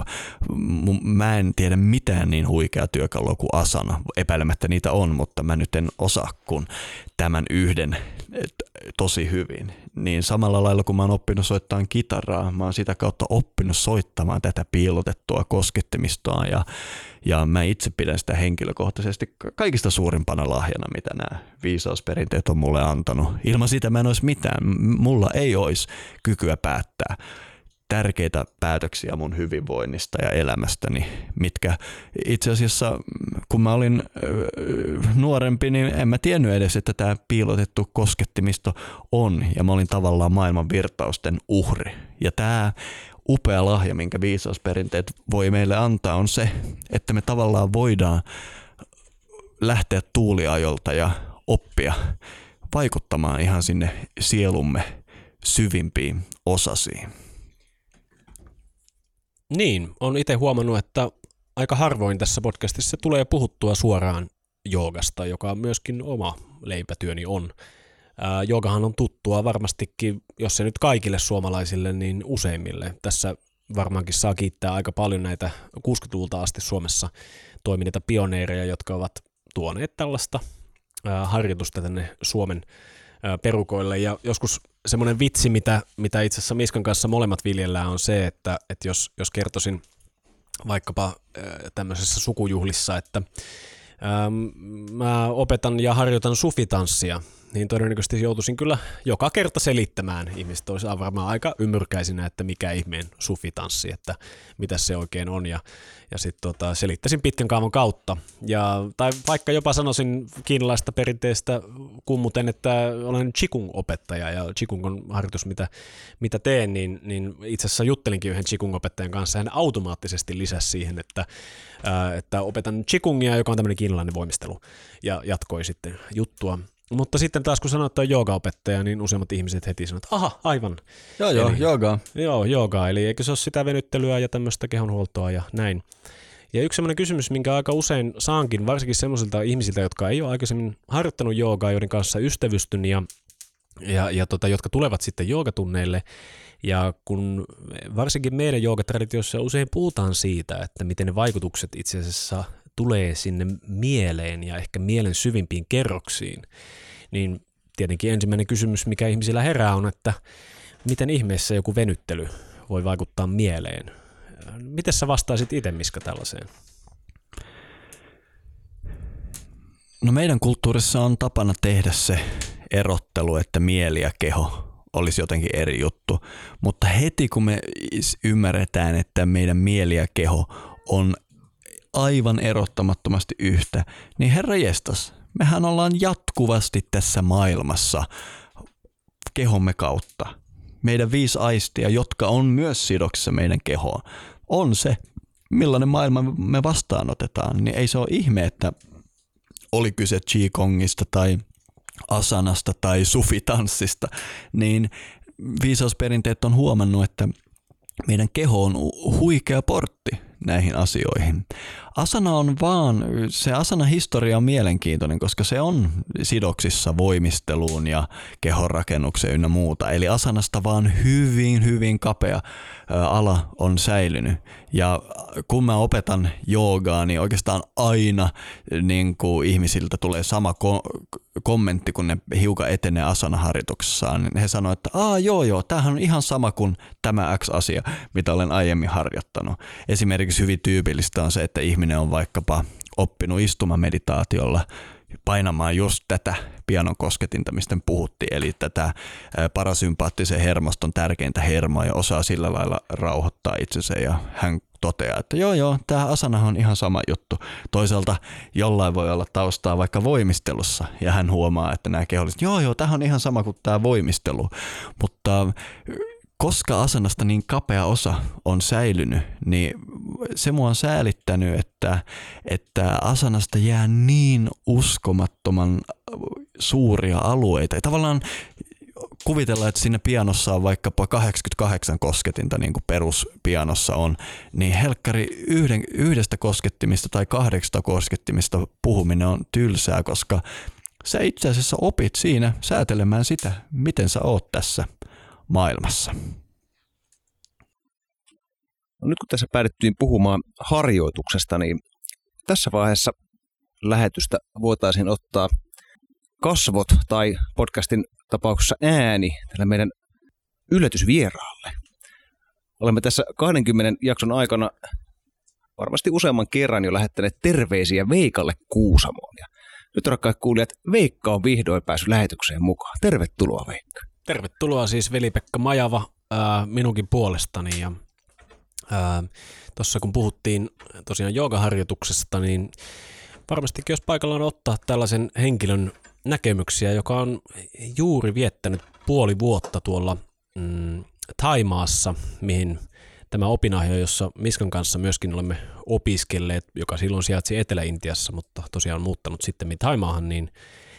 mä en tiedä mitään niin huikeaa työkalua kuin asana. Epäilemättä niitä on, mutta mä nyt en osaa kuin tämän yhden tosi hyvin. Niin samalla lailla kun mä oon oppinut soittamaan kitaraa, mä oon sitä kautta oppinut soittamaan tätä piilotettua koskettimistoa ja mä itse pidän sitä henkilökohtaisesti kaikista suurimpana lahjana, mitä nämä viisausperinteet on mulle antanut. Ilman sitä mä en olisi mitään. Mulla ei olisi kykyä päättää tärkeitä päätöksiä mun hyvinvoinnista ja elämästäni, mitkä itse asiassa, kun mä olin nuorempi, niin en mä tiennyt edes, että tämä piilotettu koskettimisto on, ja mä olin tavallaan maailman virtausten uhri. Ja tämä upea lahja, minkä viisausperinteet voi meille antaa, on se, että me tavallaan voidaan lähteä tuuliajolta ja oppia vaikuttamaan ihan sinne sielumme syvimpiin osasiin. Niin, on itse huomannut, että aika harvoin tässä podcastissa tulee puhuttua suoraan joogasta, joka myöskin oma leipätyöni on. Joogahan on tuttua varmastikin, jos se nyt kaikille suomalaisille, niin useimmille. Tässä varmaankin saa kiittää aika paljon näitä 60-luvulta asti Suomessa toimineita pioneereja, jotka ovat tuoneet tällaista harjoitusta tänne Suomen perukoille. Ja joskus semmoinen vitsi, mitä itse asiassa Miskan kanssa molemmat viljellään, on se, että jos kertoisin vaikkapa tämmöisessä sukujuhlissa, että mä opetan ja harjoitan sufitanssia, niin todennäköisesti joutuisin kyllä joka kerta selittämään. Ihmiset olisivat varmaan aika ymmyrkäisinä, että mikä ihmeen sufitanssi, että mitä se oikein on, ja sitten selittäisin pitkän kaavan kautta. Tai vaikka jopa sanoisin kiinalaista perinteestä kummuten, että olen Qigong-opettaja, ja Qigong on harjoitus, mitä teen, niin itse asiassa juttelinkin yhden Qigong-opettajan kanssa, hän automaattisesti lisäsi siihen, että opetan Qigongia, joka on tämmöinen kiinalainen voimistelu, ja jatkoi sitten juttua. Mutta sitten taas kun sanoit, että on joogaopettaja, niin useimmat ihmiset heti sanoo, että aha, aivan. Joo, joogaa. Joo, joogaa, eli eikö se ole sitä venyttelyä ja tämmöistä kehonhuoltoa ja näin. Ja yksi sellainen kysymys, minkä aika usein saankin, varsinkin semmoisilta ihmisiltä, jotka ei ole aikaisemmin harjoittanut joogaa, joiden kanssa ystävystyn ja jotka tulevat sitten joogatunneille. Ja kun varsinkin meidän joogatraditiossa usein puhutaan siitä, että miten ne vaikutukset itse asiassa tulee sinne mieleen ja ehkä mielen syvimpiin kerroksiin, niin tietenkin ensimmäinen kysymys, mikä ihmisillä herää, on, että miten ihmeessä joku venyttely voi vaikuttaa mieleen. Miten sä vastaisit itse, Miska, tällaiseen? No meidän kulttuurissa on tapana tehdä se erottelu, että mieli ja keho olisi jotenkin eri juttu, mutta heti kun me ymmärretään, että meidän mieli ja keho on aivan erottamattomasti yhtä, niin herra jestas, mehän ollaan jatkuvasti tässä maailmassa kehomme kautta. Meidän 5 aistia, jotka on myös sidoksissa meidän kehoon, on se, millainen maailma me vastaanotetaan. Niin ei se ole ihme, että oli kyse Qigongista tai asanasta tai sufitanssista, niin viisausperinteet on huomannut, että meidän keho on huikea portti näihin asioihin. Se asana-historia on mielenkiintoinen, koska se on sidoksissa voimisteluun ja kehonrakennukseen ynnä muuta. Eli asanasta vaan hyvin, hyvin kapea ala on säilynyt. Ja kun mä opetan joogaa, niin oikeastaan aina niin kuin ihmisiltä tulee sama kommentti, kun ne hiukan etenee asana-harjoituksessaan. Niin he sanoo, että joo, tämähän on ihan sama kuin tämä X-asia, mitä olen aiemmin harjoittanut. Esimerkiksi hyvin tyypillistä on se, että ihminen on vaikkapa oppinut istumameditaatiolla painamaan just tätä pianon kosketinta, mistä puhuttiin, eli tätä parasympaattisen hermoston tärkeintä hermoa ja osaa sillä lailla rauhoittaa itsensä, ja hän toteaa, että joo, tämä asanahan on ihan sama juttu. Toisaalta jollain voi olla taustaa vaikka voimistelussa, ja hän huomaa, että nämä keholliset, joo, tämähän on ihan sama kuin tämä voimistelu, mutta koska asanasta niin kapea osa on säilynyt, niin se mua on säälittänyt, että asanasta jää niin uskomattoman suuria alueita. Ja tavallaan kuvitellaan, että siinä pianossa on vaikkapa 88 kosketinta, niin kuin peruspianossa on, niin helkkari yhdestä koskettimista tai 8 koskettimista puhuminen on tylsää, koska sä itse asiassa opit siinä säätelemään sitä, miten sä oot tässä maailmassa. No nyt kun tässä päädyttiin puhumaan harjoituksesta, niin tässä vaiheessa lähetystä voitaisiin ottaa kasvot tai podcastin tapauksessa ääni tälle meidän yllätysvieraalle. Olemme tässä 20 jakson aikana varmasti useamman kerran jo lähettäneet terveisiä Veikalle Kuusamoon. Ja nyt rakkaat kuulijat, Veikka on vihdoin päässyt lähetykseen mukaan. Tervetuloa, Veikka. Tervetuloa siis Veli-Pekka Majava minunkin puolestani. Ja tuossa kun puhuttiin tosiaan joogaharjoituksesta, niin varmastikin jos paikallaan ottaa tällaisen henkilön näkemyksiä, joka on juuri viettänyt puoli vuotta tuolla Thaimaassa, mihin tämä opinahjo, jossa Miskan kanssa myöskin olemme opiskelleet, joka silloin sijaitsi Etelä-Intiassa, mutta tosiaan muuttanut sitten Thaimaahan, niin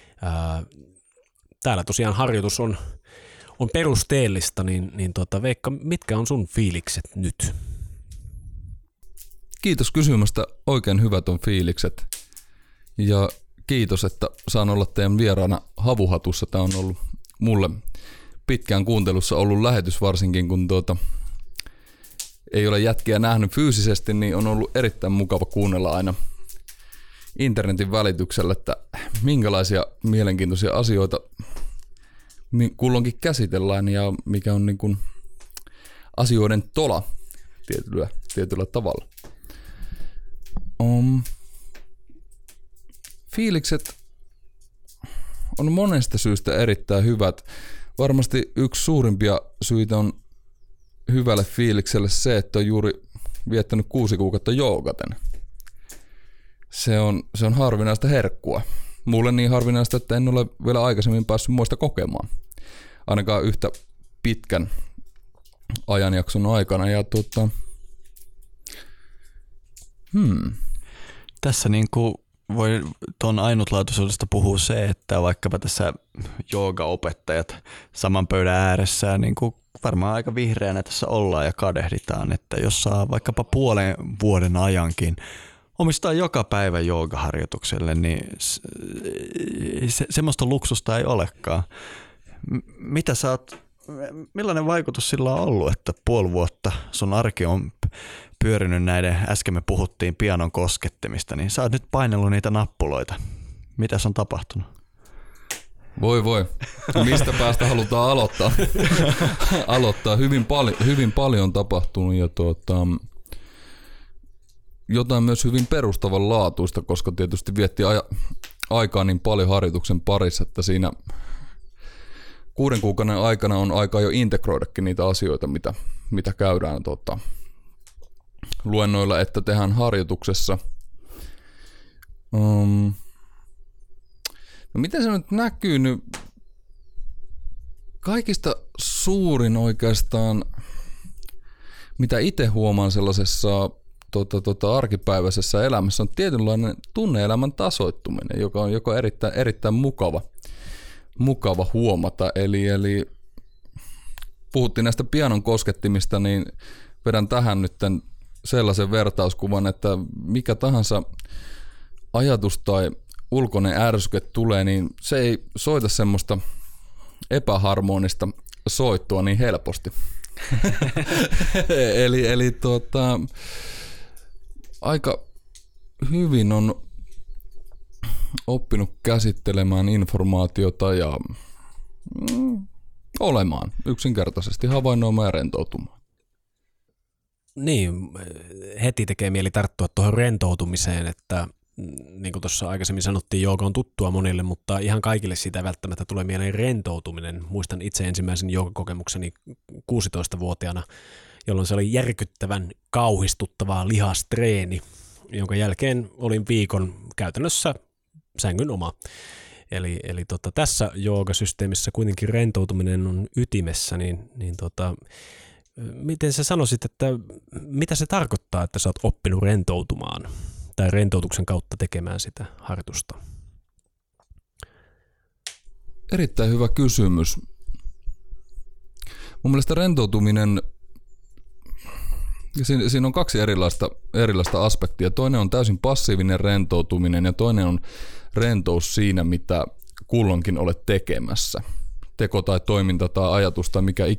täällä tosiaan harjoitus on perusteellista, niin Veikka, mitkä on sun fiilikset nyt? Kiitos kysymästä, oikein hyvät on fiilikset. Ja kiitos, että saan olla teidän vieraana Havuhatussa. Tämä on ollut mulle pitkään kuuntelussa ollut lähetys, varsinkin kun ei ole jätkiä nähnyt fyysisesti, niin on ollut erittäin mukava kuunnella aina internetin välityksellä, että minkälaisia mielenkiintoisia asioita kulloinkin käsitellään ja mikä on niin kuin asioiden tola tietyllä tavalla. Fiilikset on monesta syystä erittäin hyvät. Varmasti yksi suurimpia syitä on hyvälle fiilikselle se, että on juuri viettänyt 6 kuukautta joogaten. Se on harvinaista herkkua. Mulle niin harvinaista, että en ole vielä aikaisemmin päässyt muista kokemaan. Ainakaan yhtä pitkän ajanjakson aikana. Ja Tässä niinku voi tuon ainutlaatuisuudesta puhua se, että vaikkapa tässä joogaopettajat saman pöydän ääressä niinku varmaan aika vihreänä tässä ollaan ja kadehditaan, että jos saa vaikkapa puolen vuoden ajankin omistaa joka päivä joogaharjoitukselle, niin semmoista luksusta ei olekaan. Millainen vaikutus sillä on ollut, että puoli vuotta sun arki on pyörinyt näiden, äsken me puhuttiin pianon koskettimista, niin sä oot nyt painellut niitä nappuloita. Mitäs on tapahtunut? Voi. Mistä päästä halutaan aloittaa? Hyvin paljon on tapahtunut ja jotain myös hyvin perustavanlaatuista, koska tietysti vietti aikaa niin paljon harjoituksen parissa, että siinä 6 kuukauden aikana on aikaa jo integroidakin niitä asioita, mitä käydään luennoilla, että tehdään harjoituksessa. No miten se nyt näkyy? Kaikista suurin oikeastaan, mitä itse huomaan sellaisessa arkipäiväisessä elämässä, on tietynlainen tunne-elämän tasoittuminen, joka on erittäin mukava huomata. Eli puhuttiin näistä pianon koskettimista, niin vedän tähän nyt sellaisen vertauskuvan, että mikä tahansa ajatus tai ulkoinen ärsyke tulee, niin se ei soita semmoista epäharmonista soittua niin helposti. eli aika hyvin on oppinut käsittelemään informaatiota ja olemaan yksinkertaisesti havainnoimaan ja rentoutumaan. Niin, heti tekee mieli tarttua tuohon rentoutumiseen, että niin kuin tuossa aikaisemmin sanottiin, jooga on tuttua monille, mutta ihan kaikille siitä välttämättä tulee mieleen rentoutuminen. Muistan itse ensimmäisen joogakokemukseni 16-vuotiaana, jolloin se oli järkyttävän kauhistuttava lihastreeni, jonka jälkeen olin viikon käytännössä sängyn oma. Eli tässä joogasysteemissä kuitenkin rentoutuminen on ytimessä, niin miten sä sanoisit, että mitä se tarkoittaa, että sä oot oppinut rentoutumaan tai rentoutuksen kautta tekemään sitä harjoitusta? Erittäin hyvä kysymys. Mun mielestä rentoutuminen, siinä on 2 erilaista aspektia. Toinen on täysin passiivinen rentoutuminen ja toinen on rentous siinä, mitä kulloinkin olet tekemässä. Teko tai toiminta tai ajatus tai mikä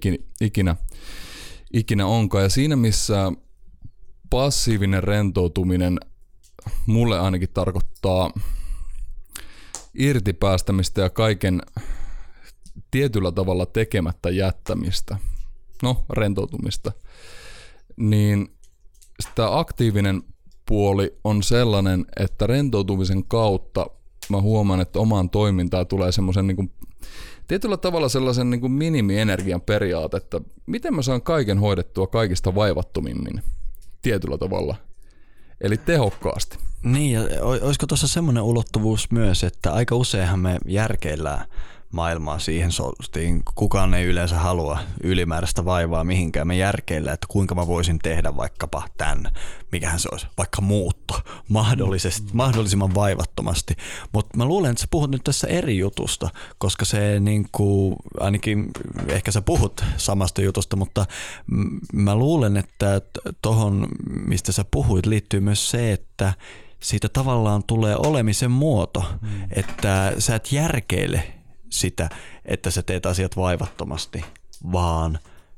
ikinä onkaan. Ja siinä, missä passiivinen rentoutuminen mulle ainakin tarkoittaa irtipäästämistä ja kaiken tietyllä tavalla tekemättä jättämistä, rentoutumista, niin sitä aktiivinen puoli on sellainen, että rentoutumisen kautta mä huomaan, että omaan toimintaan tulee semmoisen niin kuin tietyllä tavalla sellaisen niin kuin minimienergian periaate, että miten mä saan kaiken hoidettua kaikista vaivattomimmin tietyllä tavalla, eli tehokkaasti. Niin, ja olisiko tuossa semmoinen ulottuvuus myös, että aika useinhan me järkeillään maailmaa siihen suhteen. Kukaan ei yleensä halua ylimääräistä vaivaa mihinkään. Me järkeillään, että kuinka mä voisin tehdä vaikkapa tämän, mikähän se olisi, vaikka muutto, mahdollisimman vaivattomasti. Mutta mä luulen, että sä puhut nyt tässä eri jutusta, koska se niinku, ainakin ehkä sä puhut samasta jutusta, mutta mä luulen, että tohon, mistä sä puhuit, liittyy myös se, että siitä tavallaan tulee olemisen muoto, että sä et järkeile sitä, että sä teet asiat vaivattomasti, vaan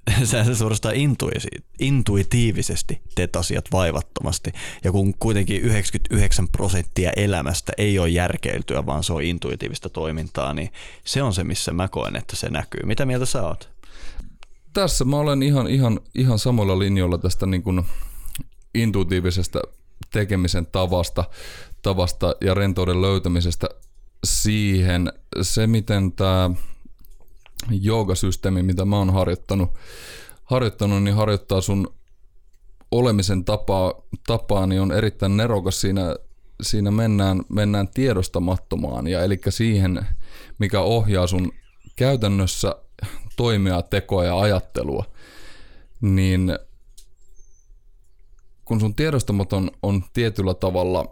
sä suorastaan intuitiivisesti teet asiat vaivattomasti. Ja kun kuitenkin 99% elämästä ei ole järkeiltyä, vaan se on intuitiivista toimintaa, niin se on se, missä mä koen, että se näkyy. Mitä mieltä sä oot? Tässä mä olen ihan samoilla linjoilla tästä niin kuin intuitiivisesta tekemisen tavasta ja rentouden löytämisestä siihen. Se, miten tämä joogasysteemi, mitä mä oon harjoittanut, niin harjoittaa sun olemisen tapaa, niin on erittäin nerokas. Siinä mennään tiedostamattomaan, ja eli siihen, mikä ohjaa sun käytännössä toimia, tekoa ja ajattelua, niin kun sun tiedostamaton on tietyllä tavalla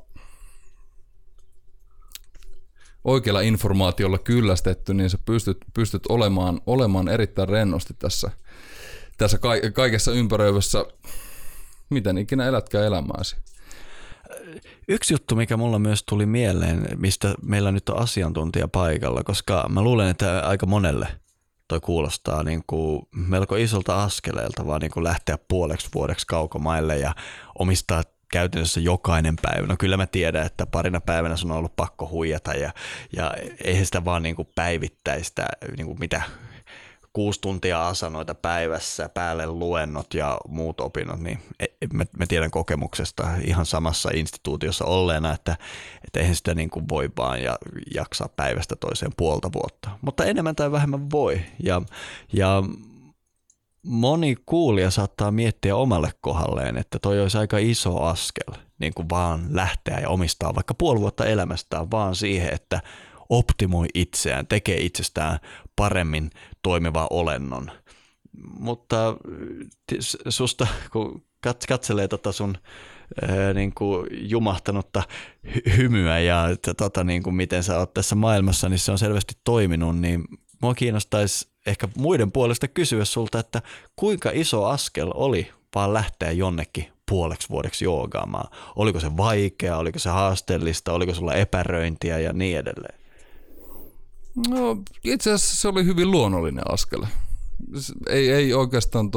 oikealla informaatiolla kyllästetty, niin sä pystyt olemaan erittäin rennosti tässä kaikessa ympäröivässä, miten ikinä elätkään elämääsi. Yksi juttu, mikä mulla myös tuli mieleen, mistä meillä nyt on asiantuntija paikalla, koska mä luulen, että aika monelle toi kuulostaa niin kuin melko isolta askeleelta, vaan niin kuin lähteä puoleksi vuodeksi kaukomaille ja omistaa käytännössä jokainen päivä. No kyllä mä tiedän, että parina päivänä sun on ollut pakko huijata ja eihän sitä vaan niin kuin päivittäistä, niin kuin mitä 6 tuntia asanoita päivässä, päälle luennot ja muut opinnot, niin mä tiedän kokemuksesta ihan samassa instituutiossa olleena, että eihän sitä niin kuin voi vaan jaksaa päivästä toiseen puolta vuotta. Mutta enemmän tai vähemmän voi. Ja moni kuulija saattaa miettiä omalle kohdalleen, että toi olisi aika iso askel, niin kuin vaan lähteä ja omistaa vaikka puoli vuotta elämästään vaan siihen, että optimoi itseään, tekee itsestään paremmin toimiva olennon. Mutta susta, kun katselee sun niin kuin jumahtanutta hymyä ja niin kuin miten sä oot tässä maailmassa, niin se on selvästi toiminut, niin mua kiinnostaisi ehkä muiden puolesta kysyä sulta, että kuinka iso askel oli vaan lähteä jonnekin puoleksi vuodeksi joogaamaan? Oliko se vaikea, oliko se haasteellista, oliko sulla epäröintiä ja niin edelleen? No, itse asiassa se oli hyvin luonnollinen askel. Ei oikeastaan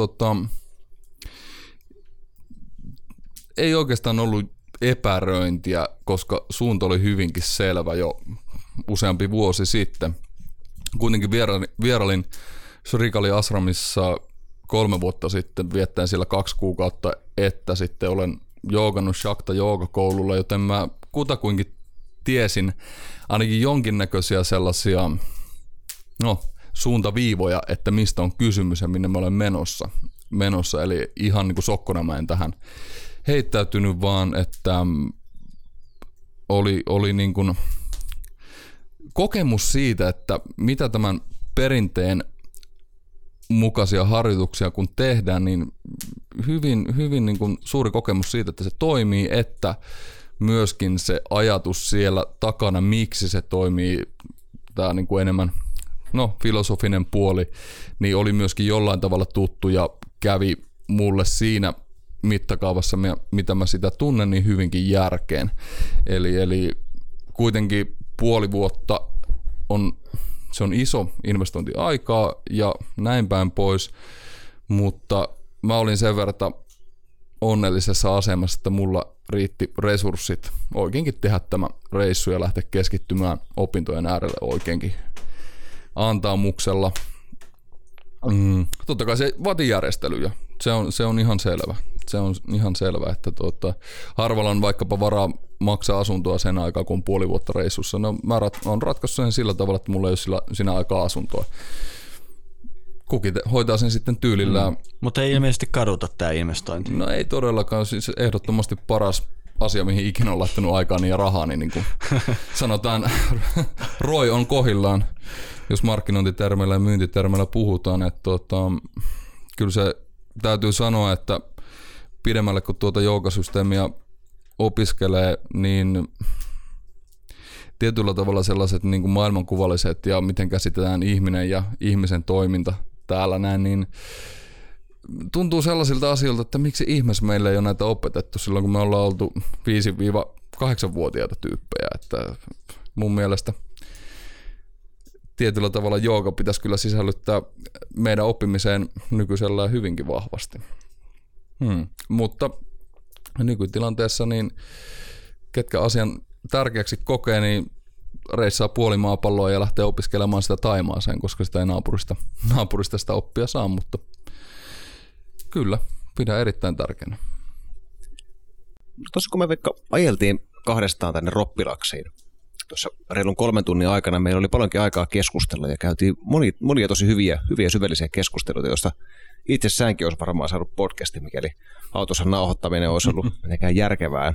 ei oikeastaan ollut epäröintiä, koska suunta oli hyvinkin selvä jo useampi vuosi sitten. Kuitenkin vierailin Srikali Ashramissa 3 vuotta sitten, viettäen siellä 2 kuukautta, että sitten olen joogannut Shakta joogakoululla, joten mä kutakuinkin tiesin ainakin jonkinnäköisiä sellaisia suuntaviivoja, että mistä on kysymys ja minne mä olen menossa. Eli ihan niin kuin sokkona mä en tähän heittäytynyt, vaan että oli niin kuin kokemus siitä, että mitä tämän perinteen mukaisia harjoituksia kun tehdään, niin hyvin niin kuin suuri kokemus siitä, että se toimii, että myöskin se ajatus siellä takana, miksi se toimii, tämä niin kuin enemmän filosofinen puoli, niin oli myöskin jollain tavalla tuttu ja kävi mulle siinä mittakaavassa, mitä mä sitä tunnen, niin hyvinkin järkeen. Eli kuitenkin puoli vuotta se on iso investointi aikaa ja näin päin pois, mutta mä olin sen verran onnellisessa asemassa, että mulla riitti resurssit oikeinkin tehdä tämä reissu ja lähteä keskittymään opintojen äärelle oikeinkin antaumuksella. Totta kai se vaatii järjestelyjä. Se on ihan selvä. Se on ihan selvä, että harvalla on vaikkapa varaa maksaa asuntoa sen aikaa, kun on puoli vuotta reissussa. No mä oon ratkaissut sen sillä tavalla, että mulla ei ole siinä aikaa asuntoa. Kukin hoitaa sen sitten tyylillään. Mutta ei ilmeisesti kaduta tämä investointi. No ei todellakaan. Siis ehdottomasti paras asia, mihin ikinä on laittanut aikaani ja rahaani, niin kuin sanotaan, ROI on kohillaan, jos markkinointitermeillä ja myyntitermeillä puhutaan. Että kyllä se täytyy sanoa, että pidemmälle kun tuota joogasysteemiä opiskelee, niin tietyllä tavalla sellaiset niin kuin maailmankuvalliset ja miten käsitetään ihminen ja ihmisen toiminta täällä näin, niin tuntuu sellaisilta asioilta, että miksi ihmeessä meillä ei ole näitä opetettu silloin, kun me ollaan oltu 5-8-vuotiaita tyyppejä. Että mun mielestä tietyllä tavalla jooga pitäisi kyllä sisällyttää meidän oppimiseen nykyisellään hyvinkin vahvasti. Mutta nykytilanteessa niin ketkä asian tärkeäksi kokee, niin reissaa puoli maapalloa ja lähtee opiskelemaan sitä Taimaaseen, koska sitä ei naapurista sitä oppia saa, mutta kyllä, pidän erittäin tärkeänä. Tuossa kun me vaikka ajeltiin kahdestaan tänne Roppilaksiin, tuossa reilun 3 tunnin aikana meillä oli paljonkin aikaa keskustella ja käytiin monia tosi hyviä syvällisiä keskusteluita, joista itsessäänkin olisi varmaan saanut podcasti, mikäli autossa nauhoittaminen olisi ollut mitenkään järkevää.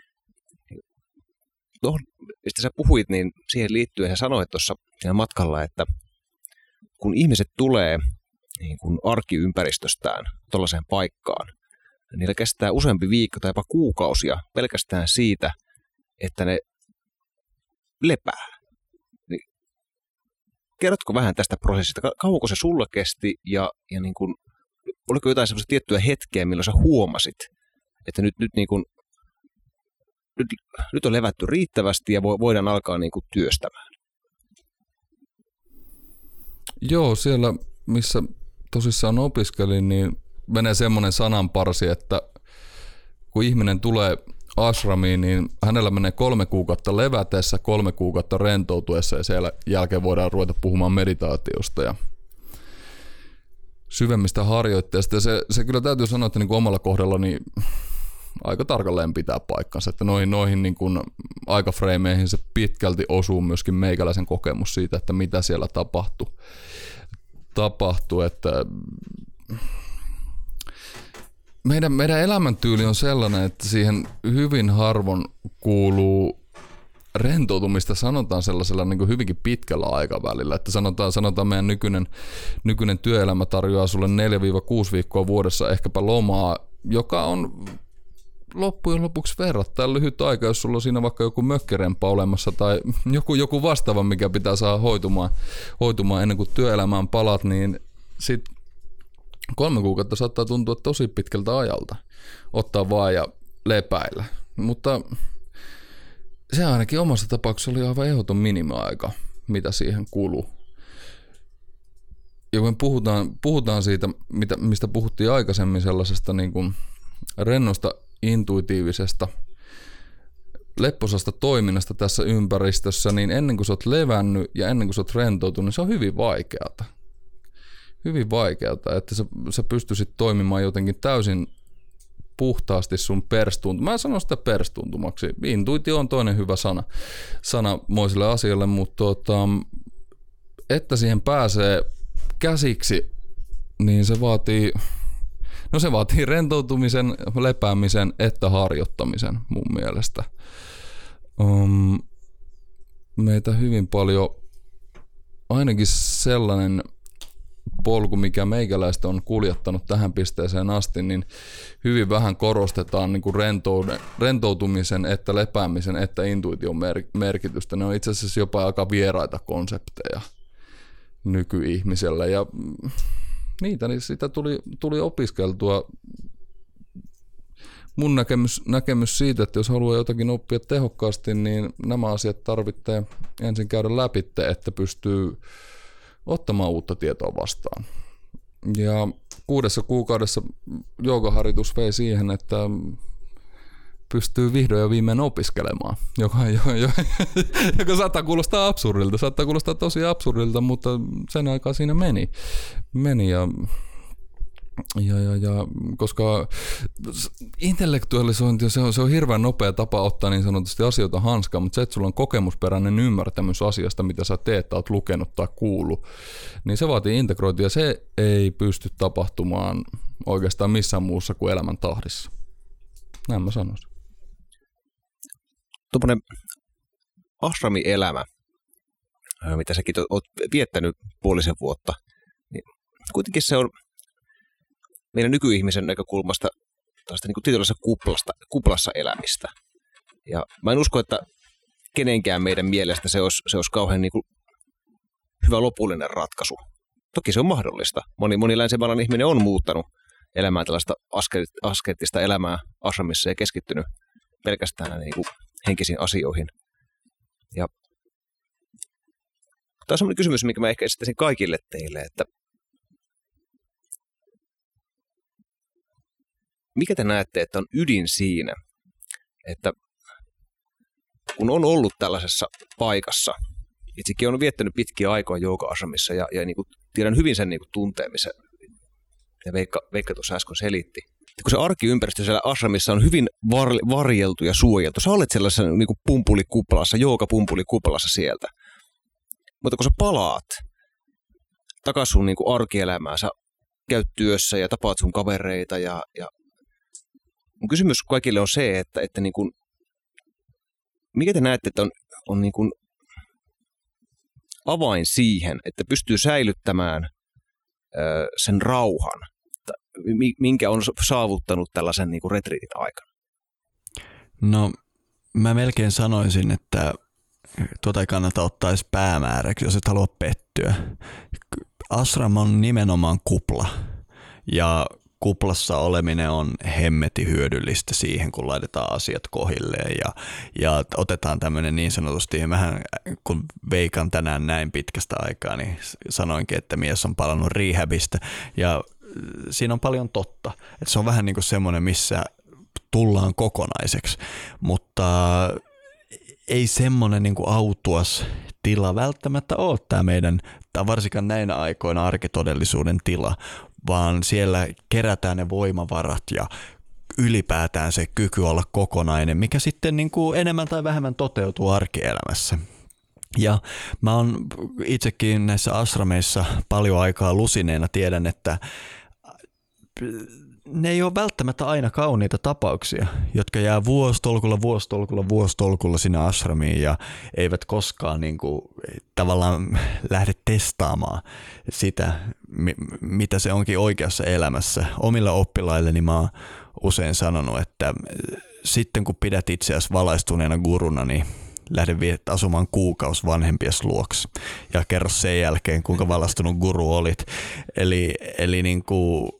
Tuohon, mistä sä puhuit, niin siihen liittyen sä sanoit tuossa siinä matkalla, että kun ihmiset tulee niin kuin arkiympäristöstään tuollaiseen paikkaan, niin niillä kestää useampi viikko tai jopa kuukausia pelkästään siitä, että ne lepää. Niin, kerrotko vähän tästä prosessista? Kauanko se sulla kesti ja niin kuin, oliko jotain semmoista tiettyä hetkeä, milloin sä huomasit, että nyt on levätty riittävästi ja voidaan alkaa niin kuin työstämään? Joo, siellä missä tosissaan opiskelin, niin menee semmoinen sananparsi, että kun ihminen tulee ashramiin, niin hänellä menee 3 kuukautta levätessä, 3 kuukautta rentoutuessa ja sen jälkeen voidaan ruveta puhumaan meditaatiosta ja syvemmistä harjoitteista. Ja se kyllä täytyy sanoa, että niin kuin omalla kohdalla niin aika tarkalleen pitää paikkansa, että noihin niin kuin aikafreimeihin se pitkälti osuu myöskin meikäläisen kokemus siitä, että mitä siellä tapahtui, että meidän elämäntyyli on sellainen, että siihen hyvin harvoin kuuluu rentoutumista, sanotaan sellaisella niin kuin hyvinkin pitkällä aikavälillä, että sanotaan meidän nykyinen työelämä tarjoaa sulle 4-6 viikkoa vuodessa ehkäpä lomaa, joka on loppujen lopuksi verrattain lyhyt aika, jos sulla on siinä vaikka joku mökkiremppa olemassa tai joku vastaava, mikä pitää saada hoitumaan ennen kuin työelämään palat, niin sit 3 kuukautta saattaa tuntua tosi pitkältä ajalta ottaa vaan ja lepäillä. Mutta se ainakin omassa tapauksessa oli aivan ehdoton minimiaika, mitä siihen kuluu. Ja kun puhutaan siitä, mistä puhuttiin aikaisemmin, sellaisesta niin kuin rennosta, intuitiivisesta, lepposasta toiminnasta tässä ympäristössä, niin ennen kuin sä oot levännyt ja ennen kuin sä oot rentoutunut, niin se on hyvin vaikeata. Hyvin vaikeata, että sä pystyisit toimimaan jotenkin täysin puhtaasti sun perstuntumaksi. Mä sanon sitä perstuntumaksi. Intuitio on toinen hyvä sana moiselle asialle, mutta että siihen pääsee käsiksi, niin se vaatii rentoutumisen, lepäämisen että harjoittamisen mun mielestä. Meitä hyvin paljon, ainakin sellainen polku, mikä meikäläistä on kuljettanut tähän pisteeseen asti, niin hyvin vähän korostetaan niin kuin rentoutumisen, että lepäämisen, että intuition merkitystä. Ne on itse asiassa jopa aika vieraita konsepteja nykyihmisellä ja niitä, niin sitä tuli opiskeltua. Mun näkemys siitä, että jos haluaa jotakin oppia tehokkaasti, niin nämä asiat tarvitsee ensin käydä läpi, että pystyy ottamaan uutta tietoa vastaan. Ja 6 kuukaudessa joogaharjoitus vei siihen, että pystyy vihdoin ja viimein opiskelemaan, joka saattaa kuulostaa absurdilta, saattaa kuulostaa tosi absurdilta, mutta sen aikaa siinä meni ja koska intellektualisointi se on hirveän nopea tapa ottaa niin sanotusti asioita hanskaan, mutta se, että sulla on kokemusperäinen ymmärtämys asiasta, mitä sä teet tai oot lukenut tai kuullut, niin se vaatii integrointia ja se ei pysty tapahtumaan oikeastaan missään muussa kuin elämän tahdissa. Näin mä sanoisin. Tuommoinen ashrami-elämä, mitä säkin oot viettänyt 5 vuotta, niin kuitenkin se on meidän nykyihmisen näkökulmasta tällaista niin kuin tietynlaisessa kuplassa elämistä. Ja mä en usko, että kenenkään meidän mielestä se olisi kauhean niin kuin hyvä lopullinen ratkaisu. Toki se on mahdollista. Moni länsimaalainen ihminen on muuttanut elämään tällaista askeettista elämää ashramissa ja keskittynyt pelkästään niin kuin henkisiin asioihin. tämä on sellainen kysymys, mikä mä ehkä esittäisin kaikille teille, että mikä te näette, että on ydin siinä, että kun on ollut tällaisessa paikassa, itsekin olen viettänyt pitkiä aikoja jooga-ashramissa ja niin kuin tiedän hyvin sen niin kuin tunteen, missä Veikka tuossa äsken selitti. Kun se arkiympäristö siellä ashramissa on hyvin varjeltu ja suojeltu, sä olet sellaisessa niin kuin pumpulikupalassa, jooga-pumpulikupalassa sieltä. Mutta kun sä palaat takaisin sun niin kuin arkielämään, sä käyt työssä ja tapaat sun kavereita ja mun kysymys kaikille on se, että niin kuin, mikä te näette, että on niin kuin avain siihen, että pystyy säilyttämään sen rauhan, minkä on saavuttanut tällaisen niin kuin retriitin aikana? No, mä melkein sanoisin, että tuota ei kannata ottaa edes päämääräksi, jos et halua pettyä. Ashram on nimenomaan kupla, ja kuplassa oleminen on hemmetin hyödyllistä siihen, kun laitetaan asiat kohilleen ja otetaan tämmöinen niin sanotusti, vähän kun Veikan tänään näin pitkästä aikaa, niin sanoinkin, että mies on palannut rehabista ja siinä on paljon totta. Että se on vähän niin kuin semmoinen, missä tullaan kokonaiseksi, mutta ei semmoinen niin kuin autuas tila välttämättä ole tämä meidän, tai varsinkaan näinä aikoina arkitodellisuuden tila, vaan siellä kerätään ne voimavarat ja ylipäätään se kyky olla kokonainen, mikä sitten niin kuin enemmän tai vähemmän toteutuu arkielämässä. Ja mä oon itsekin näissä ashrameissa paljon aikaa lusineena tiedän, että ne ei ole välttämättä aina kauniita tapauksia, jotka jää vuostolkulla sinne ashramiin ja eivät koskaan niin kuin, tavallaan lähde testaamaan sitä, mitä se onkin oikeassa elämässä. Omilla oppilailleni mä oon usein sanonut, että sitten kun pidät itseäsi valaistuneena guruna, niin lähde asumaan kuukausi vanhempies luoksi ja kerro sen jälkeen, kuinka valaistunut guru olit. Eli niin kuin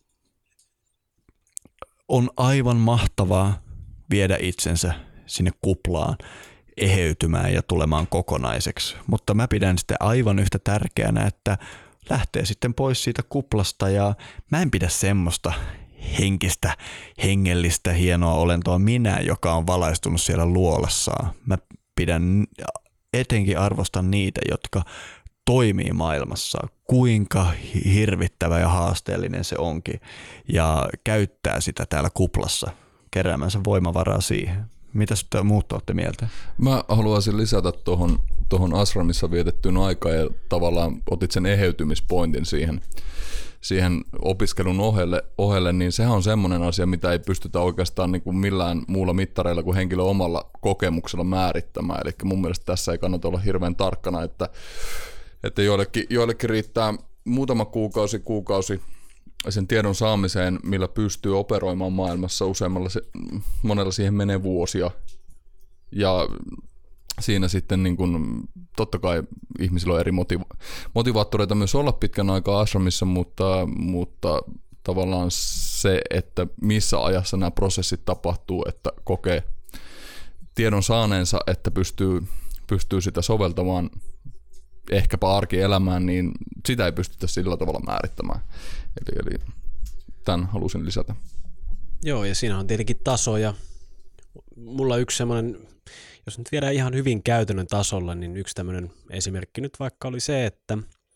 on aivan mahtavaa viedä itsensä sinne kuplaan, eheytymään ja tulemaan kokonaiseksi. Mutta mä pidän sitä aivan yhtä tärkeänä, että lähtee sitten pois siitä kuplasta ja mä en pidä semmoista henkistä, hengellistä, hienoa olentoa minä, joka on valaistunut siellä luolassaan. Mä pidän etenkin arvostan niitä, jotka toimii maailmassa, kuinka hirvittävä ja haasteellinen se onkin ja käyttää sitä täällä kuplassa keräämänsä voimavaraa siihen. Mitäs muut olette mieltä? Mä haluaisin lisätä tuohon ashramissa vietettyyn aikaan ja tavallaan otit sen eheytymispointin siihen opiskelun ohelle, niin sehän on semmoinen asia, mitä ei pystytä oikeastaan niin kuin millään muulla mittareilla kuin henkilön omalla kokemuksella määrittämään. Eli mun mielestä tässä ei kannata olla hirveän tarkkana, että joillekin riittää muutama kuukausi sen tiedon saamiseen, millä pystyy operoimaan maailmassa monella siihen menee vuosia. Ja siinä sitten niin kun, totta kai ihmisillä on eri motivaattoreita myös olla pitkän aikaa ashramissa, mutta tavallaan se, että missä ajassa nämä prosessit tapahtuu, että kokee tiedon saaneensa, että pystyy sitä soveltamaan ehkäpä arkielämään, niin sitä ei pystytä sillä tavalla määrittämään. Eli tämän halusin lisätä. Joo, ja siinä on tietenkin tasoja. Mulla yksi semmoinen, jos nyt viedään ihan hyvin käytännön tasolla, niin yksi tämmöinen esimerkki nyt vaikka oli se, että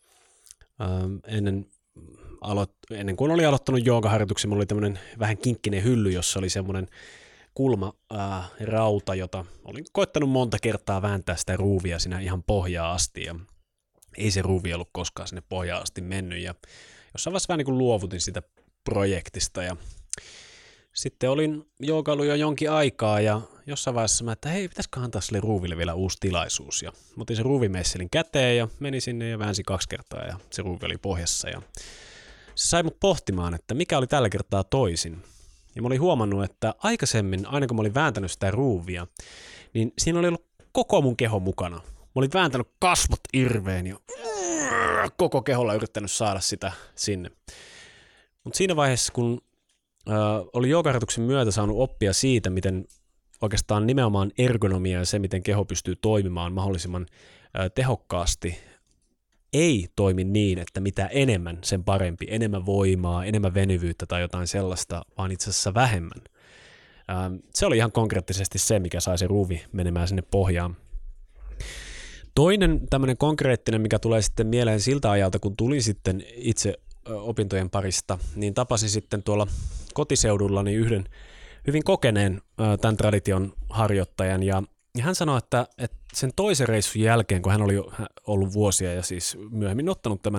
ennen kuin olin aloittanut joogaharjoituksen, mulla oli tämmöinen vähän kinkkinen hylly, jossa oli semmoinen kulmarauta, jota olin koettanut monta kertaa vääntää sitä ruuvia siinä ihan pohjaan asti, ja ei se ruuvi ollut koskaan sinne pohjaan asti mennyt, ja jossain vaiheessa vähän niin kuin luovutin sitä projektista, ja sitten olin joogailu jo jonkin aikaa, ja jossain vaiheessa mä, että hei, pitäisikö antaa sille ruuville vielä uusi tilaisuus, ja mä otin sen ruuvimeisselin käteen, ja menin sinne ja väänsin 2 kertaa, ja se ruuvi oli pohjassa, ja se sai mut pohtimaan, että mikä oli tällä kertaa toisin. Ja mä olin huomannut, että aikaisemmin, aina kun mä olin vääntänyt sitä ruuvia, niin siinä oli ollut koko mun keho mukana. Mä olin vääntänyt kasvot irveen ja koko keholla yrittänyt saada sitä sinne. Mutta siinä vaiheessa, kun oli joogaharjoituksen myötä saanut oppia siitä, miten oikeastaan nimenomaan ergonomia ja se, miten keho pystyy toimimaan mahdollisimman tehokkaasti ei toimi niin, että mitä enemmän sen parempi, enemmän voimaa, enemmän venyvyyttä tai jotain sellaista, vaan itse asiassa vähemmän. Se oli ihan konkreettisesti se, mikä sai se ruuvi menemään sinne pohjaan. Toinen tämmöinen konkreettinen, mikä tulee sitten mieleen siltä ajalta, kun tuli sitten itse opintojen parista, niin tapasin sitten tuolla kotiseudullani yhden hyvin kokeneen tämän tradition harjoittajan, ja hän sanoi, että sen toisen reissun jälkeen, kun hän oli ollut vuosia ja siis myöhemmin ottanut tämän,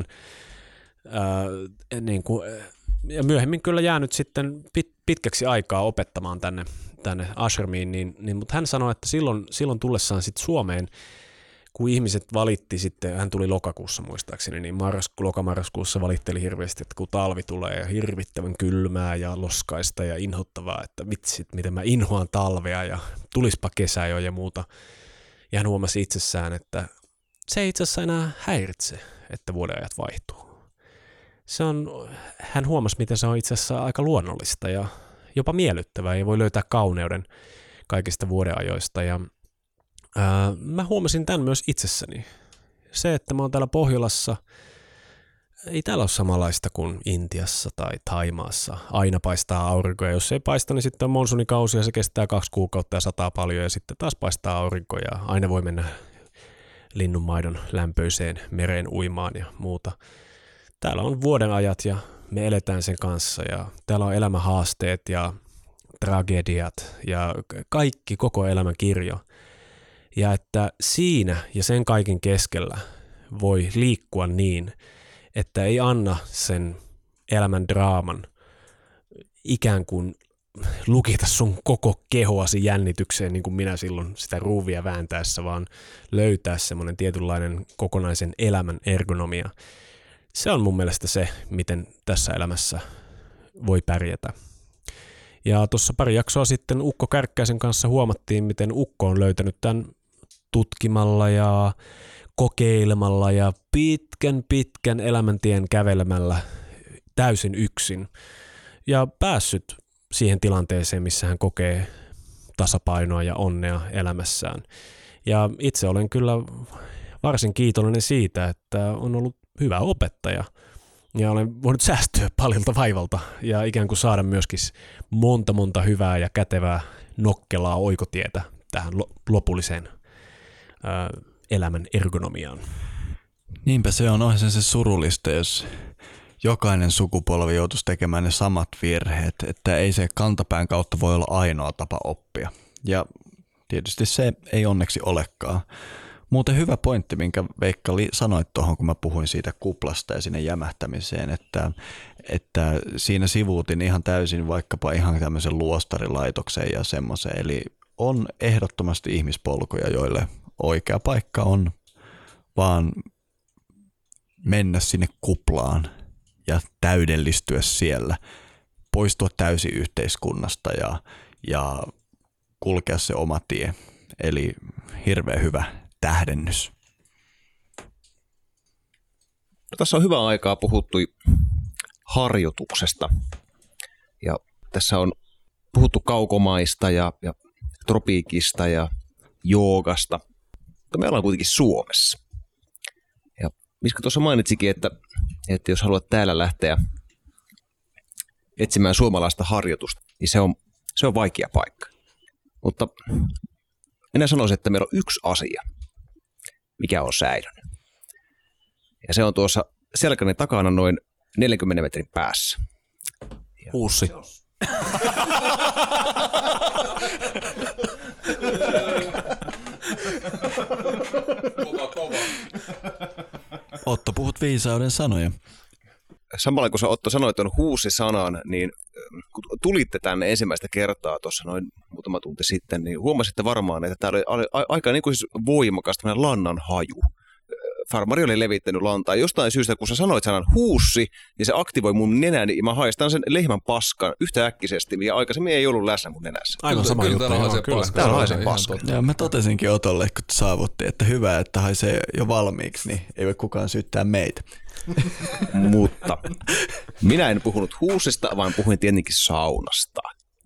ja myöhemmin kyllä jäänyt sitten pitkäksi aikaa opettamaan tänne ashramiin, mutta hän sanoi, että silloin tullessaan sitten Suomeen, kun ihmiset valitti sitten, hän tuli lokakuussa muistaakseni, niin lokamarraskuussa valitteli hirveästi, että kun talvi tulee ja hirvittävän kylmää ja loskaista ja inhottavaa, että vitsit, miten mä inhoan talvea ja tulispa kesä jo ja muuta. Ja hän huomasi itsessään, että se ei itse asiassa enää häiritse, että vuodenajat vaihtuu. Hän huomasi, miten se on itse asiassa aika luonnollista ja jopa miellyttävää ja voi löytää kauneuden kaikista vuodenajoista. Ja mä huomasin tämän myös itsessäni. Se, että mä oon täällä Pohjolassa, ei täällä ole samanlaista kuin Intiassa tai Thaimaassa. Aina paistaa aurinko ja jos ei paista, niin sitten on monsunikausi ja se kestää 2 kuukautta ja sataa paljon ja sitten taas paistaa aurinko ja aina voi mennä linnunmaidon lämpöiseen mereen uimaan ja muuta. Täällä on vuodenajat ja me eletään sen kanssa ja täällä on elämänhaasteet ja tragediat ja kaikki, koko elämän kirjo. Ja että siinä ja sen kaiken keskellä voi liikkua niin, että ei anna sen elämän draaman ikään kuin lukita sun koko kehoasi jännitykseen, niin kuin minä silloin sitä ruuvia vääntäessä, vaan löytää semmoinen tietynlainen kokonaisen elämän ergonomia. Se on mun mielestä se, miten tässä elämässä voi pärjätä. Ja tuossa pari jaksoa sitten Ukko Kärkkäisen kanssa huomattiin, miten Ukko on löytänyt tämän tutkimalla ja kokeilemalla ja pitkän elämäntien kävelemällä täysin yksin ja päässyt siihen tilanteeseen, missä hän kokee tasapainoa ja onnea elämässään. Ja itse olen kyllä varsin kiitollinen siitä, että on ollut hyvä opettaja ja olen voinut säästyä paljolta vaivalta ja ikään kuin saada myöskin monta hyvää ja kätevää nokkelaa oikotietä tähän lopulliseen elämän ergonomiaan. Niinpä se on se surullista, jos jokainen sukupolvi joutuisi tekemään ne samat virheet, että ei se kantapään kautta voi olla ainoa tapa oppia. Ja tietysti se ei onneksi olekaan. Muuten hyvä pointti, minkä Veikka sanoit tuohon, kun mä puhuin siitä kuplasta ja sinne jämähtämiseen, että siinä sivuutin ihan täysin vaikkapa ihan tämmöisen luostarilaitoksen ja semmoisen. Eli on ehdottomasti ihmispolkuja, joille oikea paikka on vaan mennä sinne kuplaan ja täydellistyä siellä, poistua täysin yhteiskunnasta ja kulkea se oma tie. Eli hirveän hyvä tähdennys. No, tässä on hyvää aikaa puhuttu harjoituksesta ja tässä on puhuttu kaukomaista ja tropiikista ja joogasta, mutta me ollaan kuitenkin Suomessa. Ja Miska tuossa mainitsikin, että jos haluat täällä lähteä etsimään suomalaista harjoitusta, niin se on vaikea paikka. Mutta minä sanoisin, että meillä on yksi asia, mikä on säilynyt. Ja se on tuossa selkäni takana noin 40 metrin päässä. Huussi. Kova. Otto, puhut viisauden sanoja. Samalla kun sä Otto sanoit tuon huusi-sanan, niin kun tulitte tänne ensimmäistä kertaa tuossa noin muutama tunti sitten, niin huomasitte varmaan, että täällä oli aika niin kuin siis voimakas lannan haju. Farmari oli levittänyt lantaa. Jostain syystä, kun sä sanoit sanan huussi, niin se aktivoi mun nenäni ja mä haistan sen lehmän paskan yhtäkkiisesti, ja aikaisemmin ei ollut läsnä mun nenässä. Aivan sama juttu. Täällä haisee paska. Ja mä totesinkin Otolle, kun saavutti, että hyvä, että haisee jo valmiiksi, niin ei voi kukaan syyttää meitä. Mutta minä en puhunut huusista, vaan puhuin tietenkin saunasta.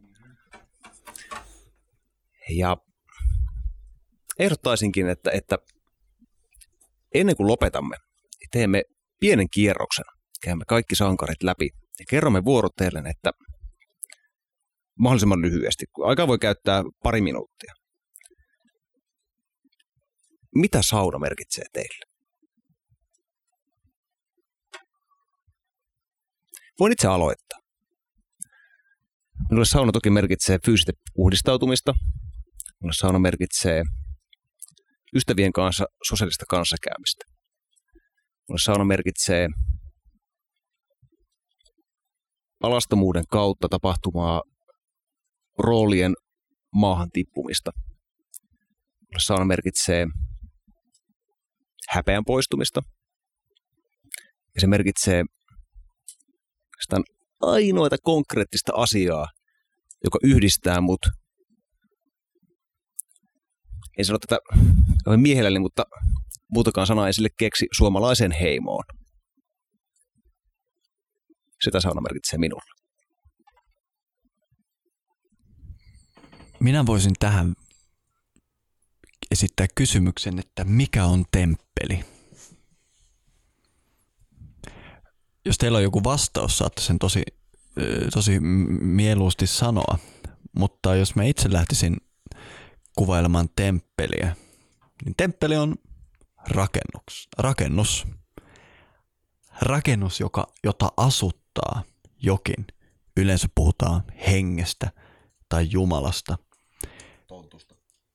Ja ehdottaisinkin, että ennen kuin lopetamme teemme pienen kierroksen. Käymme kaikki sankarit läpi ja kerromme vuorotellen, että mahdollisimman lyhyesti, kun aikaa voi käyttää 2 minuuttia. Mitä sauna merkitsee teille? Voin itse aloittaa. Minulle sauna toki merkitsee fyysistä puhdistautumista. Minulle sauna merkitsee ystävien kanssa sosiaalista kanssakäymistä. Minulle sauna merkitsee alastomuuden kautta tapahtumaa roolien maahan tippumista. Minulle sauna merkitsee häpeän poistumista. Ja se merkitsee sitä ainoita konkreettista asiaa, joka yhdistää mut. En sano tätä miehelläni, mutta muutakaan sanaa ei sille keksi suomalaiseen heimoon. Sitä sauna merkitsee minulle. Minä voisin tähän esittää kysymyksen, että mikä on temppeli? Jos teillä on joku vastaus, saatte sen tosi mieluusti sanoa, mutta jos mä itse lähtisin kuvailemaan temppeliä, niin temppeli on rakennus, jota asuttaa jokin. Yleensä puhutaan hengestä tai Jumalasta. Tontusta.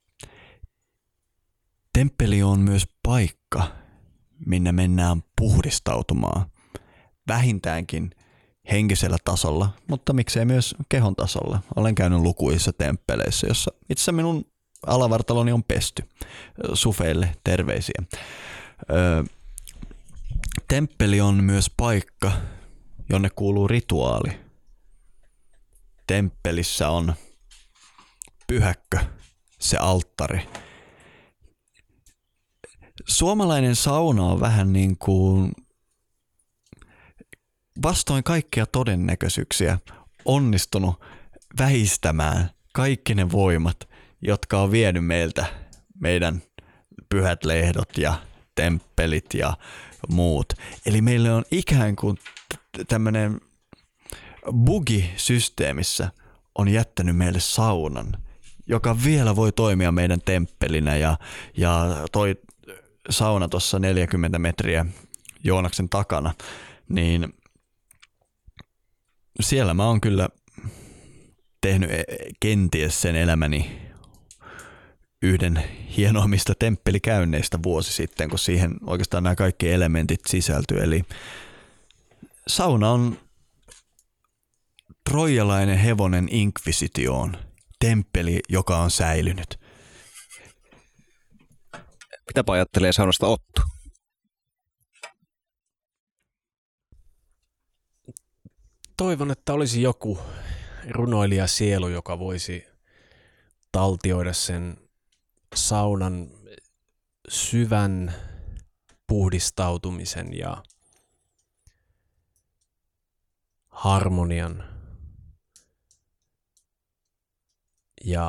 Temppeli on myös paikka, minne mennään puhdistautumaan. Vähintäänkin henkisellä tasolla, mutta miksei myös kehon tasolla. Olen käynyt lukuisissa temppeleissä, jossa itse minun alavartaloni on pesty. Sufeille terveisiä. Temppeli on myös paikka, jonne kuuluu rituaali. Temppelissä on pyhäkkö, se alttari. Suomalainen sauna on vähän niin kuin vastoin kaikkia todennäköisyyksiä onnistunut väistämään kaikki ne voimat, jotka on vienyt meiltä meidän pyhät lehdot ja temppelit ja muut. Eli meille on ikään kuin tämmöinen bugi-systeemissä on jättänyt meille saunan, joka vielä voi toimia meidän temppelinä ja toi sauna tuossa 40 metriä Joonaksen takana, niin siellä mä oon kyllä tehnyt kenties sen elämäni yhden hienoimmista temppelikäynneistä vuosi sitten, kun siihen oikeastaan nämä kaikki elementit sisältyy. Eli sauna on trojalainen hevonen inkvisitioon, temppeli, joka on säilynyt. Mitäpä ajattelee saunasta Otto? Toivon, että olisi joku runoilija sielu, joka voisi taltioida sen saunan syvän puhdistautumisen ja harmonian ja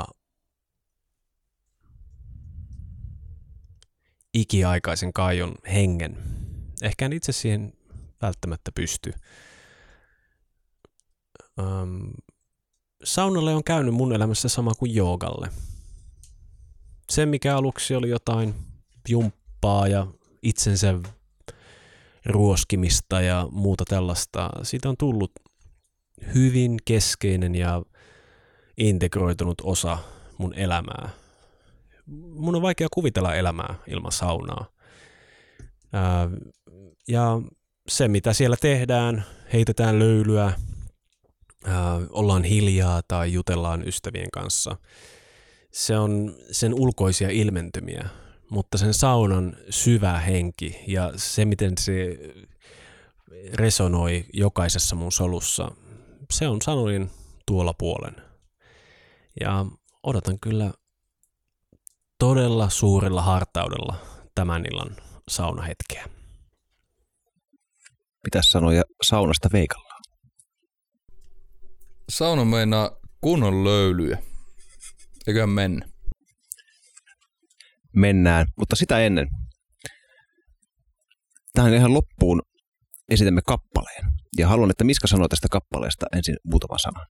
ikiaikaisen kaijon hengen. Ehkä en itse siihen välttämättä pysty. Saunalle on käynyt mun elämässä sama kuin joogalle. Se, mikä aluksi oli jotain jumppaa ja itsensä ruoskimista ja muuta tällaista, siitä on tullut hyvin keskeinen ja integroitunut osa mun elämää. Mun on vaikea kuvitella elämää ilman saunaa. Ja se, mitä siellä tehdään, heitetään löylyä, ollaan hiljaa tai jutellaan ystävien kanssa. Se on sen ulkoisia ilmentymiä, mutta sen saunan syvä henki ja se, miten se resonoi jokaisessa mun solussa, se on sanoin tuolla puolen. Ja odotan kyllä todella suurella hartaudella tämän illan saunahetkeä. Mitäs sanoja saunasta Veikalla? Sauna meinaa kunnon löylyjä. Eiköhän mennä? Mennään, mutta sitä ennen. tähän ihan loppuun esitämme kappaleen. Ja haluan, että Miska sanoo tästä kappaleesta ensin muutaman sanan.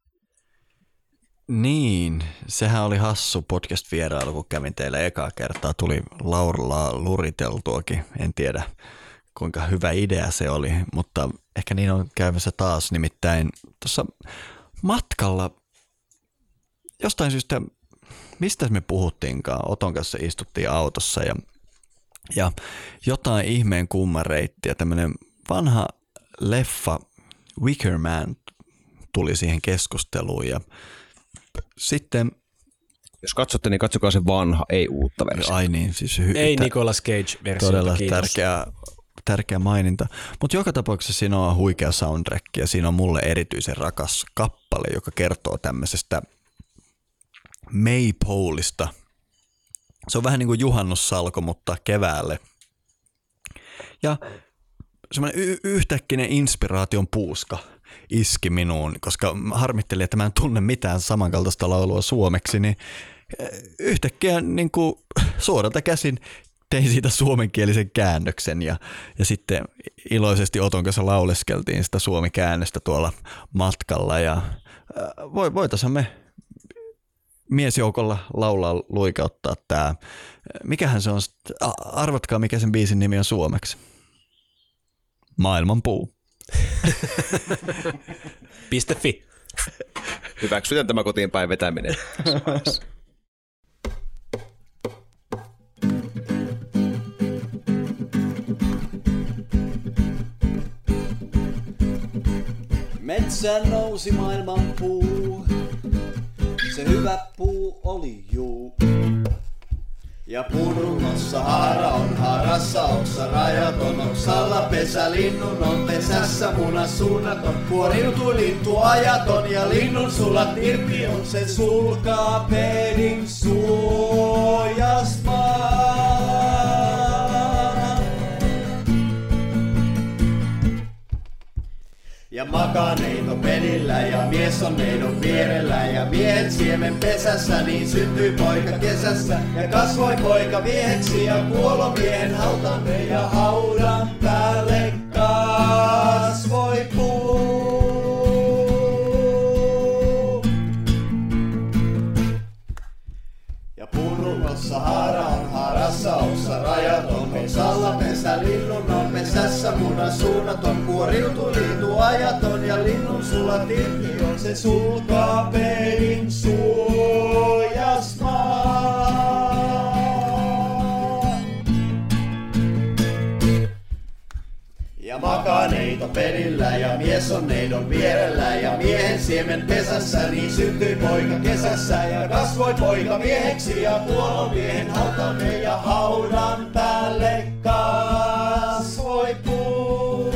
Niin, sehän oli hassu podcast-vierailu, kun kävin teille ekaa kertaa. Tuli Lauralla luriteltuakin. En tiedä, kuinka hyvä idea se oli, mutta ehkä niin on käymässä taas. Nimittäin tuossa matkalla jostain syystä, mistä me puhuttiinkaan, Oton kanssa istuttiin autossa ja jotain ihmeen kumman reittiä, tämmöinen vanha leffa Wicker Man tuli siihen keskusteluun ja sitten... Jos katsotte, niin katsokaa se vanha, ei uutta versiota. Ai niin, siis ei Nicolas Cage-versiota, todella kiitos. tärkeä maininta. Mutta joka tapauksessa siinä on huikea soundtrack ja siinä on mulle erityisen rakas kappale, joka kertoo tämmöisestä Maypoleista. Se on vähän niin kuin juhannussalko, mutta keväälle. Ja semmoinen yhtäkkinen inspiraation puuska iski minuun, koska harmittelin, että mä en tunne mitään samankaltaista laulua suomeksi, niin yhtäkkiä niin kuin suoralta käsin tein siitä suomenkielisen käännöksen ja sitten iloisesti Oton kanssa lauleskeltiin sitä suomikäännöstä tuolla matkalla ja voitaisiin me miesjoukolla laulaa luikauttaa tää. Mikähän se on? Arvatkaa, mikä sen biisin nimi on suomeksi. Maailman puu. .fi. Hyväksytään tämä kotiin päin vetäminen. Metsään nousi maailman puu, se hyvä puu oli juu. Ja puun rungossa haara on haarassa, oksa rajaton, oksalla pesä, linnun on pesässä, muna suunnaton, kuoriutuu lintu ajaton ja linnun sulat irti on se sulkaa pedin suojasmaa. Ja makaa neito pedillä ja mies on neidon vierellä ja miehen siemen pesässä, niin syntyi poika kesässä. Ja kasvoi poika mieheksi ja kuolo miehen hautamme ja haudan päälle kasvoi puu. Ja puun rungossa haara on haarassa, oksa rajaton, oksalla pesä, linnun on pesässä, muna suunnaton, kuoriutuu lintu ajaton ja linnun sulat irti on se sulkaa pedin suojasmaa. Ja makaa neito pedillä ja mies on neidon vierellä ja miehen siemen pesässä, niin syntyi poika kesässä ja kasvoi poika mieheksi ja kuolo miehen hautamme ja haudan päälle kasvoi puu.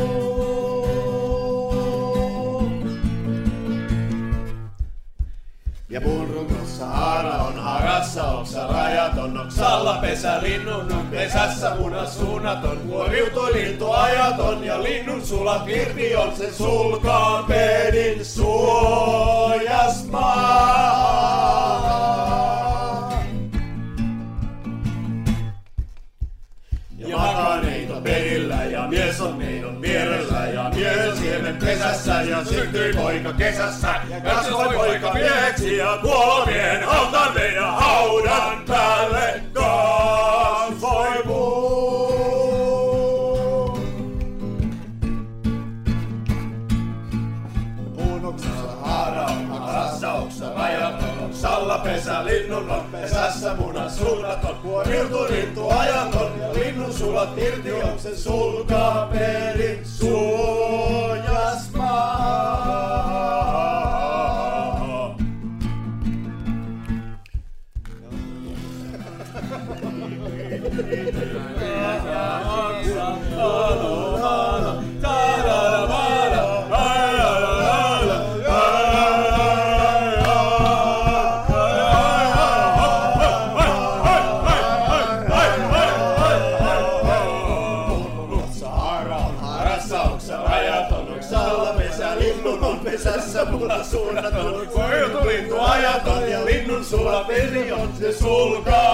Ja puun rungossa haara on haarassa, oksa rajaton, oksalla pesä, linnun on pesässä, muna suunnaton, kuoriutui lintu ajaton ja linnun sulat irti on se sulkaa pedin suojasmaa. Ja makaa neito pedillä ja mies on neidon vierellä ja miehen siemen pesässä ja syntyi poika kesässä ja kasvoi poika mieheksi ja kuolo miehen hautamme ja haudan päälle kasvoi puu. Puun oksalla haara on haarassa, oksa rajaton, oksalla pesä, linnun on pesässä, muna suunnaton, kuoriutuu lintu ajaton ja linnun sulat irti on se sulkaa pedin suojasmaa. Pesässä muna suunnaton, kuoriutuu lintu ajaton ja linnun sulat irti on se sulkaa